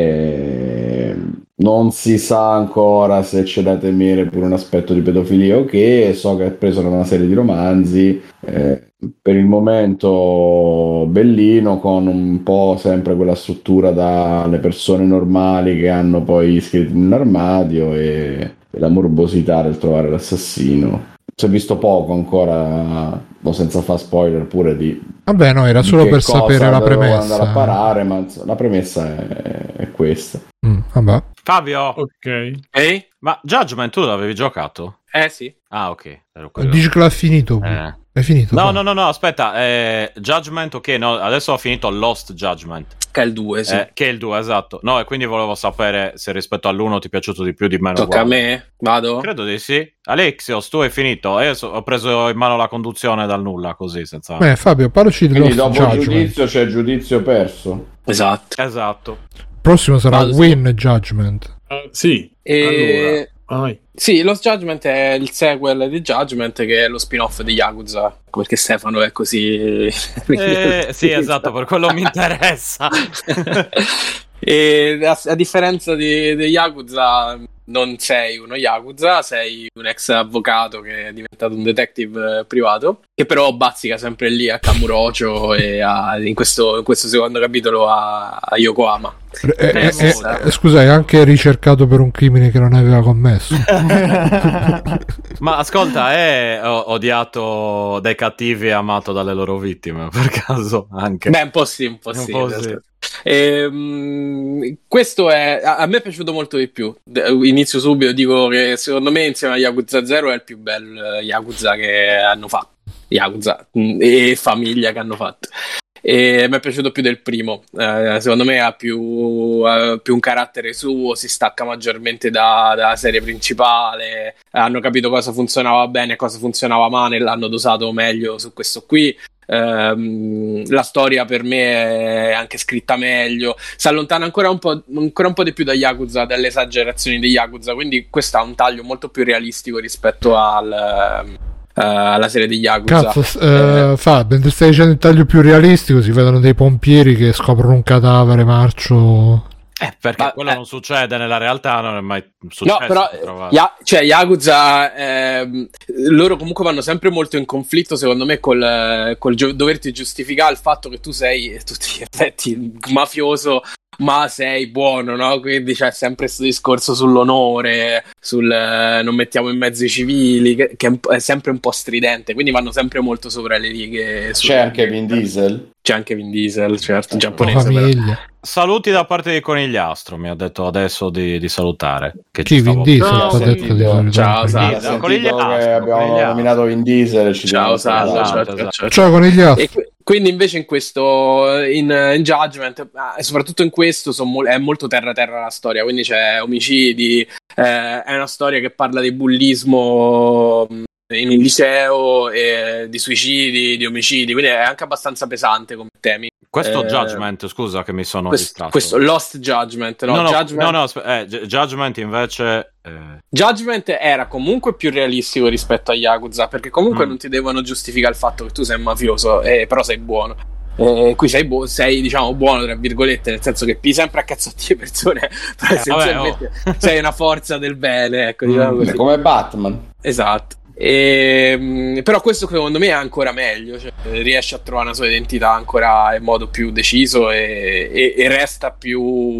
E non si sa ancora se c'è da temere pure un aspetto di pedofilia o che. So che è preso da una serie di romanzi, eh, per il momento bellino, con un po' sempre quella struttura dalle persone normali che hanno poi iscritti nell'armadio e, e la morbosità del trovare l'assassino. Si è visto poco ancora, no, senza far spoiler pure di vabbè no, era solo per sapere la premessa, andare a parare, ma la premessa è, è questa. Mm, vabbè. Fabio, ok. Ehi? Ma Judgment tu l'avevi giocato? Eh sì. Ah ok. Dici che l'ha finito? Eh. È finito? No, no, no, no, aspetta, eh, Judgment, ok, no, adesso ho finito Lost Judgment. Che è il due, sì. Eh, che è il due, esatto. No, e quindi volevo sapere se rispetto all'uno ti è piaciuto di più o di meno. Tocca guarda. a me? Vado? Credo di sì. Alexios, tu hai finito. Io so, ho preso in mano la conduzione dal nulla, così, senza... Beh, Fabio, parlaci di Lost dopo Judgment. giudizio c'è giudizio perso. Esatto. Esatto. Il prossimo sarà Vado, Win sì. Judgment. Uh, sì. E... Allora... Vai. Sì, Lost Judgment è il sequel di Judgment, che è lo spin-off di Yakuza, perché Stefano è così... Eh, sì, esatto, per quello mi interessa. E a, a differenza di, di Yakuza, non sei uno Yakuza, sei un ex avvocato che è diventato un detective privato, che però bazzica sempre lì a Kamurocho e a, in, questo, in questo secondo capitolo a, a Yokohama. Eh, eh, eh, eh, scusa, è anche ricercato per un crimine che non aveva commesso. Ma ascolta, è odiato dai cattivi e amato dalle loro vittime, per caso anche? Beh, un po' sì, un po' sì. Un po' sì. Ehm, questo è a, a me è piaciuto molto di più. Inizio subito, dico che secondo me insieme a Yakuza Zero è il più bello Yakuza che hanno fatto, Yakuza e famiglia che hanno fatto, e mi è piaciuto più del primo. Eh, secondo me ha più, ha più un carattere suo, si stacca maggiormente da, dalla serie principale, hanno capito cosa funzionava bene e cosa funzionava male e l'hanno dosato meglio su questo qui. Um, la storia per me è anche scritta meglio, si allontana ancora un po', ancora un po' di più da Yakuza, dalle esagerazioni di Yakuza, quindi questo ha un taglio molto più realistico rispetto al, uh, alla serie di Yakuza. Cazzo, eh, eh, fa, mentre stai dicendo il taglio più realistico si vedono dei pompieri che scoprono un cadavere marcio. Eh, perché Ma, quello eh. non succede nella realtà, non è mai successo. No, però, ya- cioè, Yakuza, eh, loro comunque vanno sempre molto in conflitto, secondo me, col, col gio- doverti giustificare il fatto che tu sei, a tutti gli effetti, mafioso, ma sei buono, no? Quindi c'è sempre questo discorso sull'onore, sul eh, non mettiamo in mezzo i civili, che, che è, un è sempre un po' stridente, quindi vanno sempre molto sopra le righe. C'è anche Vin Diesel? C'è anche Vin Diesel, certo, giapponese. Però. Saluti da parte di Conigliastro, mi ha detto adesso di, di salutare. Che Chi, Vin Diesel? No, ha detto di ciao, ciao, Sal. Conigliastro. Abbiamo nominato Vin Diesel. Ci ciao, Sal. Ciao, ciao, ciao, ciao. Ciao Conigliastro. Quindi invece in questo, in, in Judgment, e soprattutto in questo, mo- è molto terra-terra la storia, quindi c'è omicidi, eh, è una storia che parla di bullismo in un liceo, e di suicidi, di omicidi, quindi è anche abbastanza pesante come temi. Questo eh, Judgment, scusa che mi sono questo, distratto. Questo Lost Judgment, no? No, no, Judgment, no, no eh, Judgment invece... Eh... Judgment era comunque più realistico rispetto a Yakuza, perché comunque mm. non ti devono giustificare il fatto che tu sei un mafioso, eh, però sei buono. Eh, qui sei, bu- sei diciamo buono tra virgolette, nel senso che pii sempre a cazzotti le persone, però eh, essenzialmente vabbè, oh. sei una forza del bene, ecco, diciamo mm, così. Come Batman. Esatto. E, però questo secondo me è ancora meglio, cioè, riesce a trovare una sua identità ancora in modo più deciso e, e, e resta più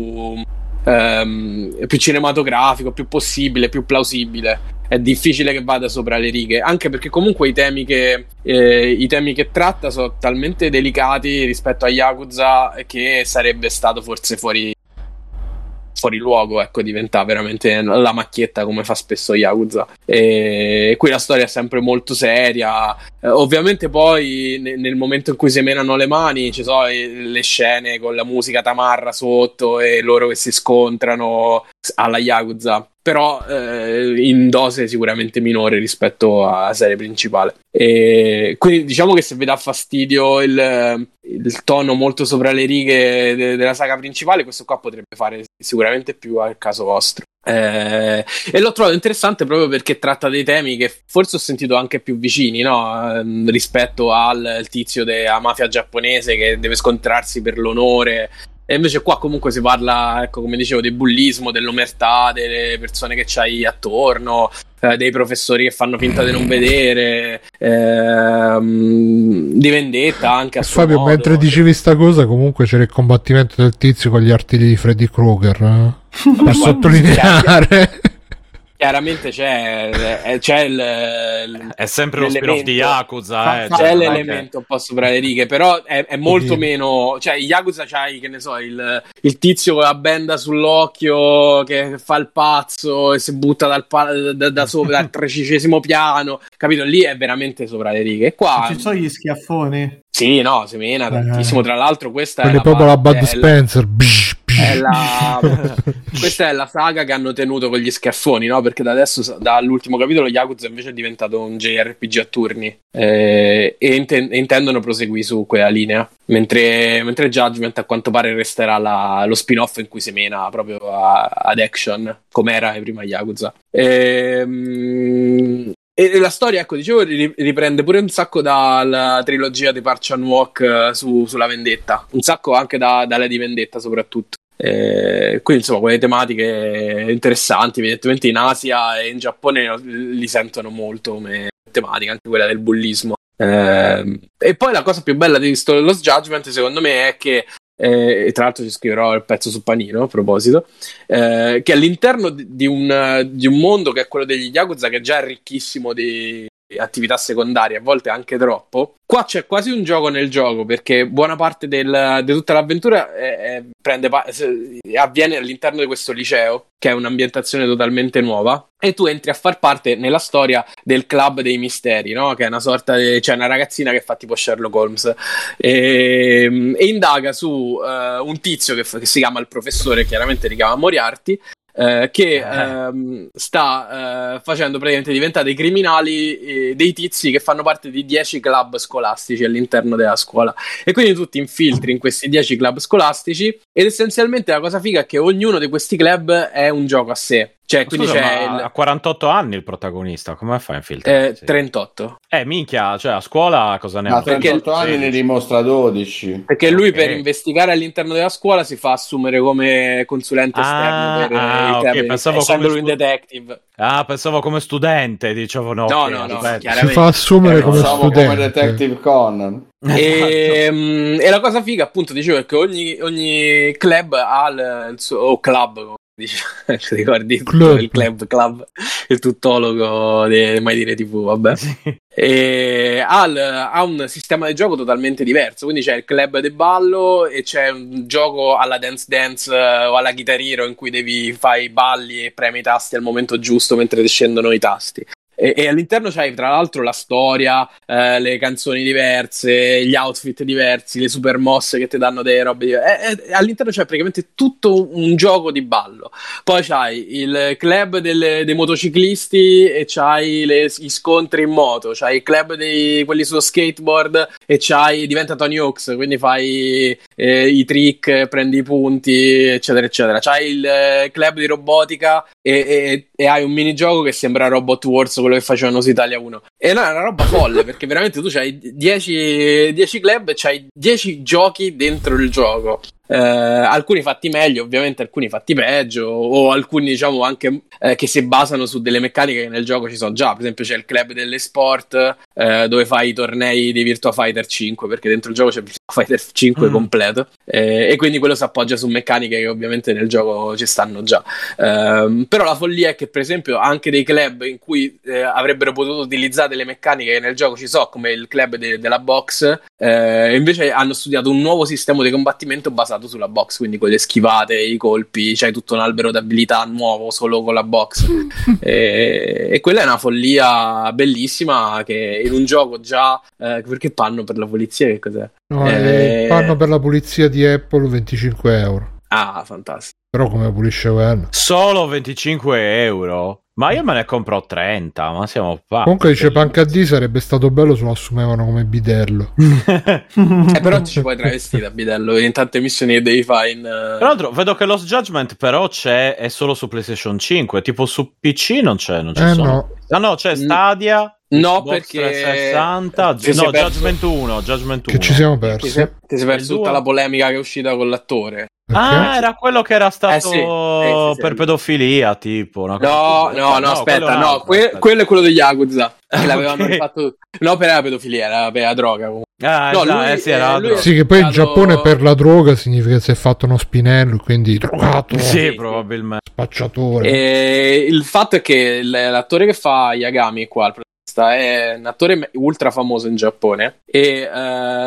um, più cinematografico, più possibile, più plausibile. È difficile che vada sopra le righe, anche perché comunque i temi che eh, i temi che tratta sono talmente delicati rispetto a Yakuza che sarebbe stato forse fuori fuori luogo, ecco, diventa veramente la macchietta come fa spesso Yakuza. E qui la storia è sempre molto seria, eh, ovviamente poi ne- nel momento in cui si menano le mani ci sono le scene con la musica tamarra sotto e loro che si scontrano alla Yakuza, però eh, in dose sicuramente minore rispetto alla serie principale. E quindi diciamo che se vi dà fastidio il, il tono molto sopra le righe de- della saga principale, questo qua potrebbe fare sicuramente più al caso vostro. Eh, e l'ho trovato interessante proprio perché tratta dei temi che forse ho sentito anche più vicini, no? Rispetto al tizio della mafia giapponese che deve scontrarsi per l'onore. E invece qua comunque si parla, ecco, come dicevo, del bullismo, dell'omertà, delle persone che c'hai attorno, eh, dei professori che fanno finta di non vedere, ehm, di vendetta anche a suo Fabio, modo. mentre dicevi sta cosa, comunque c'era il combattimento del tizio con gli artigli di Freddy Krueger, eh? Per sottolineare. Chiaramente c'è, c'è il, il è sempre lo spin-off di Yakuza, eh, c'è cioè, l'elemento un po' sopra le righe, però è, è molto Oddio. meno, cioè in Yakuza c'hai, che ne so, il, il tizio con la benda sull'occhio che fa il pazzo e si butta dal, da, da sopra dal tredicesimo piano, capito? Lì è veramente sopra le righe. E qua ci sono gli schiaffoni. Sì, no, si mena tantissimo. Tra l'altro questa Quelli è proprio la Bud è Spencer la, è la, questa è la saga che hanno tenuto con gli schiaffoni, no? Perché da adesso, dall'ultimo capitolo, Yakuza invece è diventato un J R P G a turni, eh, e inten- intendono proseguire su quella linea, mentre, mentre Judgment a quanto pare resterà la, lo spin-off in cui si mena proprio a, ad action, come era prima Yakuza. Ehm... E la storia, ecco, dicevo, riprende pure un sacco dalla trilogia di Park Chan-wook su, sulla vendetta, un sacco anche da, da Lady Vendetta soprattutto. Eh, quindi insomma quelle tematiche interessanti, evidentemente in Asia e in Giappone li sentono molto come tematica, anche quella del bullismo. Eh, e poi la cosa più bella di questo Lost Judgment secondo me è che Eh, e tra l'altro ci scriverò il pezzo su Panino a proposito, eh, che all'interno di, di, un, di un mondo che è quello degli Yakuza, che già è ricchissimo di attività secondarie, a volte anche troppo, qua c'è quasi un gioco nel gioco, perché buona parte del, di tutta l'avventura è, è, prende, avviene all'interno di questo liceo, che è un'ambientazione totalmente nuova, e tu entri a far parte nella storia del club dei misteri, no? Che è una sorta di, cioè una ragazzina che fa tipo Sherlock Holmes e, e indaga su uh, un tizio che, che si chiama il professore, chiaramente si chiama Moriarty, Eh, che ehm, sta eh, facendo praticamente diventare dei criminali, eh, dei tizi che fanno parte di dieci club scolastici all'interno della scuola, e quindi tu ti infiltri in questi dieci club scolastici ed essenzialmente la cosa figa è che ognuno di questi club è un gioco a sé, Cioè, quindi Scusa, c'è ma il... ha quarantotto anni il protagonista, come fa a infiltrare? eh, trentotto. Eh, minchia, cioè a scuola cosa ne Ma ha? trentotto anni ne dimostra dodici. Perché lui Okay. per investigare all'interno della scuola si fa assumere come consulente Ah, esterno per ah, il ok, club, pensavo essendo come lui un stu- detective. Ah, pensavo come studente, dicevo no. No, ok, no, no, aspetta. chiaramente. Si fa assumere Eh, come pensavo come studente. Detective Conan. E, mm, e la cosa figa, appunto, dicevo, è che ogni, ogni club ha il, il suo o club, come dice, ti ricordi Club. il club, club, il tuttologo di Mai Dire tivù, vabbè. Sì. E ha, il- ha un sistema di gioco totalmente diverso, quindi c'è il club de ballo e c'è un gioco alla Dance Dance eh, o alla Guitar Hero in cui devi fare i balli e premi i tasti al momento giusto mentre ti scendono i tasti. E, e all'interno c'hai tra l'altro la storia, eh, le canzoni diverse, gli outfit diversi, le super mosse che ti danno delle robe diverse. E, e all'interno c'è praticamente tutto un gioco di ballo. Poi c'hai il club delle- dei motociclisti e c'hai le- gli scontri in moto, c'hai il club dei quelli sullo skateboard e c'hai diventa Tony Hawk's, quindi fai eh, i trick, prendi i punti, eccetera, eccetera. C'hai il eh, club di robotica e, e- e hai un minigioco che sembra Robot Wars, quello che facevano su Italia uno. E no, è una roba folle perché veramente tu c'hai dieci, dieci club e c'hai dieci giochi dentro il gioco. Eh, alcuni fatti meglio, ovviamente alcuni fatti peggio, o alcuni diciamo anche eh, che si basano su delle meccaniche che nel gioco ci sono già. Per esempio c'è il club delle sport eh, dove fai i tornei di Virtua Fighter cinque, perché dentro il gioco c'è Virtua Fighter cinque Mm. completo, eh, e quindi quello si appoggia su meccaniche che ovviamente nel gioco ci stanno già. Ehm, però la follia è che per esempio anche dei club in cui eh, avrebbero potuto utilizzare delle meccaniche che nel gioco ci sono, come il club de- della box, eh, invece hanno studiato un nuovo sistema di combattimento basato sulla box, quindi con le schivate, i colpi, c'hai tutto un albero d'abilità nuovo solo con la box. e, e quella è una follia bellissima che in un gioco già eh, perché panno per la polizia, che cos'è? No, Eh, il panno per la pulizia di Apple venticinque euro. Ah, fantastico. Però come pulisce quello? Solo venticinque euro? Ma io me ne compro trenta, ma siamo pazzi. Comunque dice Panca D sarebbe stato bello se lo assumevano come bidello. Eh, però ti ci puoi travestire da bidello in tante missioni che devi fare in, uh... Tra l'altro vedo che Lost Judgment però c'è, è solo su PlayStation cinque, tipo su P C non c'è, non ci Eh, sono. no. Ah no, c'è Stadia. No, Xbox perché trecentosessanta, ti sei no, perso- Judgment uno, Judgment uno. Che ci siamo ti persi. sei, ti sei perso Il tutta due. la polemica che è uscita con l'attore. Perché? Ah, era quello che era stato Eh, sì. Sì, sì, sì. per pedofilia, tipo. Una cosa No, così. no, no, aspetta, quello è un no, altro, que- aspetta. quello è quello degli Yakuza, che l'avevano Ok. rifatto. No, per la pedofilia, era per la droga comunque. Ah, No, esatto, lui- eh, sì, era eh, la lui- droga. Sì, che poi in stato- Giappone per la droga significa che si è fatto uno spinello, quindi drogato, Sì, probabilmente. spacciatore. E il fatto è che l- l'attore che fa Yagami qua, il protagonista, è un attore me- ultra famoso in Giappone e eh,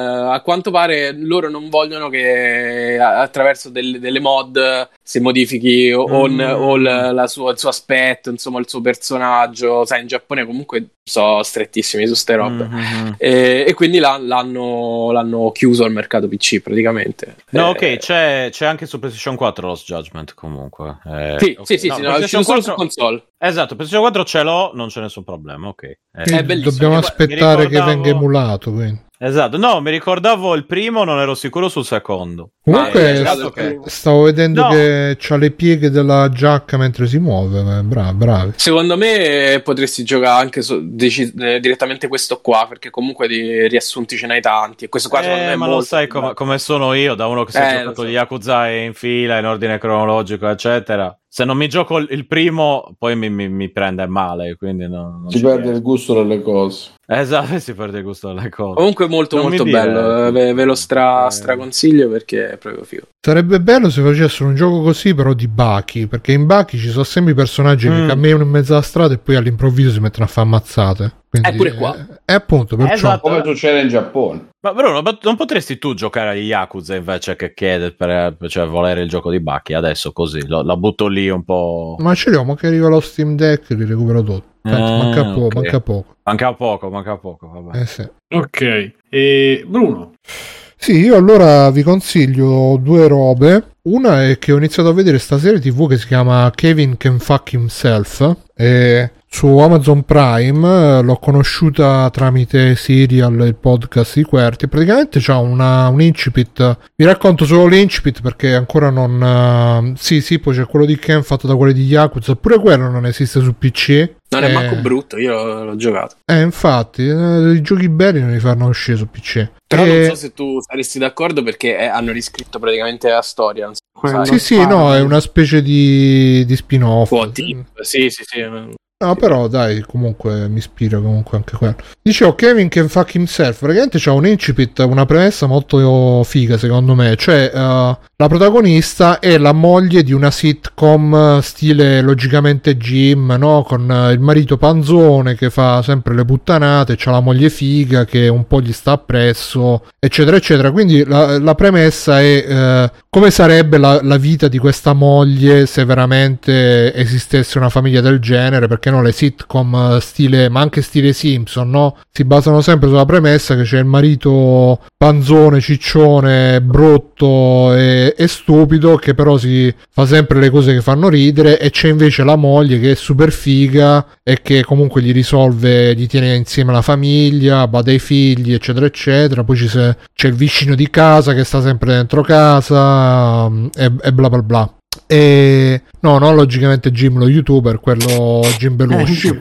a quanto pare loro non vogliono che a- attraverso del- delle mod si modifichi o, o n- Mm. o l- la sua- il suo aspetto, insomma il suo personaggio. Sai, in Giappone comunque sono strettissimi su ste robe. Mhm. E, e quindi l'ha- l'hanno, l'hanno chiuso al mercato P C praticamente. No, Eh, ok, c'è, c'è anche su PlayStation quattro Lost Judgment comunque. Eh, Sì, ok. sì, sì, No, sì, no, è PlayStation uscito solo su quattro console. Esatto, PlayStation quattro ce l'ho, non c'è nessun problema, ok. Eh, Quindi è bellissimo. dobbiamo Mi aspettare che ricordavo- venga emulato. Quindi. Esatto, no, mi ricordavo il primo, non ero sicuro sul secondo. Comunque Ma, eh, st- dato che- stavo vedendo No. che c'ha le pieghe della giacca mentre si muove. ma Bravi, bravi. Secondo me potresti giocare anche su- deci- eh, direttamente questo qua, perché comunque di riassunti ce n'hai tanti. E questo qua secondo me Eh, è ma molto lo sai più come, bello. come sono io, da uno che si è Eh, giocato lo so. gli Yakuza in fila, in ordine cronologico, eccetera. Se non mi gioco il il primo, poi mi, mi- mi prende male, quindi no, non Si ci perde riesco. il gusto delle cose. Esatto, si perde il gusto delle cose. Comunque molto Non molto mi bello, diverto. eh, ve, ve lo stra, Eh. straconsiglio perché è proprio figo. Sarebbe bello se facessero un gioco così, però di Baki. Perché in Baki ci sono sempre i personaggi che Mm. camminano in mezzo alla strada e poi all'improvviso si mettono a fare ammazzate. Quindi, Eh, pure qua. E appunto, perciò. Esatto. Come succede in Giappone. Ma Bruno, ma non potresti tu giocare agli Yakuza invece che chiedere per cioè, volere il gioco di Baki adesso così? Lo- la butto lì un po'. Ma ce li ho, ma che arriva lo Steam Deck e li recupero tutto. Tanto Ah, manca, po- ok. manca poco. Manca poco, manca poco, vabbè. Eh sì. Ok, e Bruno. Sì, io allora vi consiglio due robe. Una è che ho iniziato a vedere sta serie tivù che si chiama Kevin Can Fuck Himself. E su Amazon Prime, l'ho conosciuta tramite Serial, il podcast di Qwerty. Praticamente c'ha una, un incipit, vi racconto solo l'incipit perché ancora non... Uh, sì sì, poi c'è quello di Ken fatto da quelli di Yakuza, pure quello non esiste su P C. Non eh, è manco brutto, io l'ho, l'ho giocato. Eh, infatti, eh, i giochi belli non li fanno uscire su P C. Però e... non so se tu saresti d'accordo perché è, hanno riscritto praticamente la storia. Non so, sì, sì, no, è una specie di, di spin-off. Oh, tipo, sì, sì, sì. No, però dai, comunque mi ispira comunque anche quello. Dicevo, Kevin can fuck himself. Praticamente c'ha un incipit, una premessa molto figa secondo me. Cioè, uh, la protagonista è la moglie di una sitcom stile Logicamente Jim, no? Con uh, il marito panzone che fa sempre le puttanate, c'ha la moglie figa che un po' gli sta appresso, eccetera, eccetera. Quindi la, la premessa è uh, come sarebbe la, la vita di questa moglie se veramente esistesse una famiglia del genere, perché no, le sitcom stile, ma anche stile Simpson, no? Si basano sempre sulla premessa che c'è il marito panzone, ciccione, brutto e, e stupido che però si fa sempre le cose che fanno ridere, e c'è invece la moglie che è super figa e che comunque gli risolve, gli tiene insieme la famiglia, bada ai figli, eccetera eccetera. Poi ci se, c'è il vicino di casa che sta sempre dentro casa e, e bla bla bla. E no, non logicamente Jim lo youtuber, quello Jim Belushi.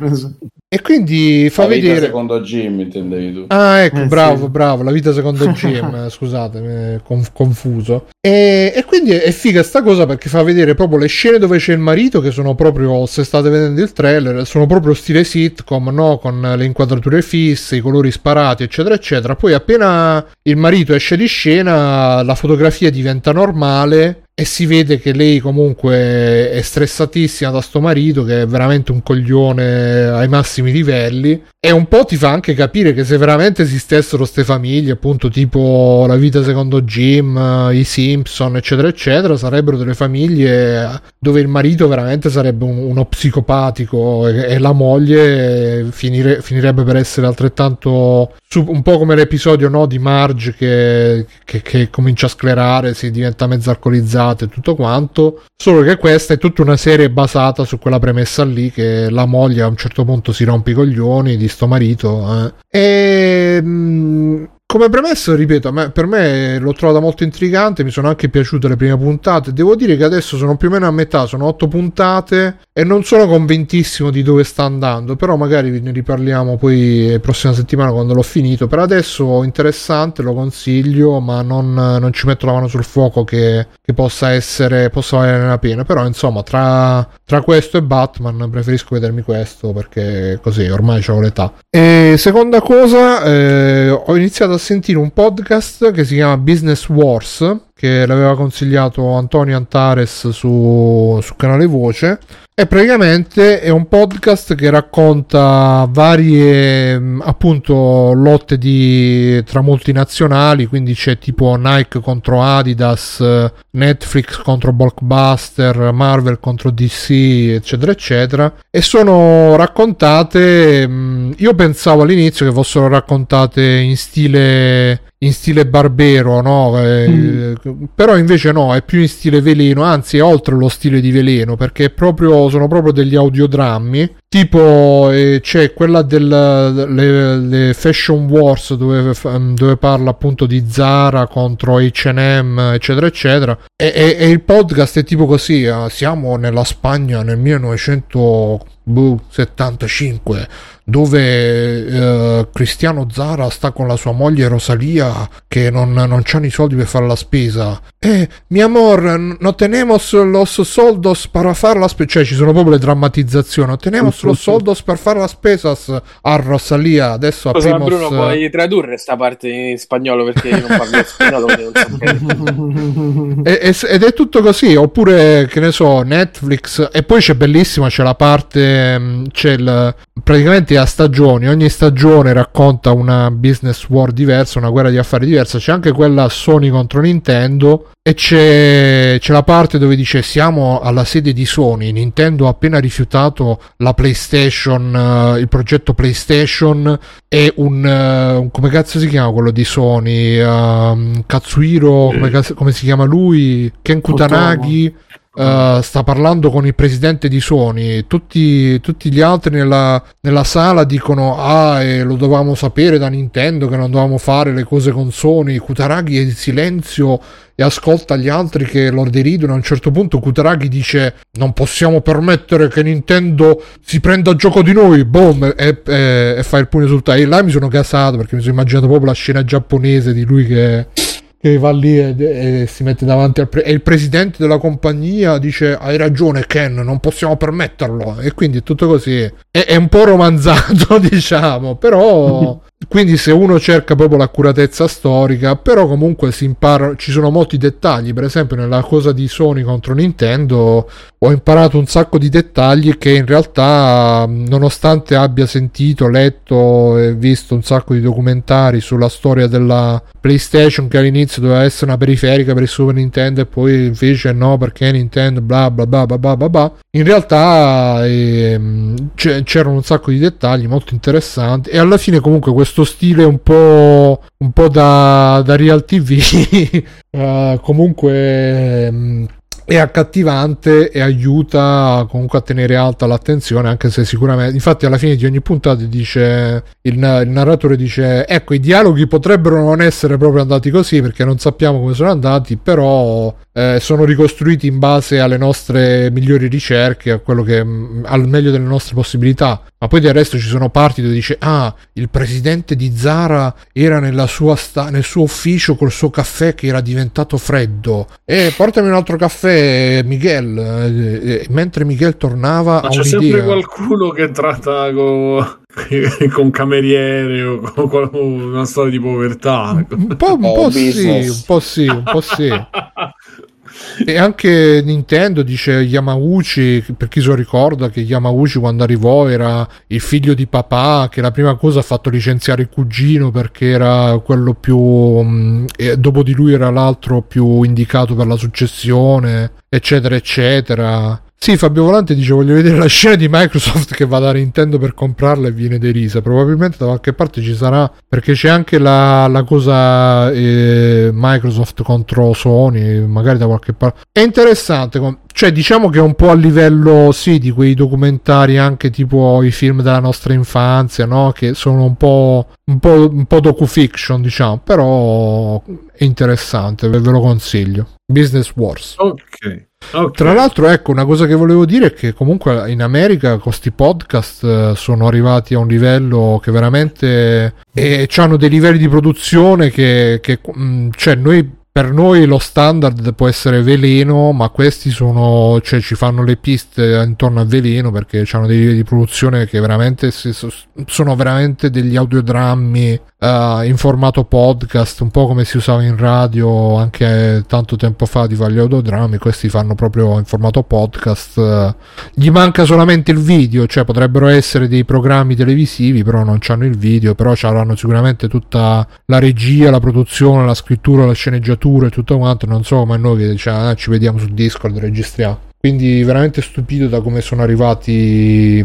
E quindi fa la vedere vita secondo Jim, intendevi tu. Ah, ecco, eh, bravo, sì. bravo, la vita secondo Jim, scusate, conf- confuso. E, e quindi è figa sta cosa perché fa vedere proprio le scene dove c'è il marito, che sono proprio, se state vedendo il trailer, sono proprio stile sitcom, no? Con le inquadrature fisse, i colori sparati, eccetera, eccetera. Poi appena il marito esce di scena, la fotografia diventa normale e si vede che lei comunque è stressatissima da sto marito, che è veramente un coglione ai massimi livelli, e un po' ti fa anche capire che se veramente esistessero ste famiglie, appunto tipo La vita secondo Jim, i Simpson, eccetera eccetera, sarebbero delle famiglie dove il marito veramente sarebbe un, uno psicopatico e, e la moglie finire, finirebbe per essere altrettanto, un po' come l'episodio, no, di Marge che, che, che comincia a sclerare, si diventa mezzo alcolizzata e tutto quanto, solo che questa è tutta una serie basata su quella premessa lì, che la moglie a un certo punto si rompe i coglioni di sto marito, eh. e mh, come premessa, ripeto, a me, per me l'ho trovata molto intrigante, mi sono anche piaciute le prime puntate. Devo dire che adesso sono più o meno a metà, sono otto puntate e non sono convintissimo di dove sta andando, però magari ne riparliamo poi la prossima settimana quando l'ho finito. Per adesso interessante, lo consiglio, ma non, non ci metto la mano sul fuoco che, che possa essere, possa valere la pena. Però insomma, tra, tra questo e Batman preferisco vedermi questo, perché così ormai c'ho l'età. E seconda cosa, eh, ho iniziato a sentire un podcast che si chiama Business Wars, che l'aveva consigliato Antonio Antares su, su Canale Voce, e praticamente è un podcast che racconta varie appunto lotte di, tra multinazionali, quindi c'è tipo Nike contro Adidas, Netflix contro Blockbuster, Marvel contro D C, eccetera eccetera, e sono raccontate, io pensavo all'inizio che fossero raccontate in stile in stile Barbero, no? Eh, mm. Però invece no, è più in stile Veleno, anzi è oltre lo stile di Veleno, perché è proprio, sono proprio degli audiodrammi. Tipo eh, c'è quella delle Fashion Wars dove, dove parla appunto di Zara contro H and M, eccetera eccetera, e, e, e il podcast è tipo così, eh, siamo nella Spagna nel millenovecentosettantacinque, dove eh, Cristiano Zara sta con la sua moglie Rosalia che non, non c'hanno i soldi per fare la spesa. Eh, mi amor, no tenemos los soldos para fare la spesa. Cioè ci sono proprio le drammatizzazioni. No tenemos los soldos per fare la spesa a Rosalia. Adesso Cosa, aprimos... Bruno, puoi tradurre sta parte in spagnolo perché io non parlo spagnolo. Ed è tutto così. Oppure, che ne so, Netflix. E poi c'è bellissima, c'è la parte, c'è il, praticamente a stagioni, ogni stagione racconta una business war diversa, una guerra di affari diversa. C'è anche quella Sony contro Nintendo, e c'è, c'è la parte dove dice siamo alla sede di Sony, Nintendo ha appena rifiutato la PlayStation, uh, il progetto PlayStation, e un, uh, un come cazzo si chiama quello di Sony, uh, Katsuhiro, come, come si chiama lui, Ken Kutanagi, uh, sta parlando con il presidente di Sony, tutti, tutti gli altri nella, nella sala dicono ah eh, lo dovevamo sapere da Nintendo che non dovevamo fare le cose con Sony. Kutaragi è in silenzio e ascolta gli altri che lo deridono. A un certo punto Kutaragi dice non possiamo permettere che Nintendo si prenda a gioco di noi, boom, e, e, e fa il pugno sul tavolo. E là mi sono gasato perché mi sono immaginato proprio la scena giapponese di lui che, che va lì e, e si mette davanti al pre- e il presidente della compagnia dice hai ragione Ken, non possiamo permetterlo, e quindi è tutto così, è, è un po' romanzato diciamo, però quindi se uno cerca proprio l'accuratezza storica, però comunque si impara, ci sono molti dettagli. Per esempio nella cosa di Sony contro Nintendo ho imparato un sacco di dettagli che in realtà, nonostante abbia sentito, letto e visto un sacco di documentari sulla storia della PlayStation, che all'inizio doveva essere una periferica per il Super Nintendo e poi invece no perché Nintendo bla bla bla bla bla bla, in realtà ehm, c'erano un sacco di dettagli molto interessanti, e alla fine comunque questo stile un po' un po' da, da Real T V uh, comunque um, è accattivante e aiuta comunque a tenere alta l'attenzione, anche se sicuramente, infatti alla fine di ogni puntata dice il, il narratore dice ecco i dialoghi potrebbero non essere proprio andati così perché non sappiamo come sono andati, però eh, sono ricostruiti in base alle nostre migliori ricerche, a quello che al meglio delle nostre possibilità. Ma poi del resto ci sono parti dove dice ah il presidente di Zara era nella sua sta- nel suo ufficio col suo caffè che era diventato freddo e portami un altro caffè Miguel, e mentre Miguel tornava ma a c'è un'idea. sempre qualcuno che tratta con, con cameriere o con una storia di povertà, un po', un po' sì, un po' sì, un po' sì. E anche Nintendo dice Yamauchi, per chi se lo ricorda, che Yamauchi quando arrivò era il figlio di papà, che la prima cosa ha fatto licenziare il cugino perché era quello più mh, e dopo di lui era l'altro più indicato per la successione, eccetera eccetera. Sì, Fabio Volante dice voglio vedere la scena di Microsoft che va da Nintendo per comprarla e viene derisa. Probabilmente da qualche parte ci sarà, perché c'è anche la, la cosa eh, Microsoft contro Sony, magari da qualche parte. È interessante, cioè diciamo che è un po' a livello sì di quei documentari anche tipo i film della nostra infanzia, no? Che sono un po' un po', un po' docufiction diciamo, però è interessante, ve, ve lo consiglio. Business Wars. Ok. Okay. Tra l'altro ecco una cosa che volevo dire è che comunque in America questi podcast eh, sono arrivati a un livello che veramente e hanno dei livelli di produzione che, che mh, cioè noi per noi lo standard può essere Veleno, ma questi sono, cioè ci fanno le piste intorno a Veleno perché hanno dei livelli di produzione che veramente sono veramente degli audiodrammi uh, in formato podcast, un po' come si usava in radio anche tanto tempo fa di fare gli audiodrammi. Questi fanno proprio in formato podcast. Uh, gli manca solamente il video, cioè potrebbero essere dei programmi televisivi però non c'hanno il video, però c'avranno sicuramente tutta la regia, la produzione, la scrittura, la sceneggiatura e tutto quanto. Non so come noi che diciamo, ah, ci vediamo su Discord, registriamo. Quindi veramente stupito da come sono arrivati.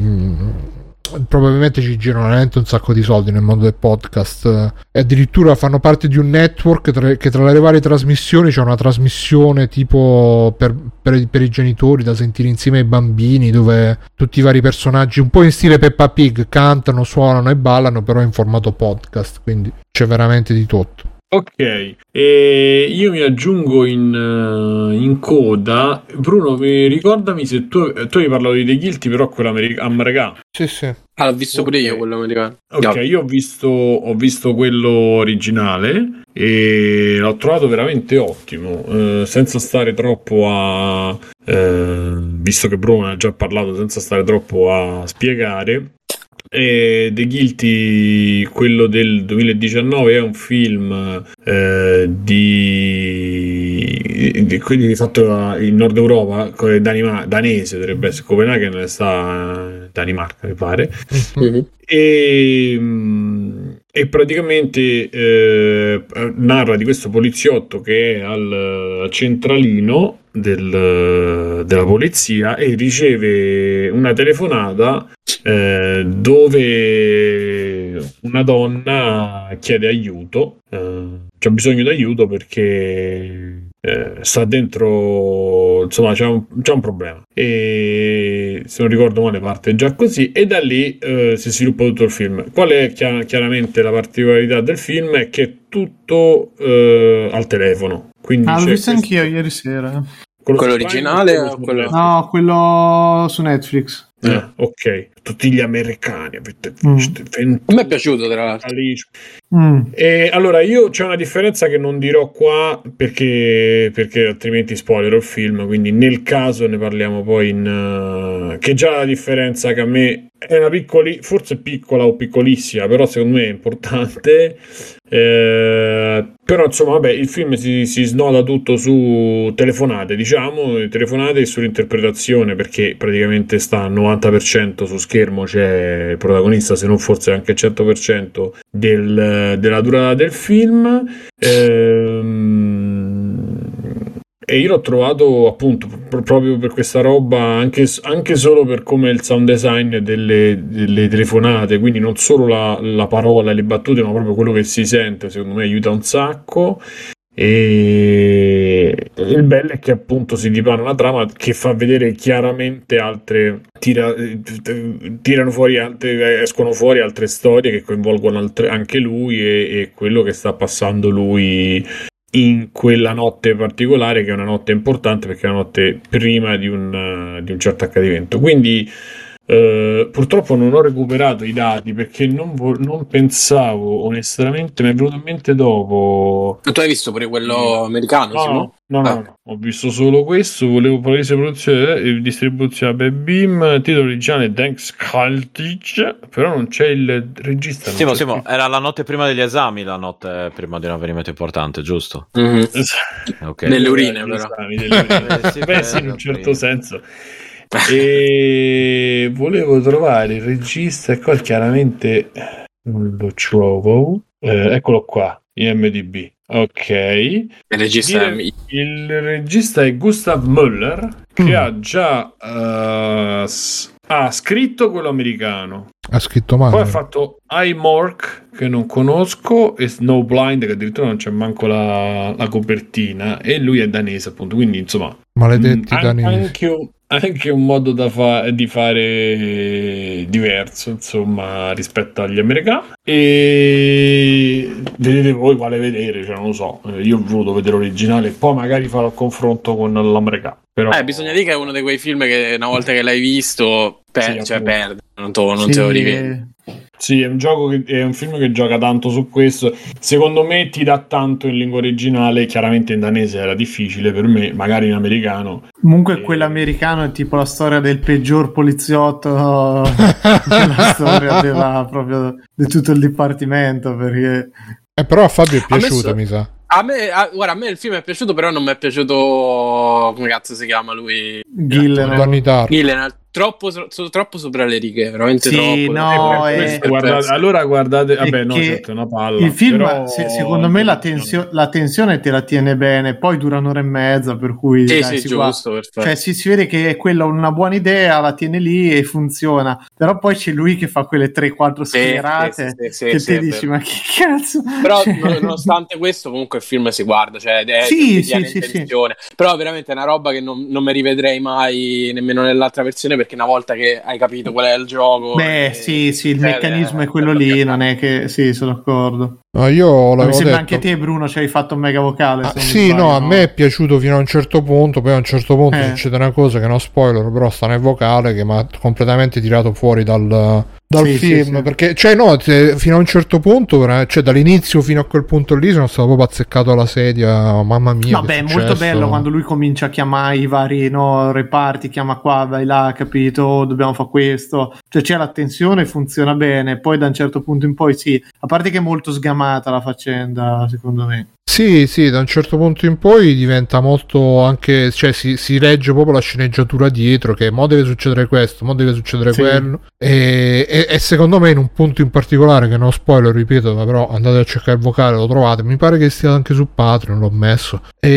Mh, probabilmente ci girano veramente un sacco di soldi nel mondo del podcast, e addirittura fanno parte di un network tra, che tra le varie trasmissioni c'è una trasmissione tipo per, per, per i genitori da sentire insieme ai bambini, dove tutti i vari personaggi un po' in stile Peppa Pig cantano, suonano e ballano, però in formato podcast, quindi c'è veramente di tutto. Ok, e io mi aggiungo in, uh, in coda. Bruno, mi, ricordami se tu, tu hai parlato di The Guilty, però quello americ- americano. Sì, sì. Ah, l'ho visto pure okay. Io quello americano. Ok, no. Io ho visto, ho visto quello originale e l'ho trovato veramente ottimo, eh, senza stare troppo a... Eh, visto che Bruno ha già parlato, senza stare troppo a spiegare. E The Guilty, quello del duemiladiciannove, è un film eh, di, di quindi fatto in Nord Europa, Danima, danese dovrebbe essere, Copenaghen sta Danimarca mi pare. Mm-hmm. E, e praticamente eh, narra di questo poliziotto che è al centralino del, della polizia e riceve una telefonata eh, dove una donna chiede aiuto, eh, c'ha bisogno d'aiuto perché eh, sta dentro insomma c'è un, c'è un problema, e se non ricordo male parte già così, e da lì eh, si sviluppa tutto il film. Qual è chiar- chiaramente la particolarità del film? È che è tutto eh, al telefono, quindi ah, l'ho visto questo... anch'io ieri sera. Quello, quello originale o quello... No, quello su Netflix. Eh, ok, tutti gli americani avete mm. visto, a me è piaciuto tra l'altro. Mm. E allora io c'è una differenza che non dirò qua perché, perché altrimenti spoilerò il film, quindi nel caso ne parliamo poi in uh, che già la differenza che a me è una piccoli, forse piccola o piccolissima, però secondo me è importante. Eh, però insomma vabbè, il film si, si snoda tutto su telefonate, diciamo telefonate e sull'interpretazione, perché praticamente sta al novanta per cento su schermo, c'è il protagonista, se non forse anche il cento per cento del, della durata del film. ehm E io l'ho trovato appunto proprio per questa roba, anche, anche solo per come il sound design delle, delle telefonate, quindi non solo la, la parola e le battute, ma proprio quello che si sente, secondo me aiuta un sacco. E il bello è che appunto si dipana una trama che fa vedere chiaramente altre tira, tirano fuori altre, escono fuori altre storie che coinvolgono altre, anche lui e, e quello che sta passando lui in quella notte particolare, che è una notte importante perché è una notte prima di un, di un certo accadimento. Quindi eh, purtroppo non ho recuperato i dati perché non, vo- non pensavo, onestamente, mi è venuto in mente dopo. Tu hai visto pure quello americano? No, no, no, no, ah. no, ho visto solo questo. Volevo palese produzione e distribuzione per Beam, titolo originale Thanks Cartridge, però non c'è il regista. Simo, c'è Simo, era la notte prima degli esami, la notte prima di un avvenimento importante, giusto? Mm-hmm. Okay. Nelle urine, però. Esami, delle urine. eh, sì, Beh, sì, in un certo prima. senso. E volevo trovare il regista e qua chiaramente non lo trovo. Eh, eccolo qua, I M D B. Ok, il regista, Dire, il regista è Gustav Müller, che mm. ha già uh, s- ha scritto quello americano, ha scritto male, poi ha fatto iMork, che non conosco, e Snowblind, che addirittura non c'è manco la, la copertina, e lui è danese appunto, quindi insomma maledetti mh, danesi. Anche un, anche un modo da fa- di fare diverso insomma rispetto agli americani, e vedete voi quale vedere, cioè non lo so, io ho voluto vedere l'originale e poi magari farò il confronto con l'americano. Però... Eh, bisogna dire che è uno di quei film che una volta che l'hai visto per- sì, cioè perde, non, to- non sì. te lo rivedi. Sì, è un gioco che è un film che gioca tanto su questo. Secondo me ti dà tanto in lingua originale, chiaramente in danese era difficile per me, magari in americano. Comunque e... quell'americano è tipo la storia del peggior poliziotto della storia della, proprio di tutto il dipartimento, perché eh, però a Fabio è piaciuto, so- mi sa. A me, a, guarda, a me il film è piaciuto, però non mi è piaciuto. Come cazzo si chiama lui? Gillen. Gillen, troppo, so, troppo sopra le righe, veramente sì, troppo. No, è... guardate, allora guardate, vabbè, no, certo, è una palla. Il film, però... se, secondo me, la, tensio- la tensione te la tiene bene, poi dura un'ora e mezza, per cui sì, dai, sì, si, giusto, perfetto. Cioè, si, si vede che è quella una buona idea, la tiene lì e funziona. Però poi c'è lui che fa quelle tre quattro schierate sì, sì, sì, che sì, ti dici, ma che cazzo? Però cioè... nonostante questo, comunque il film si guarda, cioè è, sì, è sì, sì, sì. Però veramente è una roba che non, non mi rivedrei mai nemmeno nell'altra versione, perché una volta che hai capito qual è il gioco, beh e... sì sì il cioè, meccanismo è, è quello è lì, non è che sì, sono d'accordo. No, io mi sembra detto... anche te, Bruno, ci hai fatto un mega vocale. Ah, sì, sbaglio, no, a no? me è piaciuto fino a un certo punto, poi a un certo punto eh. succede una cosa che non spoiler, però sta nel vocale, che mi ha completamente tirato fuori dal, dal sì, film, sì, sì. perché, cioè no, te, fino a un certo punto, cioè dall'inizio fino a quel punto lì sono stato proprio azzeccato alla sedia, mamma mia. Vabbè, è molto bello quando lui comincia a chiamare i vari no, reparti, chiama qua, vai là, capito, oh, dobbiamo fare questo, cioè c'è l'attenzione, funziona bene, poi da un certo punto in poi sì, a parte che è molto sgamata la faccenda, secondo me. Sì, sì, da un certo punto in poi diventa molto anche, cioè si, si regge proprio la sceneggiatura dietro, che mo deve succedere questo, mo deve succedere sì. quello, e, e, e secondo me in un punto in particolare, che non spoiler, ripeto, ma però andate a cercare il vocale, lo trovate, mi pare che stia anche su Patreon, l'ho messo,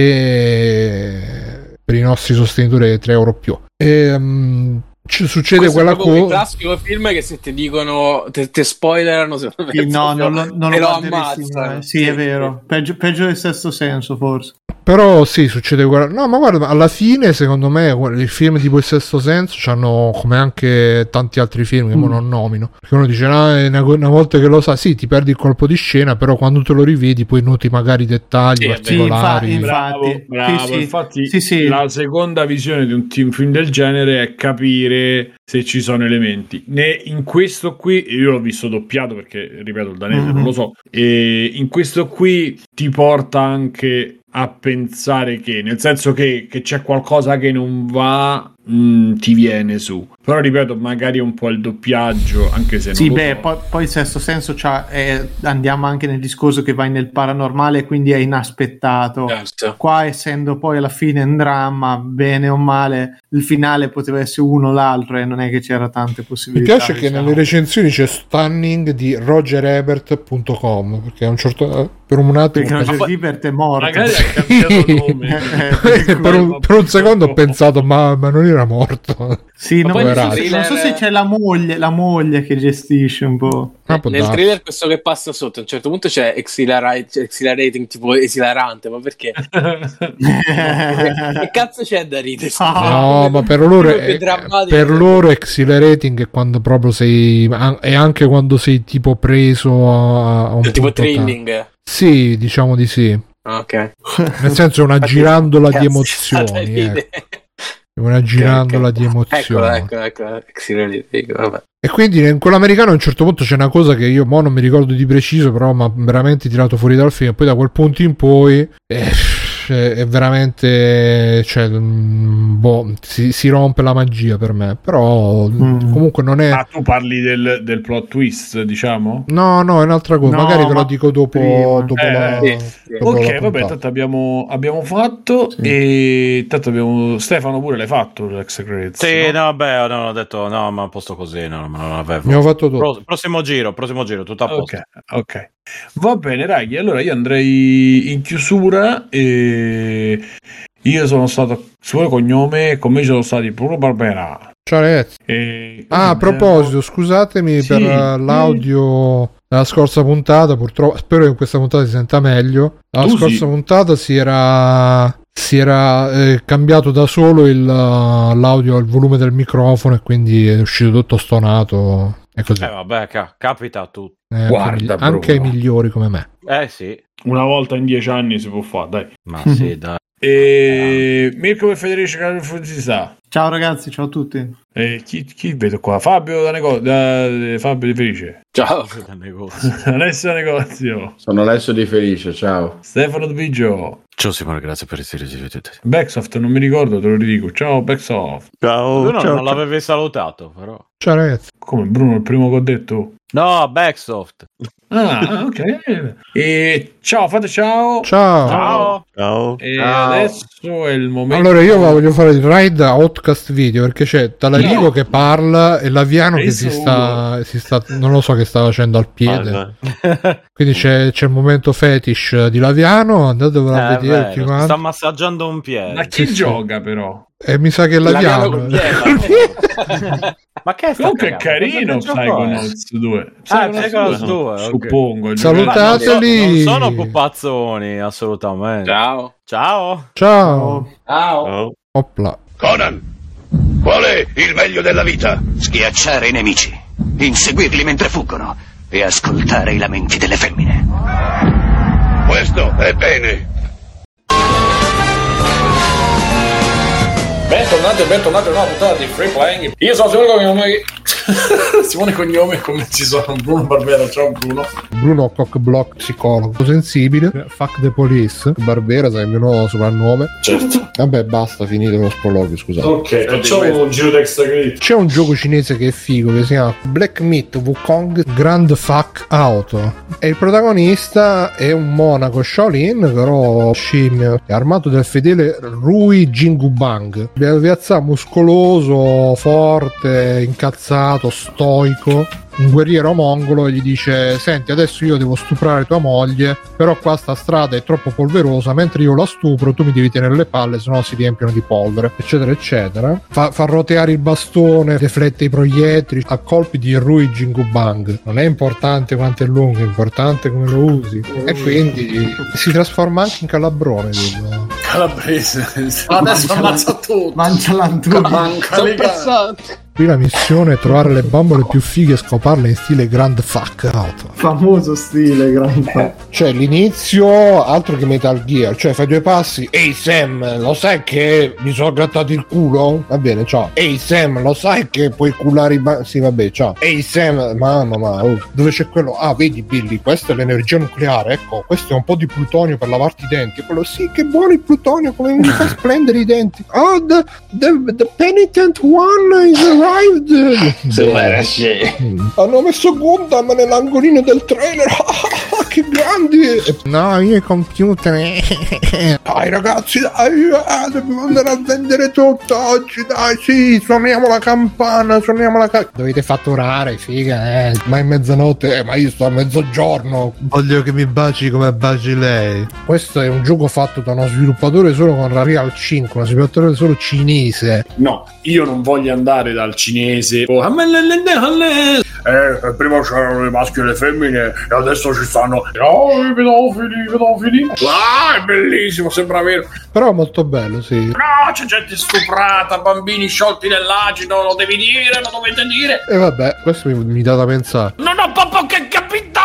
e per i nostri sostenitori tre euro più. E, um, ci succede questo quella cosa. Co- il classico film che se ti dicono, te, te spoilerano, secondo me sì, no, non lo, non lo lo ammazzano. Eh. Sì, è vero. Peggio, peggio del Sesto Senso, forse. Però sì, succede guarda, no, ma guarda, alla fine secondo me il film tipo Il Sesto Senso hanno, come anche tanti altri film che mm. non nomino, perché uno dice no, una, una volta che lo sa, sì, ti perdi il colpo di scena, però quando te lo rivedi poi noti magari i dettagli sì, particolari. Sì, infatti, bravo, bravo. Sì, sì. Infatti sì, sì. La seconda visione di un team film del genere è capire se ci sono elementi. Ne, in questo qui, io l'ho visto doppiato perché, ripeto, il danese mm-hmm. non lo so, e in questo qui ti porta anche a pensare che, nel senso che, che c'è qualcosa che non va, mh, ti viene su. Però ripeto, magari un po' il doppiaggio, anche se non sì, lo beh, so. poi, poi il Sesto Senso c'ha, eh, andiamo anche nel discorso che vai nel paranormale, quindi è inaspettato. Certo. Qua, essendo poi alla fine un dramma, bene o male, il finale poteva essere uno o l'altro e non è che c'era tante possibilità. Mi piace diciamo. che nelle recensioni c'è Stunning di roger ebert punto com, perché a un certo per un attimo perché Roger Ebert è morto. Magari ha cambiato nome. per, un, per un secondo ho pensato ma, ma non era morto. Sì, non, non so se c'è la moglie, la moglie che gestisce un po'. Ah, nel darsi. Trailer questo che passa sotto a un certo punto c'è exhilarate, exhilarating, tipo esilarante, ma perché? Che cazzo c'è da ridere? No, ma per loro è, per loro exhilarating è quando proprio sei, è anche quando sei tipo preso a, a un tipo thrilling. Ta- sì, diciamo di sì. Ok. Nel senso è una girandola di emozioni, ecco. Una girandola okay, okay. di emozioni. Ecco, ecco, ecco. Vabbè. E quindi in quell'americano a un certo punto c'è una cosa che io mo non mi ricordo di preciso, però mi ha veramente tirato fuori dal film. E poi da quel punto in poi eh, è veramente, cioè, boh, si, si rompe la magia per me. Però mm. comunque non è. Ah, tu parli del, del plot twist, diciamo? No, no, è un'altra cosa. No, magari ve lo dico dopo, dopo eh, la. Sì, sì. Dopo ok, la vabbè, tanto abbiamo, abbiamo fatto sì. E tanto abbiamo. Stefano pure l'hai fatto l'ex Credits, sì, no? no, beh, non ho detto no, ma a posto così, no, ma non avevo. Abbiamo fatto dopo. Pro, prossimo giro, prossimo giro, tutto a posto. Ok, ok. Va bene, ragazzi, allora io andrei in chiusura e io sono stato suo cognome, con me ci sono stati Bruno Barbera. Ciao ragazzi. E... Ah, a proposito, scusatemi sì, per l'audio della scorsa puntata, purtroppo spero che in questa puntata si senta meglio. La tu scorsa sì. puntata si era si era eh, cambiato da solo il, l'audio, il volume del microfono e quindi è uscito tutto stonato. E così. Eh vabbè, ca- capita a tutti. Eh, Guarda, anche ai migliori come me. Eh sì. Una volta in dieci anni si può fare, dai. Ma sì, dai. E Mirko e Federico si sta. Ciao ragazzi, ciao a tutti. E chi, chi vedo qua? Fabio da negozio, da, Fabio di Felice. Ciao. Da negozio. Alessio da negozio. Sono Alessio di Felice, ciao. Stefano Dubigio. Ciao Simone, grazie per essere ricevuti. Backsoft, non mi ricordo, te lo ridico. Ciao Backsoft. Ciao. Tu non, ciao, non ciao. l'avevi salutato, però. Ciao ragazzi. Come Bruno, il primo che ho detto? No, Backsoft. Ah, ok. E ciao, fate ciao. Ciao. Ciao. Ciao. E ciao. adesso è il momento. Allora io voglio fare il ride a Outcast Video perché c'è Talarico no. che parla e Laviano che si sta, si sta, non lo so che sta facendo al piede. Ah, quindi c'è, c'è il momento fetish di Laviano, andatevelo a eh, vedere tutti quanti. Sta massaggiando un piede. Ma chi sì, gioca sì. però? E mi sa che Laviano. Ma che è sta comunque è carino Psychonauts due. Ah, Psychonauts due, suppongo. Okay. Salutateli. Non sono pupazzoni, assolutamente. Ciao. Ciao. Ciao. Ciao. Opla. Conan, qual è il meglio della vita? Schiacciare i nemici, inseguirli mentre fuggono e ascoltare i lamenti delle femmine. Questo è bene. Bentornati e bentornati a una puntata di Free Playing. Io sono Simone Cognome. Simone Cognome, come ci sono Bruno Barbera. Ciao Bruno. Bruno Cockblock, psicologo sensibile. Fuck the police. Barbera sai il mio nuovo soprannome. Certo. Vabbè, basta, finite lo sproloquio, scusate. Ok, facciamo un giro di extra credit. C'è un gioco cinese che è figo che si chiama Black Myth Wukong Grand Fuck Auto e il protagonista è un monaco Shaolin, però scimmio, è armato del fedele Rui Jingubang, piazza muscoloso, forte, incazzato, stoico, un guerriero mongolo, e gli dice: senti, adesso io devo stuprare tua moglie, però qua sta strada è troppo polverosa, mentre io la stupro tu mi devi tenere le palle, sennò si riempiono di polvere, eccetera eccetera. Fa, fa roteare il bastone, deflette i proiettili a colpi di Rui Jingubang. Non è importante quanto è lungo, è importante come lo usi. E quindi si trasforma anche in calabrone quello. calabrese. Adesso ammazza tutto. Mangia l'antuca. Sono passati. Qui la missione è trovare le bambole più fighe e scoparle in stile Grand Fuck Out. Famoso stile Grand Fuck. Cioè l'inizio altro che Metal Gear, cioè fai due passi. Ehi Sam, lo sai che mi sono grattato il culo? Va bene, ciao. Ehi Sam, lo sai che puoi culare i ba- sì vabbè, ciao. Ehi Sam, mamma ma oh, dove c'è quello? Ah vedi Billy, questa è l'energia nucleare, ecco, questo è un po' di plutonio per lavarti i denti. Quello sì, che buono il plutonio, come mi fa splendere i denti. Oh, the, the, the penitent one is arrived. Hanno messo Gundam nell'angolino del trailer. Che grandi. No, io computer. Dai ragazzi, dai, dobbiamo andare a vendere tutto oggi, dai, sì, suoniamo la campana, suoniamo la campana. Dovete fatturare, figa, eh. Ma è mezzanotte, eh, ma io sto a mezzogiorno. Voglio che mi baci come baci lei. Questo è un gioco fatto da uno sviluppatore solo con la Real cinque, uno sviluppatore solo cinese. No, io non voglio andare dal cinese. Oh, eh, prima c'erano i maschi e le femmine e adesso ci stanno oh, i pedofili, i pedofili. Ah, è bellissimo, sembra vero. Però è molto bello, sì. No, c'è gente stuprata, bambini sciolti nell'acido, lo devi dire, lo dovete dire. E vabbè, questo mi, mi dà da pensare. Non ho proprio che capito.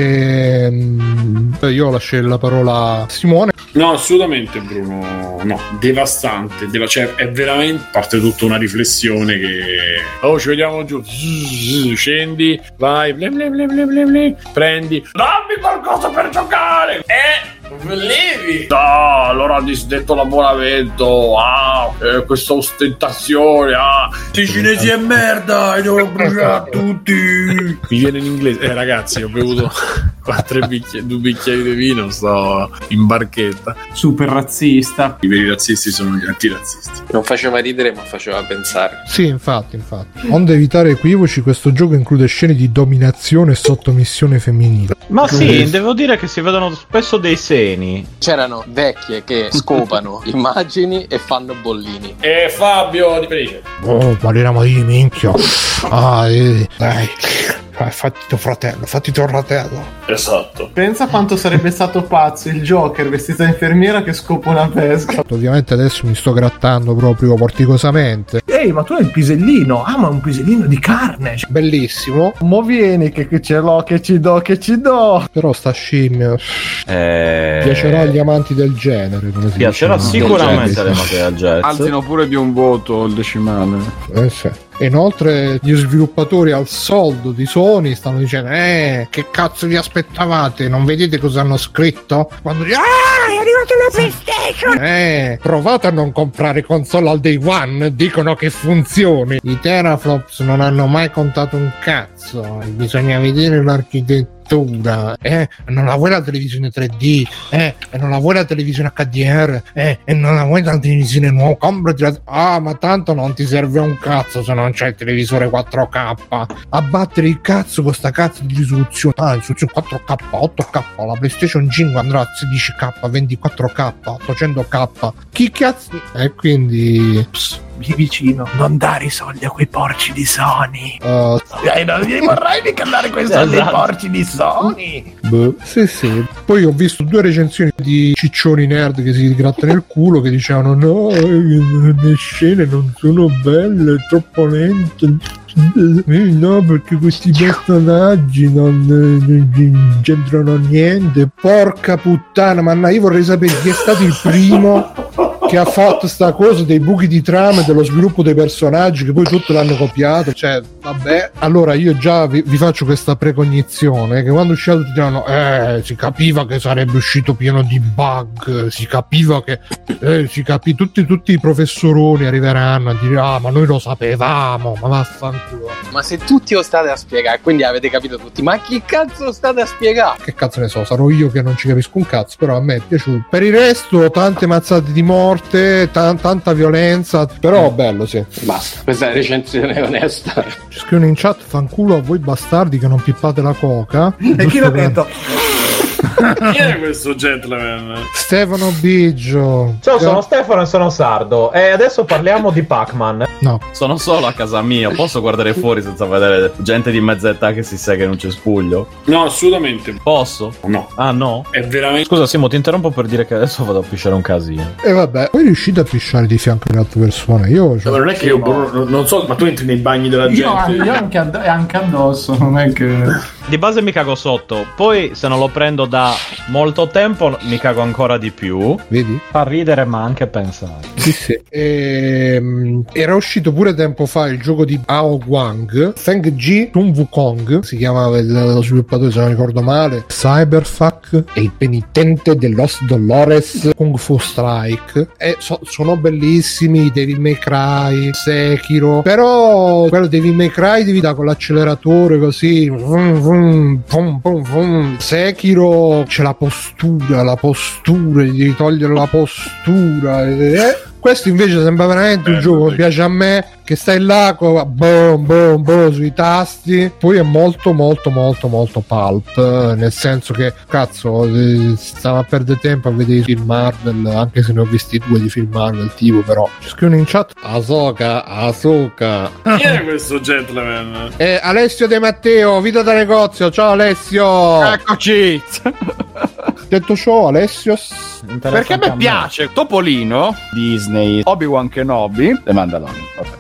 Ehm, io lascio la parola a Simone. No, assolutamente Bruno, no, devastante, deva- cioè è veramente, parte tutta una riflessione che oh ci vediamo giù, scendi, vai, ble ble ble ble ble ble, prendi, dammi qualcosa per giocare, eh, levi, no, allora ha disdetto l'abbonamento, ah, eh, questa ostentazione, ah, i cinesi è merda, e devo bruciare tutti, mi viene in inglese, eh ragazzi ho bevuto quattro bicchieri, due bicchieri di vino, sto in barchetta. Super razzista. I veri razzisti sono gli antirazzisti. Non faceva ridere ma faceva pensare. Sì, infatti, infatti. Onde evitare equivoci, questo gioco include scene di dominazione e sottomissione femminile. Ma sì, eh. devo dire che si vedono spesso dei seni. C'erano vecchie che scopano immagini e fanno bollini. E Fabio di Felice. Oh, parliamo di minchia. Ah, eh, dai. Fatti tuo fratello, fatti tuo fratello. Esatto. Pensa quanto sarebbe stato pazzo il Joker vestito da infermiera che scopa una pesca. Ovviamente adesso mi sto grattando proprio porticosamente. Ehi, ma tu hai il pisellino. Ah, ma un pisellino di carne. Bellissimo. Mo vieni che, che ce l'ho, che ci do, che ci do. Però sta scimmia eh... piacerà agli amanti del genere, come si piacerà dice, sicuramente agli amanti del jazz. Alzino pure di un voto il decimale. Eh sì. E inoltre gli sviluppatori al soldo di Sony stanno dicendo eh che cazzo vi aspettavate, non vedete cosa hanno scritto? Quando dicono ah è arrivata la PlayStation, eh provate a non comprare console al day one, dicono che funzioni. I teraflops non hanno mai contato un cazzo, bisogna vedere l'architettura. Eh, non la vuoi la televisione tre D, eh, e non la vuoi la televisione H D R, eh, e non la vuoi la televisione nuova, comprati la... ah, ma tanto non ti serve un cazzo se non c'è il televisore quattro K, a battere il cazzo con sta cazzo di risoluzione, ah, risoluzione quattro K, otto K, la PlayStation cinque andrà a sedici K, ventiquattro K, ottocento K, chi cazzo... e quindi... Pss. Vieni vicino, non dare i soldi a quei porci di Sony. Uh, eh, non mi vorrai mica dare quei soldi ai porci di Sony. Beh, sì, sì. Poi ho visto due recensioni di ciccioni nerd che si grattano il culo che dicevano no, le scene non sono belle, è troppo lente. Eh, no, perché questi personaggi non, non c'entrano niente. Porca puttana, ma io vorrei sapere chi è stato il primo che ha fatto sta cosa dei buchi di trama e dello sviluppo dei personaggi che poi tutto l'hanno copiato, cioè vabbè. Allora io già vi, vi faccio questa precognizione che quando uscito ti diranno eh si capiva che sarebbe uscito pieno di bug, si capiva che eh, si capì tutti, tutti i professoroni arriveranno a dire ah ma noi lo sapevamo, ma vaffanculo. Ma se tutti lo state a spiegare, quindi avete capito tutti, ma chi cazzo lo state a spiegare? Che cazzo ne so, sarò io che non ci capisco un cazzo, però a me è piaciuto. Per il resto tante mazzate di morte, T- tanta violenza, però bello, sì. Basta, questa è la recensione onesta. Ci scrivono in chat fanculo a voi bastardi che non pippate la coca. E chi l'ha detto? Chi è questo gentleman? Stefano Biggio. Ciao, sono Stefano e sono sardo. E adesso parliamo di Pac-Man. No. Sono solo a casa mia. Posso guardare fuori senza vedere gente di mezza età che si sega in un cespuglio? No, assolutamente. Posso? No. Ah, no? È veramente. Scusa, Simo, ti interrompo per dire che adesso vado a pisciare un casino. E vabbè, poi riuscite a pisciare di fianco alle altre persone? Io cioè... Ma non è che io no. non so, ma tu entri nei bagni della gente? Io, io anche, ad- anche addosso, non è che. Di base mi cago sotto, poi se non lo prendo da molto tempo mi cago ancora di più. Vedi? Fa ridere ma anche pensare. Sì, sì. E, era uscito pure tempo fa il gioco di Ao Guang, Feng Ji Sun Wukong, si chiamava il, lo sviluppatore, se non ricordo male, Cyberfuck e il penitente de Los Dolores Kung Fu Strike. E so, sono bellissimi, Devil May Cry, Sekiro, però quello Devil May Cry devi dare con l'acceleratore così, vum, vum, vum, vum, vum. Sekiro c'è la postura, la postura, gli devi togliere la postura, eh. Questo invece sembra veramente un gioco che piace a me, che stai là con boom boom boom sui tasti. Poi è molto molto molto molto pulp, nel senso che cazzo stavo a perdere tempo a vedere i film Marvel, anche se ne ho visti due di film Marvel tipo, però ci scrivono in chat Ahsoka, Ahsoka. Chi è questo gentleman? Eh, Alessio De Matteo, Vita da negozio. Ciao Alessio. Eccoci. Detto ciò, Alessio, perché a me piace Topolino, Disney, Obi-Wan Kenobi e Mandalorian.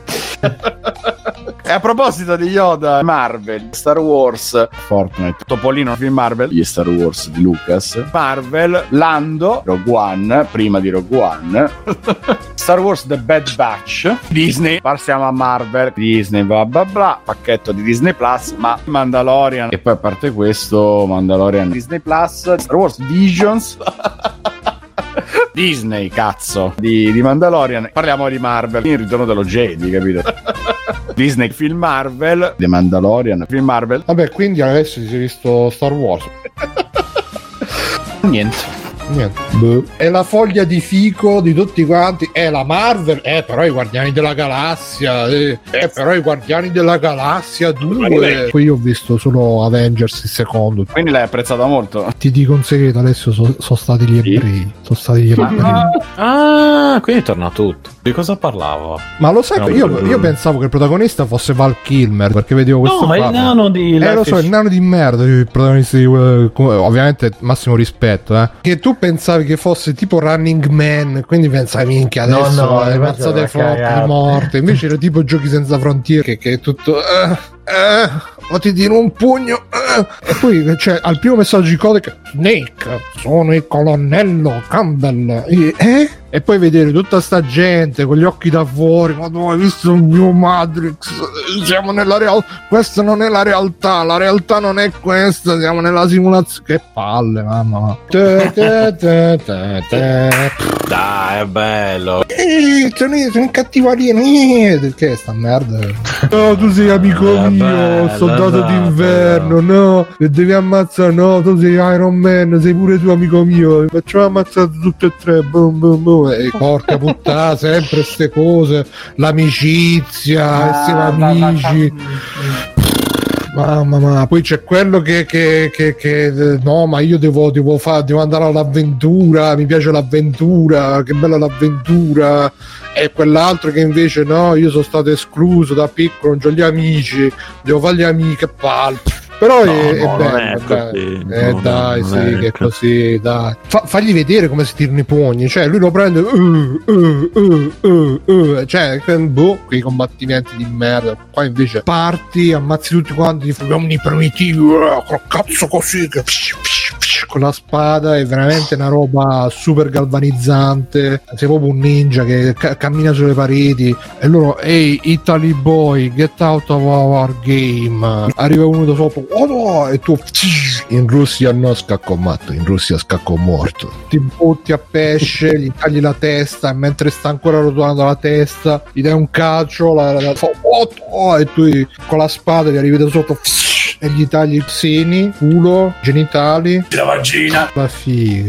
E a proposito di Yoda, Marvel, Star Wars, Fortnite, Topolino, film Marvel, gli Star Wars di Lucas, Marvel, Lando, Rogue One, prima di Rogue One, Star Wars The Bad Batch, Disney, passiamo a Marvel, Disney, bla bla bla, pacchetto di Disney Plus, ma Mandalorian, e poi a parte questo, Mandalorian, Disney Plus, Star Wars Visions, Disney, cazzo, di, di Mandalorian. Parliamo di Marvel, il ritorno dello Jedi, capito? Disney, film Marvel, The Mandalorian, film Marvel. Vabbè, quindi adesso si è visto Star Wars. Niente. Niente. Boh. È la foglia di fico di tutti quanti. È la Marvel, eh, però i Guardiani della Galassia, eh, eh però i Guardiani della Galassia due. Poi io ho visto solo Avengers il secondo. Quindi l'hai apprezzata molto. Ti dico un segreto, adesso sono so stati gli ebrei. Sono stati gli ebrei. Ah, quindi torna tutto. Di cosa parlavo? Ma lo sai, io, io pensavo che il protagonista fosse Val Kilmer, perché vedevo questo. No, ma il nano di Eh, lo so, il nano di merda, il protagonista di uh, ovviamente massimo rispetto, eh. Che tu pensavi che fosse tipo Running Man, quindi pensavi minchia adesso no, no, le mazzate forti di morte, invece era tipo Giochi senza frontiere che, che è tutto uh, uh, o ti tiro un pugno uh. E poi cioè, al primo messaggio di codice Snake, sono il colonnello Campbell, e, eh? E poi vedere tutta sta gente con gli occhi da fuori, ma tu hai visto un mio Matrix, siamo nella realtà, questa non è la realtà, la realtà non è questa, siamo nella simulazione, che palle, mamma. Te, te, te, te, te. Dai, è bello. Eh, sono, sono in cattiveria, eh, che è sta merda? No, tu sei amico è mio, bello, soldato esatto, d'inverno, no, che devi ammazzare, no, tu sei Iron Man, sei pure tu amico mio, facciamo ammazzare tutti e tre, boom, boom, boom. E porca puttana, sempre ste cose, l'amicizia, essere amici. Mamma mia, poi c'è quello che, che, che, che no, ma io devo, devo, fare, devo andare all'avventura, mi piace l'avventura, che bella l'avventura, e quell'altro che invece no, io sono stato escluso da piccolo, non c'ho gli amici, devo fare gli amici, che palle. Però no, è, no, è bello, così, eh, no, dai, no, sì, è che è così, dai. Fa, fagli vedere come si tirano i pugni, cioè lui lo prende, uh, uh, uh, uh, uh, cioè, boh, quei combattimenti di merda. Qua invece parti, ammazzi tutti quanti, gli uomini primitivi, uh, col cazzo così, che psh, psh, psh, con la spada, è veramente una roba super galvanizzante. Sei proprio un ninja che ca- cammina sulle pareti, e loro, ehi, Italy boy, get out of our game. Arriva uno da sopra, oh no, e tu in Russia no scacco matto, in Russia scacco morto, ti butti a pesce, gli tagli la testa, e mentre sta ancora rotolando la testa gli dai un calcio, la, la, la, fa, oh, oh, e tu con la spada gli arrivi da sotto e gli tagli i seni, culo, genitali, la vagina, la figa, e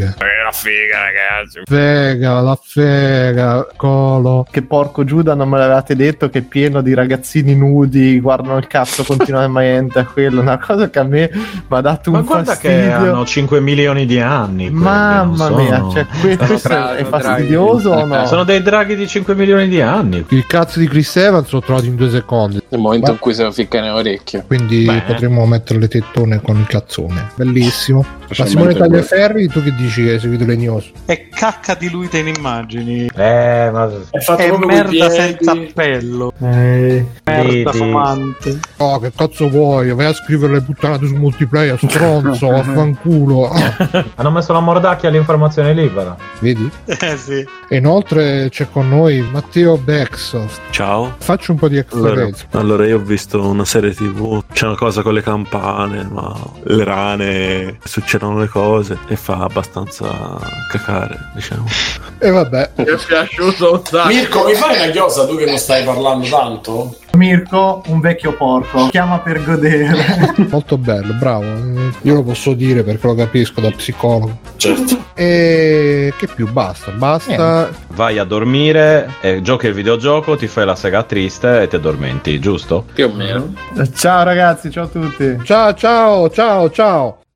la figa, ragazzi. Fega, la fega, colo. Che porco Giuda, non me l'avevate detto che è pieno di ragazzini nudi, guardano il cazzo continuamente a quello. Una cosa che a me mi ha dato Ma un guarda fastidio. che hanno cinque milioni di anni. Mamma quelli, mia, cioè, que- questo draghi, è fastidioso o no? Sono dei draghi di cinque milioni di anni. Il cazzo di Chris Evans l'ho trovato in due secondi. Nel momento Ma... in cui se lo ficca nell'orecchio. Quindi Beh. potremmo mettere le tettone con il cazzone. Bellissimo. Ma Specialmente Simone questo. Tagliaferri, tu che dici che hai seguito le news? È cacca diluita in immagini. Eh, ma È fatto È proprio merda coi piedi. senza appello. Eh, Merda Vedi. fumante. Oh, che cazzo vuoi? Vai a scrivere le puttanate su multiplayer, stronzo, affanculo. Ah, hanno messo la mordacchia all'informazione libera. vedi? Eh sì. E inoltre c'è con noi Matteo Bex. Ciao. Faccio un po' di extra Allora, rates. allora io ho visto una serie tv, c'è una cosa con le campane, ma le rane, succedono le cose e fa abbastanza cacare, diciamo. E vabbè. Mi è piaciuto un sacco. Mirko, mi fai una chiosa tu che non stai parlando tanto? Mirko, un vecchio porco, chiama per godere. Molto bello, bravo. Io lo posso dire perché lo capisco da psicologo. Certo. E che più? Basta, basta. Vai a dormire, e giochi il videogioco, ti fai la sega triste e ti addormenti, giusto? Più o meno. Ciao ragazzi, ciao a tutti. Ciao, ciao, ciao, ciao.